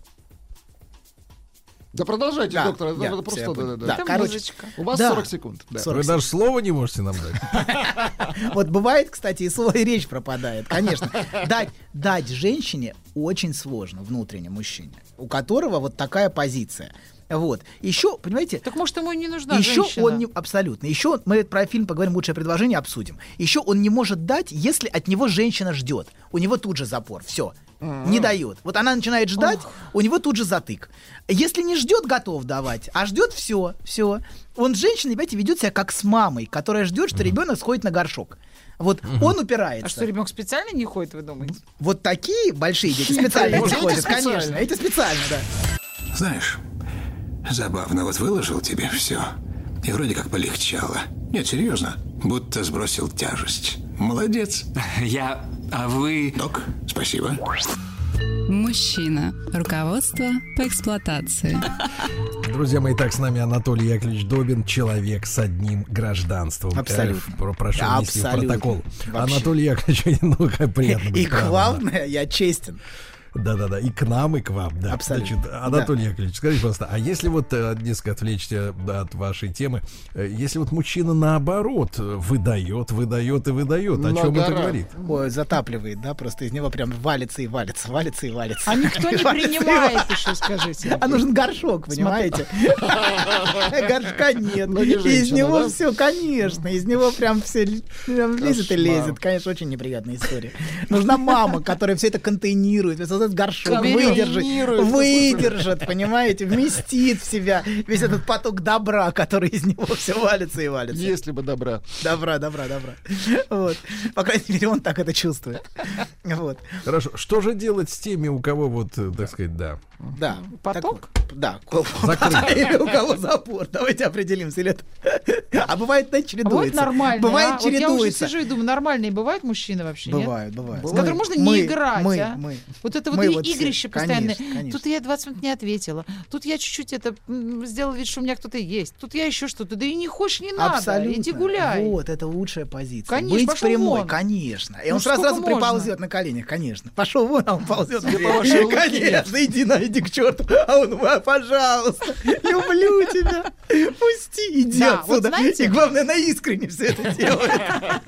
Да продолжайте, Да, доктор. я- Это всё, я просто... понял. Да. Да, короче, У вас да. 40 секунд. Да. 40 Вы даже слова не можете нам дать. Вот бывает, кстати, и слово, и речь пропадает. Конечно. Дать женщине очень сложно, внутренне мужчине, у которого вот такая позиция. Вот. Еще, понимаете... Так может, ему и не нужна Еще женщина? он не... Абсолютно. Еще мы про фильм поговорим, лучшее предложение обсудим. Еще он не может дать, если от него женщина ждет. У него тут же запор. Все. Не дает. Вот она начинает ждать, у него тут же затык. Если не ждет, готов давать, а ждет все. Он с женщиной, понимаете, ведет себя как с мамой, которая ждет, что ребенок сходит на горшок. Вот он упирается. А что, ребенок специально не ходит, вы думаете? Вот такие большие дети специально Эти ходят, специально. конечно. Эти специально, да. Знаешь, забавно, вот выложил тебе все. И вроде как полегчало. Нет, серьезно, будто сбросил тяжесть. Молодец. А вы... Док, спасибо. Мужчина. Руководство по эксплуатации. Друзья мои, так с нами Анатолий Яковлевич Добин, человек с одним гражданством. Абсолютно. Прошу внести в Абсолютно. протокол. Вообще. Анатолий Яковлевич, ну, как приятно быть И правым, да. главное, я честен. Да-да-да, и к нам, и к вам, да. Абсолютно. Значит, Анатолий Яковлевич, скажите, пожалуйста, а если вот несколько отвлечься от вашей темы, если вот мужчина наоборот выдает, о чем это говорит? Ой, затапливает, да, просто из него прям валится и валится. А никто не принимает еще, скажите. А нужен горшок, понимаете? Горшка нет. Но не И из женщина, него да? все, конечно. Из него прям все лезет и лезет. Конечно, очень неприятная история. Нужна мама, которая все это контейнирует, создает горшок, выдержит, понимаете, вместит в себя весь этот поток добра, который из него все валится и валится. Если бы добра. Добра. Вот. По крайней мере, он так это чувствует. Вот. Хорошо, что же делать с теми, у кого вот, так сказать, да, Да. Поток? Да. закрыт? Или у кого запор. Давайте определимся. Или это... А бывает, да, чередуется. Бывает нормально. Бывает, Вот я уже чередуется. сижу и думаю, нормальные бывают мужчины вообще, нет? Бывает. С которым можно не играть, а? Мы. Вот это вот Мы вот игрище все. постоянное. Конечно. Тут я 20 минут не ответила. Тут я чуть-чуть сделала вид, что у меня кто-то есть. Тут я еще что-то. Да и не хочешь, не надо. Абсолютно. Иди гуляй. Вот, это лучшая позиция. Конечно, Быть пошел прямой, вон. конечно. И Ну, он сразу сколько можно? приползет на коленях, конечно. Пошел вон, а он ползет. Тебе по вашей луке Конечно, иди к черту. А он, пожалуйста, люблю тебя. Пусти, иди Да, вот отсюда. знаете- И главное, на искренне все это делает.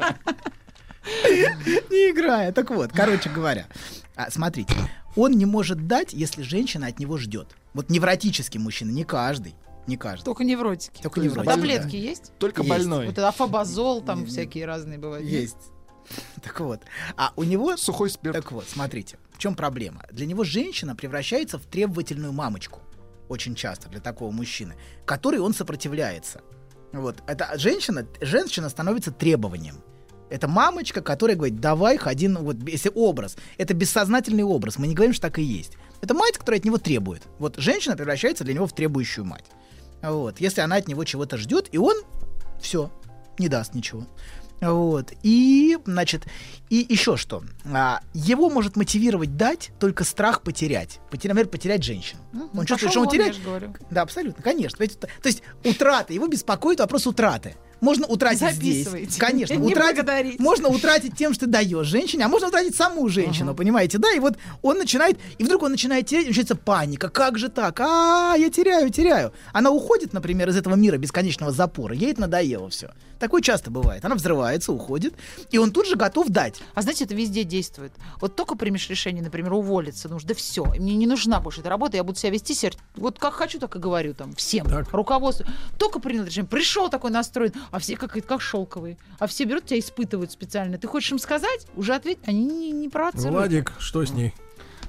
Не играя. Так вот, короче говоря, смотрите, он не может дать, если женщина от него ждет. Вот невротический мужчина, не каждый. Только невротики. Только невротики. Таблетки есть? Только Есть. больной. Вот это афобазол, там всякие разные бывают. Есть. Так вот. А у него... Сухой спирт. Так вот, смотрите, в чем проблема? Для него женщина превращается в требовательную мамочку. Очень часто для такого мужчины, которой он сопротивляется. Вот. Это женщина становится требованием. Это мамочка, которая говорит, давай, ходи, ну, вот, если образ. Это бессознательный образ, мы не говорим, что так и есть. Это мать, которая от него требует. Вот женщина превращается для него в требующую мать. Вот. Если она от него чего-то ждет, и он все, не даст ничего. Вот. И, значит, и еще что. Его может мотивировать дать только страх потерять. Например, потерять женщину. Он чувствует, что он теряет. Да, абсолютно, конечно. То есть утрата. Его беспокоит вопрос утраты. Можно утратить здесь. Конечно. Не благодарить. Можно утратить тем, что ты даешь женщине, а можно утратить саму женщину, понимаете, да? И вот он начинает, и вдруг он начинает терять, начинается паника. Как же так? Я теряю. Она уходит, например, из этого мира бесконечного запора. Ей это надоело все. Такое часто бывает. Она взрывается, уходит, и он тут же готов дать. А знаете, это везде действует. Вот только примешь решение, например, уволиться, ну, да все, мне не нужна больше эта работа, я буду себя вести вот как хочу, так и говорю там всем, руководству. Только принял решение, пришел такой настроен, а все как шелковые, а все берут тебя, испытывают специально. Ты хочешь им сказать? Уже ответь, они не провоцируют. Владик, что с ней?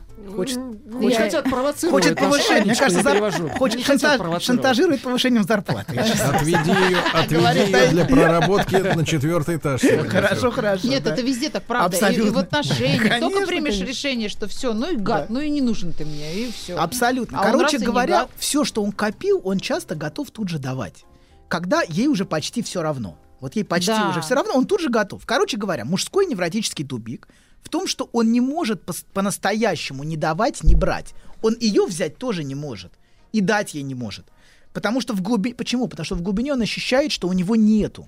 Хотят провоцировать. Хочет повышение, мне кажется, хочет шантажирует повышением зарплаты. Отведи ее для проработки на 4-й этаж. Хорошо. Нет, да. это везде так, правда. Абсолютно. И в отношениях. Конечно, Только примешь конечно. решение, что все, ну и гад, ну и не нужен ты мне, и все. Абсолютно. А он Короче раз и не говоря, гад. все, что он копил, он часто готов тут же давать. Когда ей уже почти все равно. Вот ей почти Да. уже все равно, он тут же готов. Короче говоря, мужской невротический тупик в том, что он не может по-настоящему не давать, не брать. Он ее взять тоже не может. И дать ей не может. Потому что в глубине... Почему? Потому что в глубине он ощущает, что у него нету.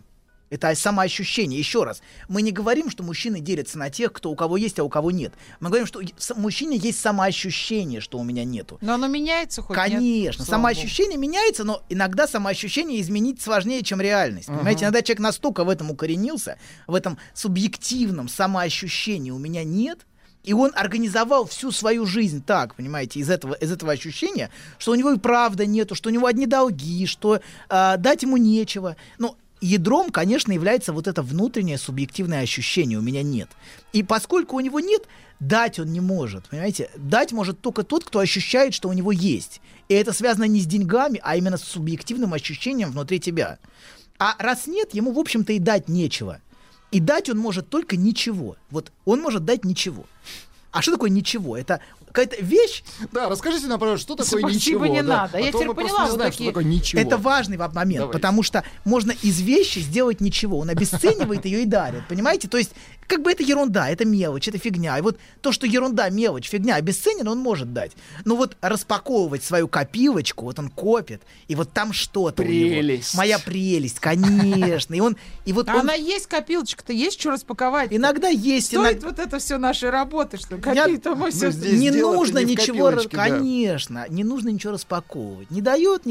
Это самоощущение. Еще раз, мы не говорим, что мужчины делятся на тех, у кого есть, а у кого нет. Мы говорим, что мужчине есть самоощущение, что у меня нету. Но оно меняется хоть? Конечно, нет? самоощущение меняется, но иногда самоощущение изменить сложнее, чем реальность. Понимаете, иногда человек настолько в этом укоренился, в этом субъективном самоощущении у меня нет, и он организовал всю свою жизнь так, понимаете, из этого ощущения, что у него и правда нету, что у него одни долги, что дать ему нечего. Но ядром, конечно, является вот это внутреннее субъективное ощущение «у меня нет». И поскольку у него нет, дать он не может, понимаете? Дать может только тот, кто ощущает, что у него есть. И это связано не с деньгами, а именно с субъективным ощущением внутри тебя. А раз нет, ему, в общем-то, и дать нечего. И дать он может только ничего. Вот он может дать ничего. А что такое ничего? Это какая-то вещь. Да, расскажите нам, пожалуйста, что такое Спасибо, ничего. не Да. надо. Я теперь поняла, вот такие... что такое ничего. Это важный момент, Давайте. потому что можно из вещи сделать ничего. Он обесценивает ее и дарит, понимаете? То есть, как бы это ерунда, это мелочь, это фигня. И вот то, что ерунда, мелочь, фигня обесценена, он может дать. Но вот распаковывать свою копилочку, вот он копит, и вот там что-то Прелесть. у него. Моя прелесть, конечно. И вот А она есть, копилочка-то есть, что распаковать? Иногда есть. Стоит вот это все нашей работы, что копить-то мы все... Не нужно не в ничего, копилочке, да. Конечно, не нужно ничего распаковывать. Не дает.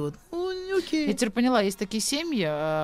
Окей. Я теперь поняла, есть такие семьи,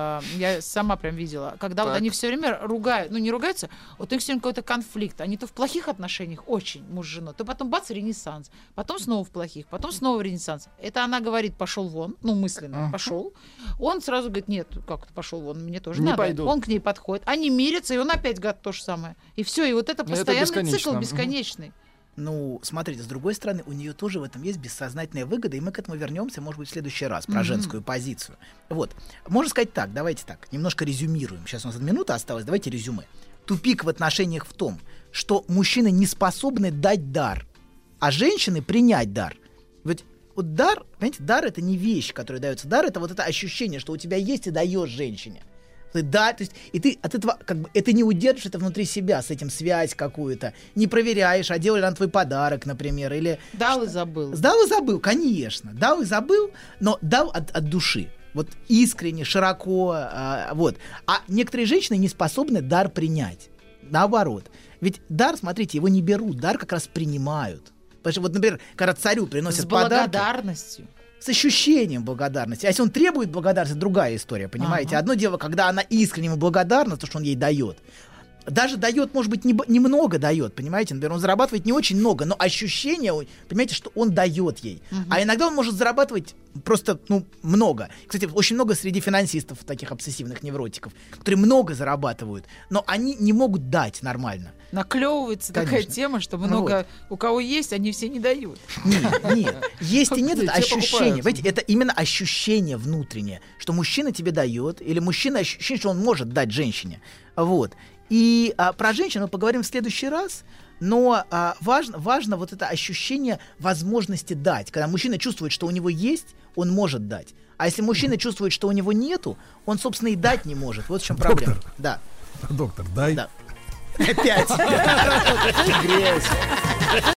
я сама прям видела, когда вот Так. они все время ругают, ну не ругаются, вот у них все время какой-то конфликт, они то в плохих отношениях, очень, муж с женой, то потом бац, ренессанс, потом снова в плохих, потом снова ренессанс. Это она говорит, пошел вон, ну мысленно, пошел. Он сразу говорит, нет, как ты пошел вон, мне тоже Не надо. пойду. Он к ней подходит, они мирятся, и он опять говорит то же самое. И все, и вот это Ну, это постоянный бесконечно. цикл, бесконечный. Ну, смотрите, с другой стороны, у нее тоже в этом есть бессознательная выгода, и мы к этому вернемся, может быть, в следующий раз, про женскую позицию. Вот. Можно сказать так, давайте так, немножко резюмируем. Сейчас у нас 1 минута осталась, давайте резюме. Тупик в отношениях в том, что мужчины не способны дать дар, а женщины принять дар. Ведь вот дар, понимаете, дар — это не вещь, которая дается. Дар — это вот это ощущение, что у тебя есть и даешь женщине. Да, то есть, и ты от этого как бы это не удержишь, это внутри себя, с этим связь какую-то, не проверяешь, а делали на твой подарок, например, или... Дал и забыл. Дал и забыл, конечно, дал и забыл, но дал от души, вот искренне, широко, вот. А некоторые женщины не способны дар принять, наоборот. Ведь дар, смотрите, его не берут, дар как раз принимают. Потому что вот, например, когда царю приносят С подарки... благодарностью. С ощущением благодарности. А если он требует благодарности, другая история, понимаете? Одно дело, когда она искренне ему благодарна, то, что он ей дает. Даже дает, может быть, немного дает, понимаете? Например, он зарабатывает не очень много, но ощущение, понимаете, что он дает ей. А иногда он может зарабатывать просто, много. Кстати, очень много среди финансистов, таких обсессивных невротиков, которые много зарабатывают, но они не могут дать нормально. Наклевывается Конечно. такая тема, что много у кого есть, они все не дают. Нет. Есть и нет, это Те ощущение. покупают. Понимаете, это именно ощущение внутреннее, что мужчина тебе дает, или мужчина ощущение, что он может дать женщине. Вот. И про женщин мы поговорим в следующий раз, но важно вот это ощущение возможности дать. Когда мужчина чувствует, что у него есть, он может дать. А если мужчина чувствует, что у него нету, он, собственно, и дать не может. Вот в чем проблема. Да. Доктор, дай. Да. Опять. Грязь.